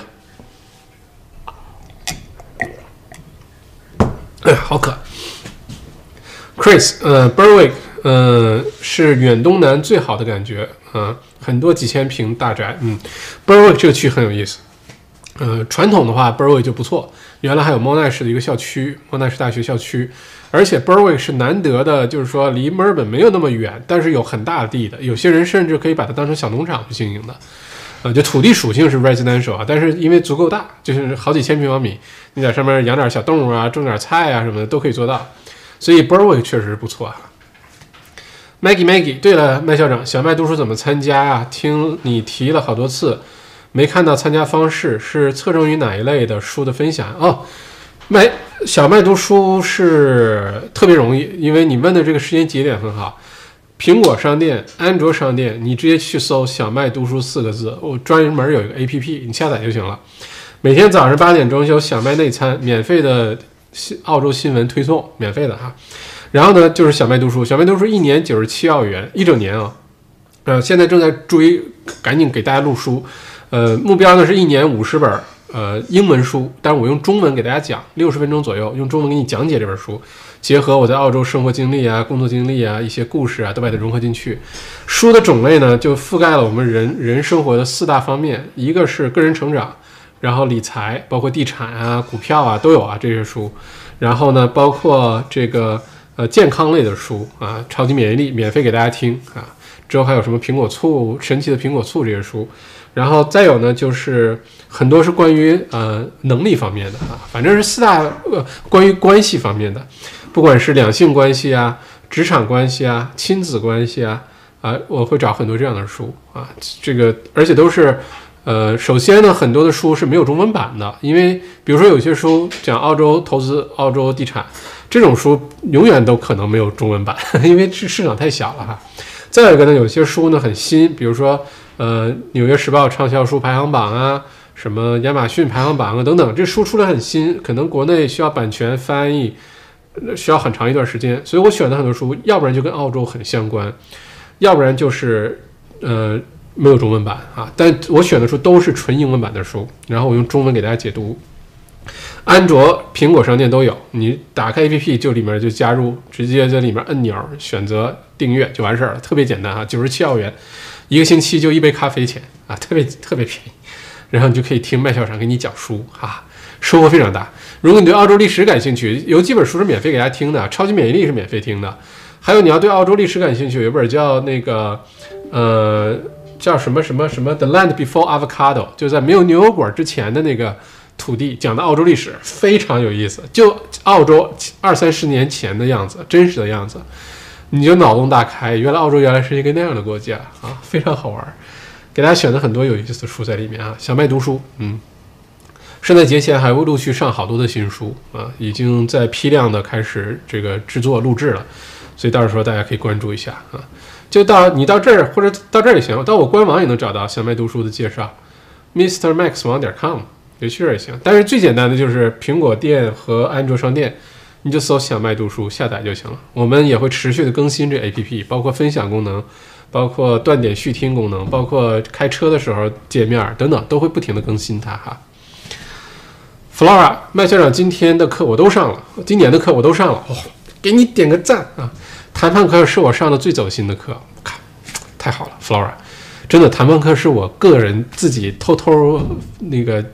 好渴。Chris， Berwick， 是远东南最好的感觉啊，很多几千平大宅。Berwick 这个区很有意思。传统的话 ，Berwick 就不错。原来还有莫奈市的一个校区，莫奈市大学校区，而且 Berwick 是难得的，就是说离墨尔本没有那么远，但是有很大的地的。有些人甚至可以把它当成小农场去经营的。就土地属性是 residential 啊，但是因为足够大，就是好几千平方米，你在上面养点小动物啊，种点菜啊什么的都可以做到。所以 Berwick 确实不错啊。Maggie， 对了，麦校长，小麦读书怎么参加啊？听你提了好多次。没看到参加方式，是侧重于哪一类的书的分享哦？小麦读书是特别容易，因为你问的这个时间节点很好。苹果商店、安卓商店，你直接去搜"小麦读书"4个字，我专门有一个 APP， 你下载就行了。每天早上8点钟有小麦内参，免费的澳洲新闻推送，免费的哈。然后呢，就是小麦读书，小麦读书1年97澳元，一整年啊。现在正在追，赶紧给大家录书。目标呢是1年50本英文书，但是我用中文给大家讲，60分钟左右，用中文给你讲解这本书，结合我在澳洲生活经历啊、工作经历啊、一些故事啊，都把它融合进去。书的种类呢，就覆盖了我们人生活的4大方面，一个是个人成长，然后理财，包括地产啊、股票啊都有啊这些书，然后呢，包括这个健康类的书啊，超级免疫力免费给大家听啊，之后还有什么苹果醋、神奇的苹果醋这些书。然后再有呢，就是很多是关于能力方面的啊，反正是4大关于关系方面的，不管是两性关系啊、职场关系啊、亲子关系啊，我会找很多这样的书啊，这个而且都是首先呢，很多的书是没有中文版的，因为比如说有些书讲澳洲投资、澳洲地产这种书，永远都可能没有中文版，因为市场太小了哈。再有一个呢，有些书呢很新，比如说纽约时报畅销书排行榜啊，什么亚马逊排行榜啊等等，这书出来很新，可能国内需要版权翻译，需要很长一段时间，所以我选的很多书，要不然就跟澳洲很相关，要不然就是没有中文版啊。但我选的书都是纯英文版的书，然后我用中文给大家解读。安卓、苹果商店都有，你打开 APP 就里面就加入，直接在里面按钮选择订阅就完事儿了，特别简单啊，97澳元，1个星期就1杯咖啡钱啊，特别便宜。然后你就可以听麦校长给你讲书啊，收获非常大。如果你对澳洲历史感兴趣，有几本书是免费给大家听的，超级免疫力是免费听的，还有你要对澳洲历史感兴趣，有一本叫那个叫什么 The Land Before Avocado， 就在没有牛油果之前的那个土地，讲的澳洲历史非常有意思，就澳洲20-30年前的样子，真实的样子，你就脑洞大开，原来澳洲原来是一个那样的国家啊，非常好玩。给大家选了很多有意思的书在里面啊，小麦读书，圣诞节前还会陆续上好多的新书啊，已经在批量的开始这个制作录制了，所以到时候大家可以关注一下啊。就你到这儿或者到这儿也行，到我官网也能找到小麦读书的介绍 ，mrmaxwang.com 也去这儿也行。但是最简单的就是苹果店和安卓商店，你就搜小麦读书下载就行了。我们也会持续的更新这 APP， 包括分享功能，包括断点续听功能，包括开车的时候界面等等，都会不停的更新它哈。Flora， 麦校长今天的课我都上了，今年的课我都上了，给你点个赞啊！谈判课是我上的最走心的课，看太好了 ，Flora， 真的谈判课是我个人自己偷那个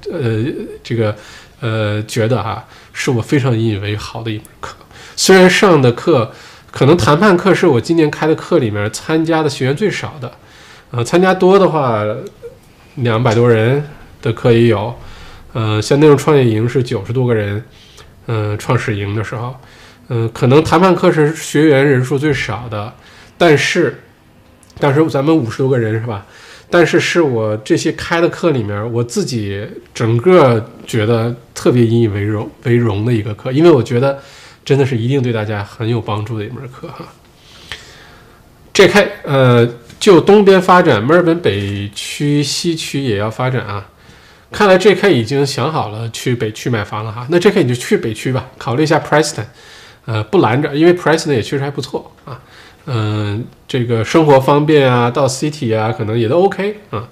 觉得哈，是我非常引以为豪的一门课。虽然上的课可能谈判课是我今年开的课里面参加的学员最少的，参加多的话200多人的课也有。 像那种创业营是90多个人，创始营的时候，可能谈判课是学员人数最少的，但是当时咱们50多个人是吧？但是是我这些开的课里面，我自己整个觉得特别引以为荣的一个课，因为我觉得真的是一定对大家很有帮助的一门课哈。JK 就东边发展，墨尔本北区、西区也要发展啊。看来 JK 已经想好了去北区买房了哈。那 JK 你就去北区吧，考虑一下 Preston， 不拦着，因为 Preston 也确实还不错啊。这个生活方便啊，到 City 啊，可能也都 OK 啊。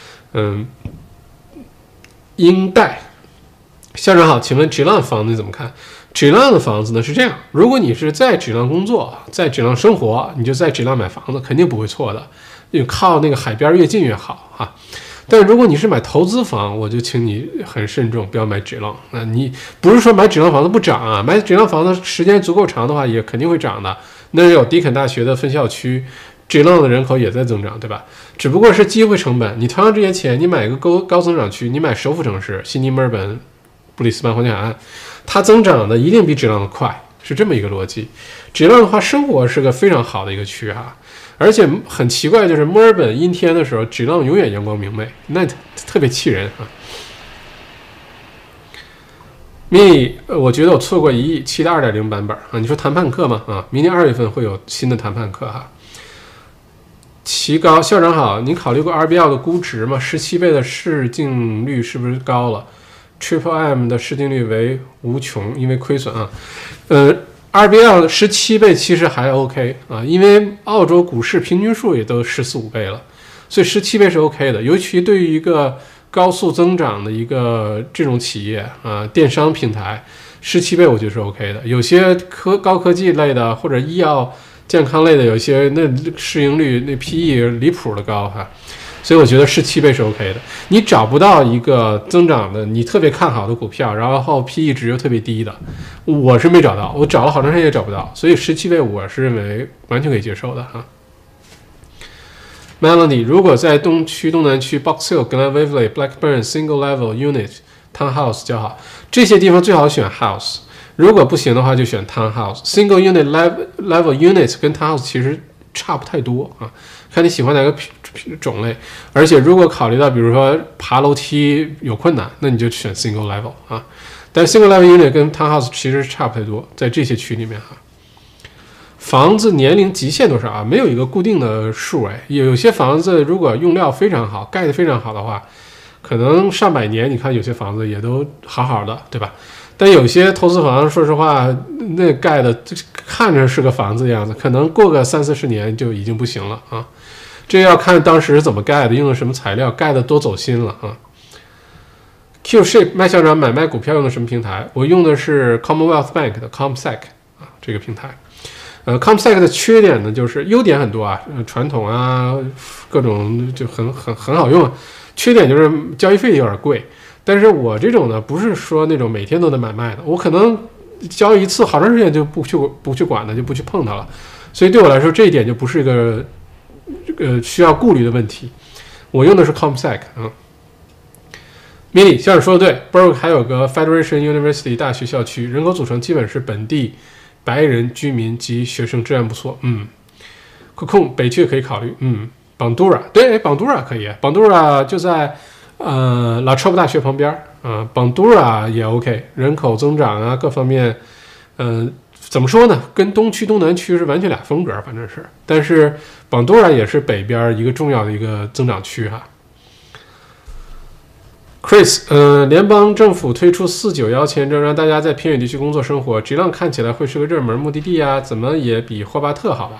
英代校长好，请问 Geelong 房子你怎么看？Geelong 的房子呢是这样，如果你是在 Geelong 工作，在 Geelong 生活，你就在 Geelong 买房子，肯定不会错的，因为靠那个海边越近越好哈。但如果你是买投资房，我就请你很慎重，不要买 Geelong。你不是说买 Geelong 房子不涨啊，买 Geelong 房子时间足够长的话，也肯定会涨的。那有迪肯大学的分校区 ，Geelong 的人口也在增长，对吧？只不过是机会成本。你同样这些钱，你买一个高增长区，你买首府城市悉尼、墨尔本、布里斯班、黄金海岸，它增长的一定比 Geelong 的快，是这么一个逻辑。Geelong 的话，生活是个非常好的一个区哈。而且很奇怪，就是墨尔本阴天的时候，Geelong永远阳光明媚，那特别气人啊。mini， 我觉得我错过1亿7的 2.0 版本啊。你说谈判课吗？啊，明年2月份会有新的谈判课哈。奇高校长好，您考虑过 RBL 的估值吗？17倍的市净率是不是高了 ？Triple M 的市净率为无穷，因为亏损啊。RBL 17倍其实还 OK 啊，因为澳洲股市平均数也都14、15倍了，所以17倍是 OK 的。尤其对于一个高速增长的一个这种企业啊，电商平台，17倍我觉得是 OK 的。有些高科技类的或者医药健康类的，有些那市盈率那 PE 离谱的高哈。所以我觉得17倍是 OK 的。你找不到一个增长的你特别看好的股票，然后 PE 值又特别低的，我是没找到，我找了好长时间也找不到。所以17倍我是认为完全可以接受的哈。Melody， 如果在东区、东南区 Box Hill、Glen Waverley、Blackburn Single Level Unit Townhouse 较好，这些地方最好选 House， 如果不行的话就选 Townhouse。Single Unit Level Unit 跟 Townhouse 其实差不太多啊，看你喜欢哪个种类。而且如果考虑到比如说爬楼梯有困难，那你就选 single level 啊。但 single level unit 跟 townhouse 其实差不太多，在这些区里面哈。房子年龄极限多少啊？没有一个固定的数哎。有些房子如果用料非常好，盖得非常好的话，可能上百年，你看有些房子也都好好的，对吧？但有些投资房，说实话，那盖的看着是个房子的样子，可能过个30-40年就已经不行了啊。这要看当时怎么盖的，用了什么材料，盖的多走心了啊。Q-Shape 麦校长买卖股票用的什么平台？我用的是 Commonwealth Bank 的 CommSec 啊，这个平台。CommSec 的缺点呢，就是优点很多啊，传统啊，各种就很好用啊。缺点就是交易费有点贵。但是我这种呢，不是说那种每天都在买卖的，我可能交易一次好长时间就不去管它，就不去碰它了。所以对我来说，这一点就不是一个需要顾虑的问题。我用的是 CommSec 啊。Mini 校长说的对 ，Berwick 还有个 Federation University 大学校区，人口组成基本是本地白人居民及学生，治安不错。Cocoon 北区可以考虑。Bandura 对，Bandura 可以，Bandura 就在拉特布大学旁边啊，Bandura 也 OK， 人口增长啊各方面，怎么说呢？跟东区、东南区是完全俩风格，反正是。但是Bandura也是北边一个重要的一个增长区哈。Chris， 联邦政府推出491签证，让大家在偏远地区工作生活。Geelong 看起来会是个热门目的地啊，怎么也比霍巴特好吧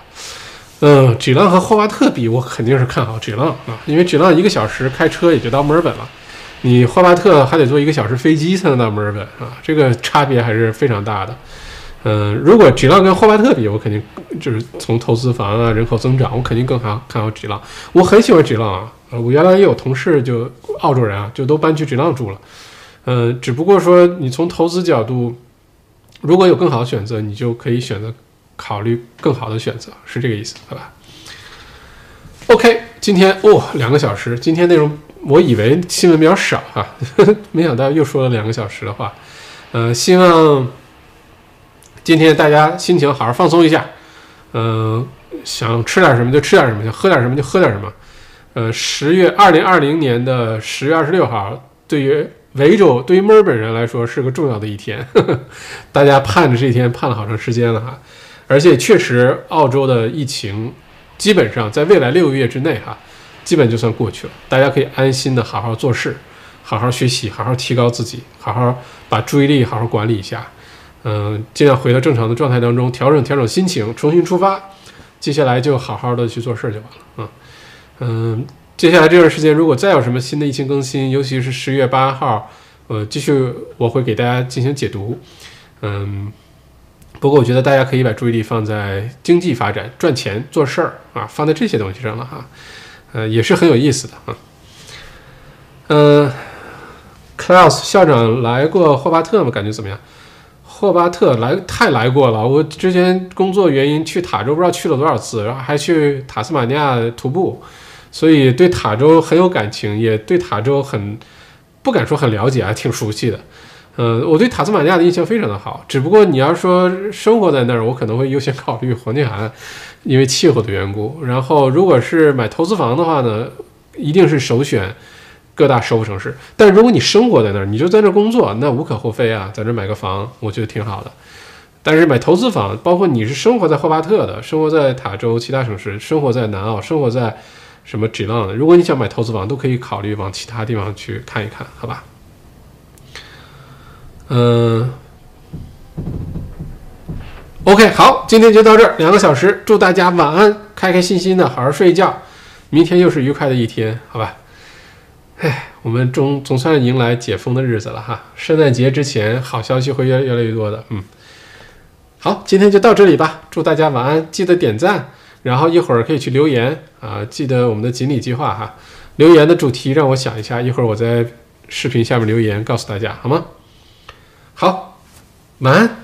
？Geelong 和霍巴特比，我肯定是看好Geelong啊，因为Geelong1个小时开车也就到墨尔本了，你霍巴特还得坐1个小时飞机才能到墨尔本啊，这个差别还是非常大的。如果Geelong跟霍巴特比，我肯定就是从投资房啊、人口增长，我肯定更看好Geelong。我很喜欢Geelong啊，我原来也有同事就澳洲人啊，就都搬去Geelong住了。只不过说你从投资角度，如果有更好的选择，你就可以选择考虑更好的选择，是这个意思，好吧 ？OK， 今天2个小时，今天内容我以为新闻比较少哈，没想到又说了2个小时的话。希望今天大家心情好好放松一下。想吃点什么就吃点什么，想喝点什么就喝点什么。2020年的10月26号，对于维州，对于墨尔本人来说是个重要的一天，大家盼着这一天盼了好长时间了哈。而且确实，澳洲的疫情基本上在未来6个月之内哈，基本就算过去了，大家可以安心的好好做事，好好学习，好好提高自己，好好把注意力好好管理一下。尽量回到正常的状态当中，调整心情，重新出发。接下来就好好的去做事就完了。接下来这段时间如果再有什么新的疫情更新，尤其是10月8号，继续我会给大家进行解读。不过我觉得大家可以把注意力放在经济发展、赚钱、做事儿啊，放在这些东西上了哈。也是很有意思的啊。Klaus 校长来过霍巴特吗？感觉怎么样？霍巴特来过了，我之前工作原因去塔州不知道去了多少次，然后还去塔斯马尼亚徒步，所以对塔州很有感情，也对塔州不敢说很了解啊，挺熟悉的。我对塔斯马尼亚的印象非常的好，只不过你要说生活在那儿，我可能会优先考虑黄金海岸，因为气候的缘故。然后如果是买投资房的话呢，一定是首选各大首府城市。但如果你生活在那儿，你就在那儿工作，那无可厚非啊，在这买个房，我觉得挺好的。但是买投资房，包括你是生活在霍巴特的，生活在塔州其他城市，生活在南澳，生活在什么吉朗的，如果你想买投资房，都可以考虑往其他地方去看一看，好吧？OK， 好，今天就到这儿，2个小时，祝大家晚安，开开心心的好好睡一觉，明天又是愉快的一天，好吧？我们总算迎来解封的日子了哈，圣诞节之前好消息会越来越多的，好，今天就到这里吧，祝大家晚安，记得点赞，然后一会儿可以去留言啊，记得我们的锦鲤计划哈，留言的主题让我想一下，一会儿我在视频下面留言告诉大家好吗？好，晚安。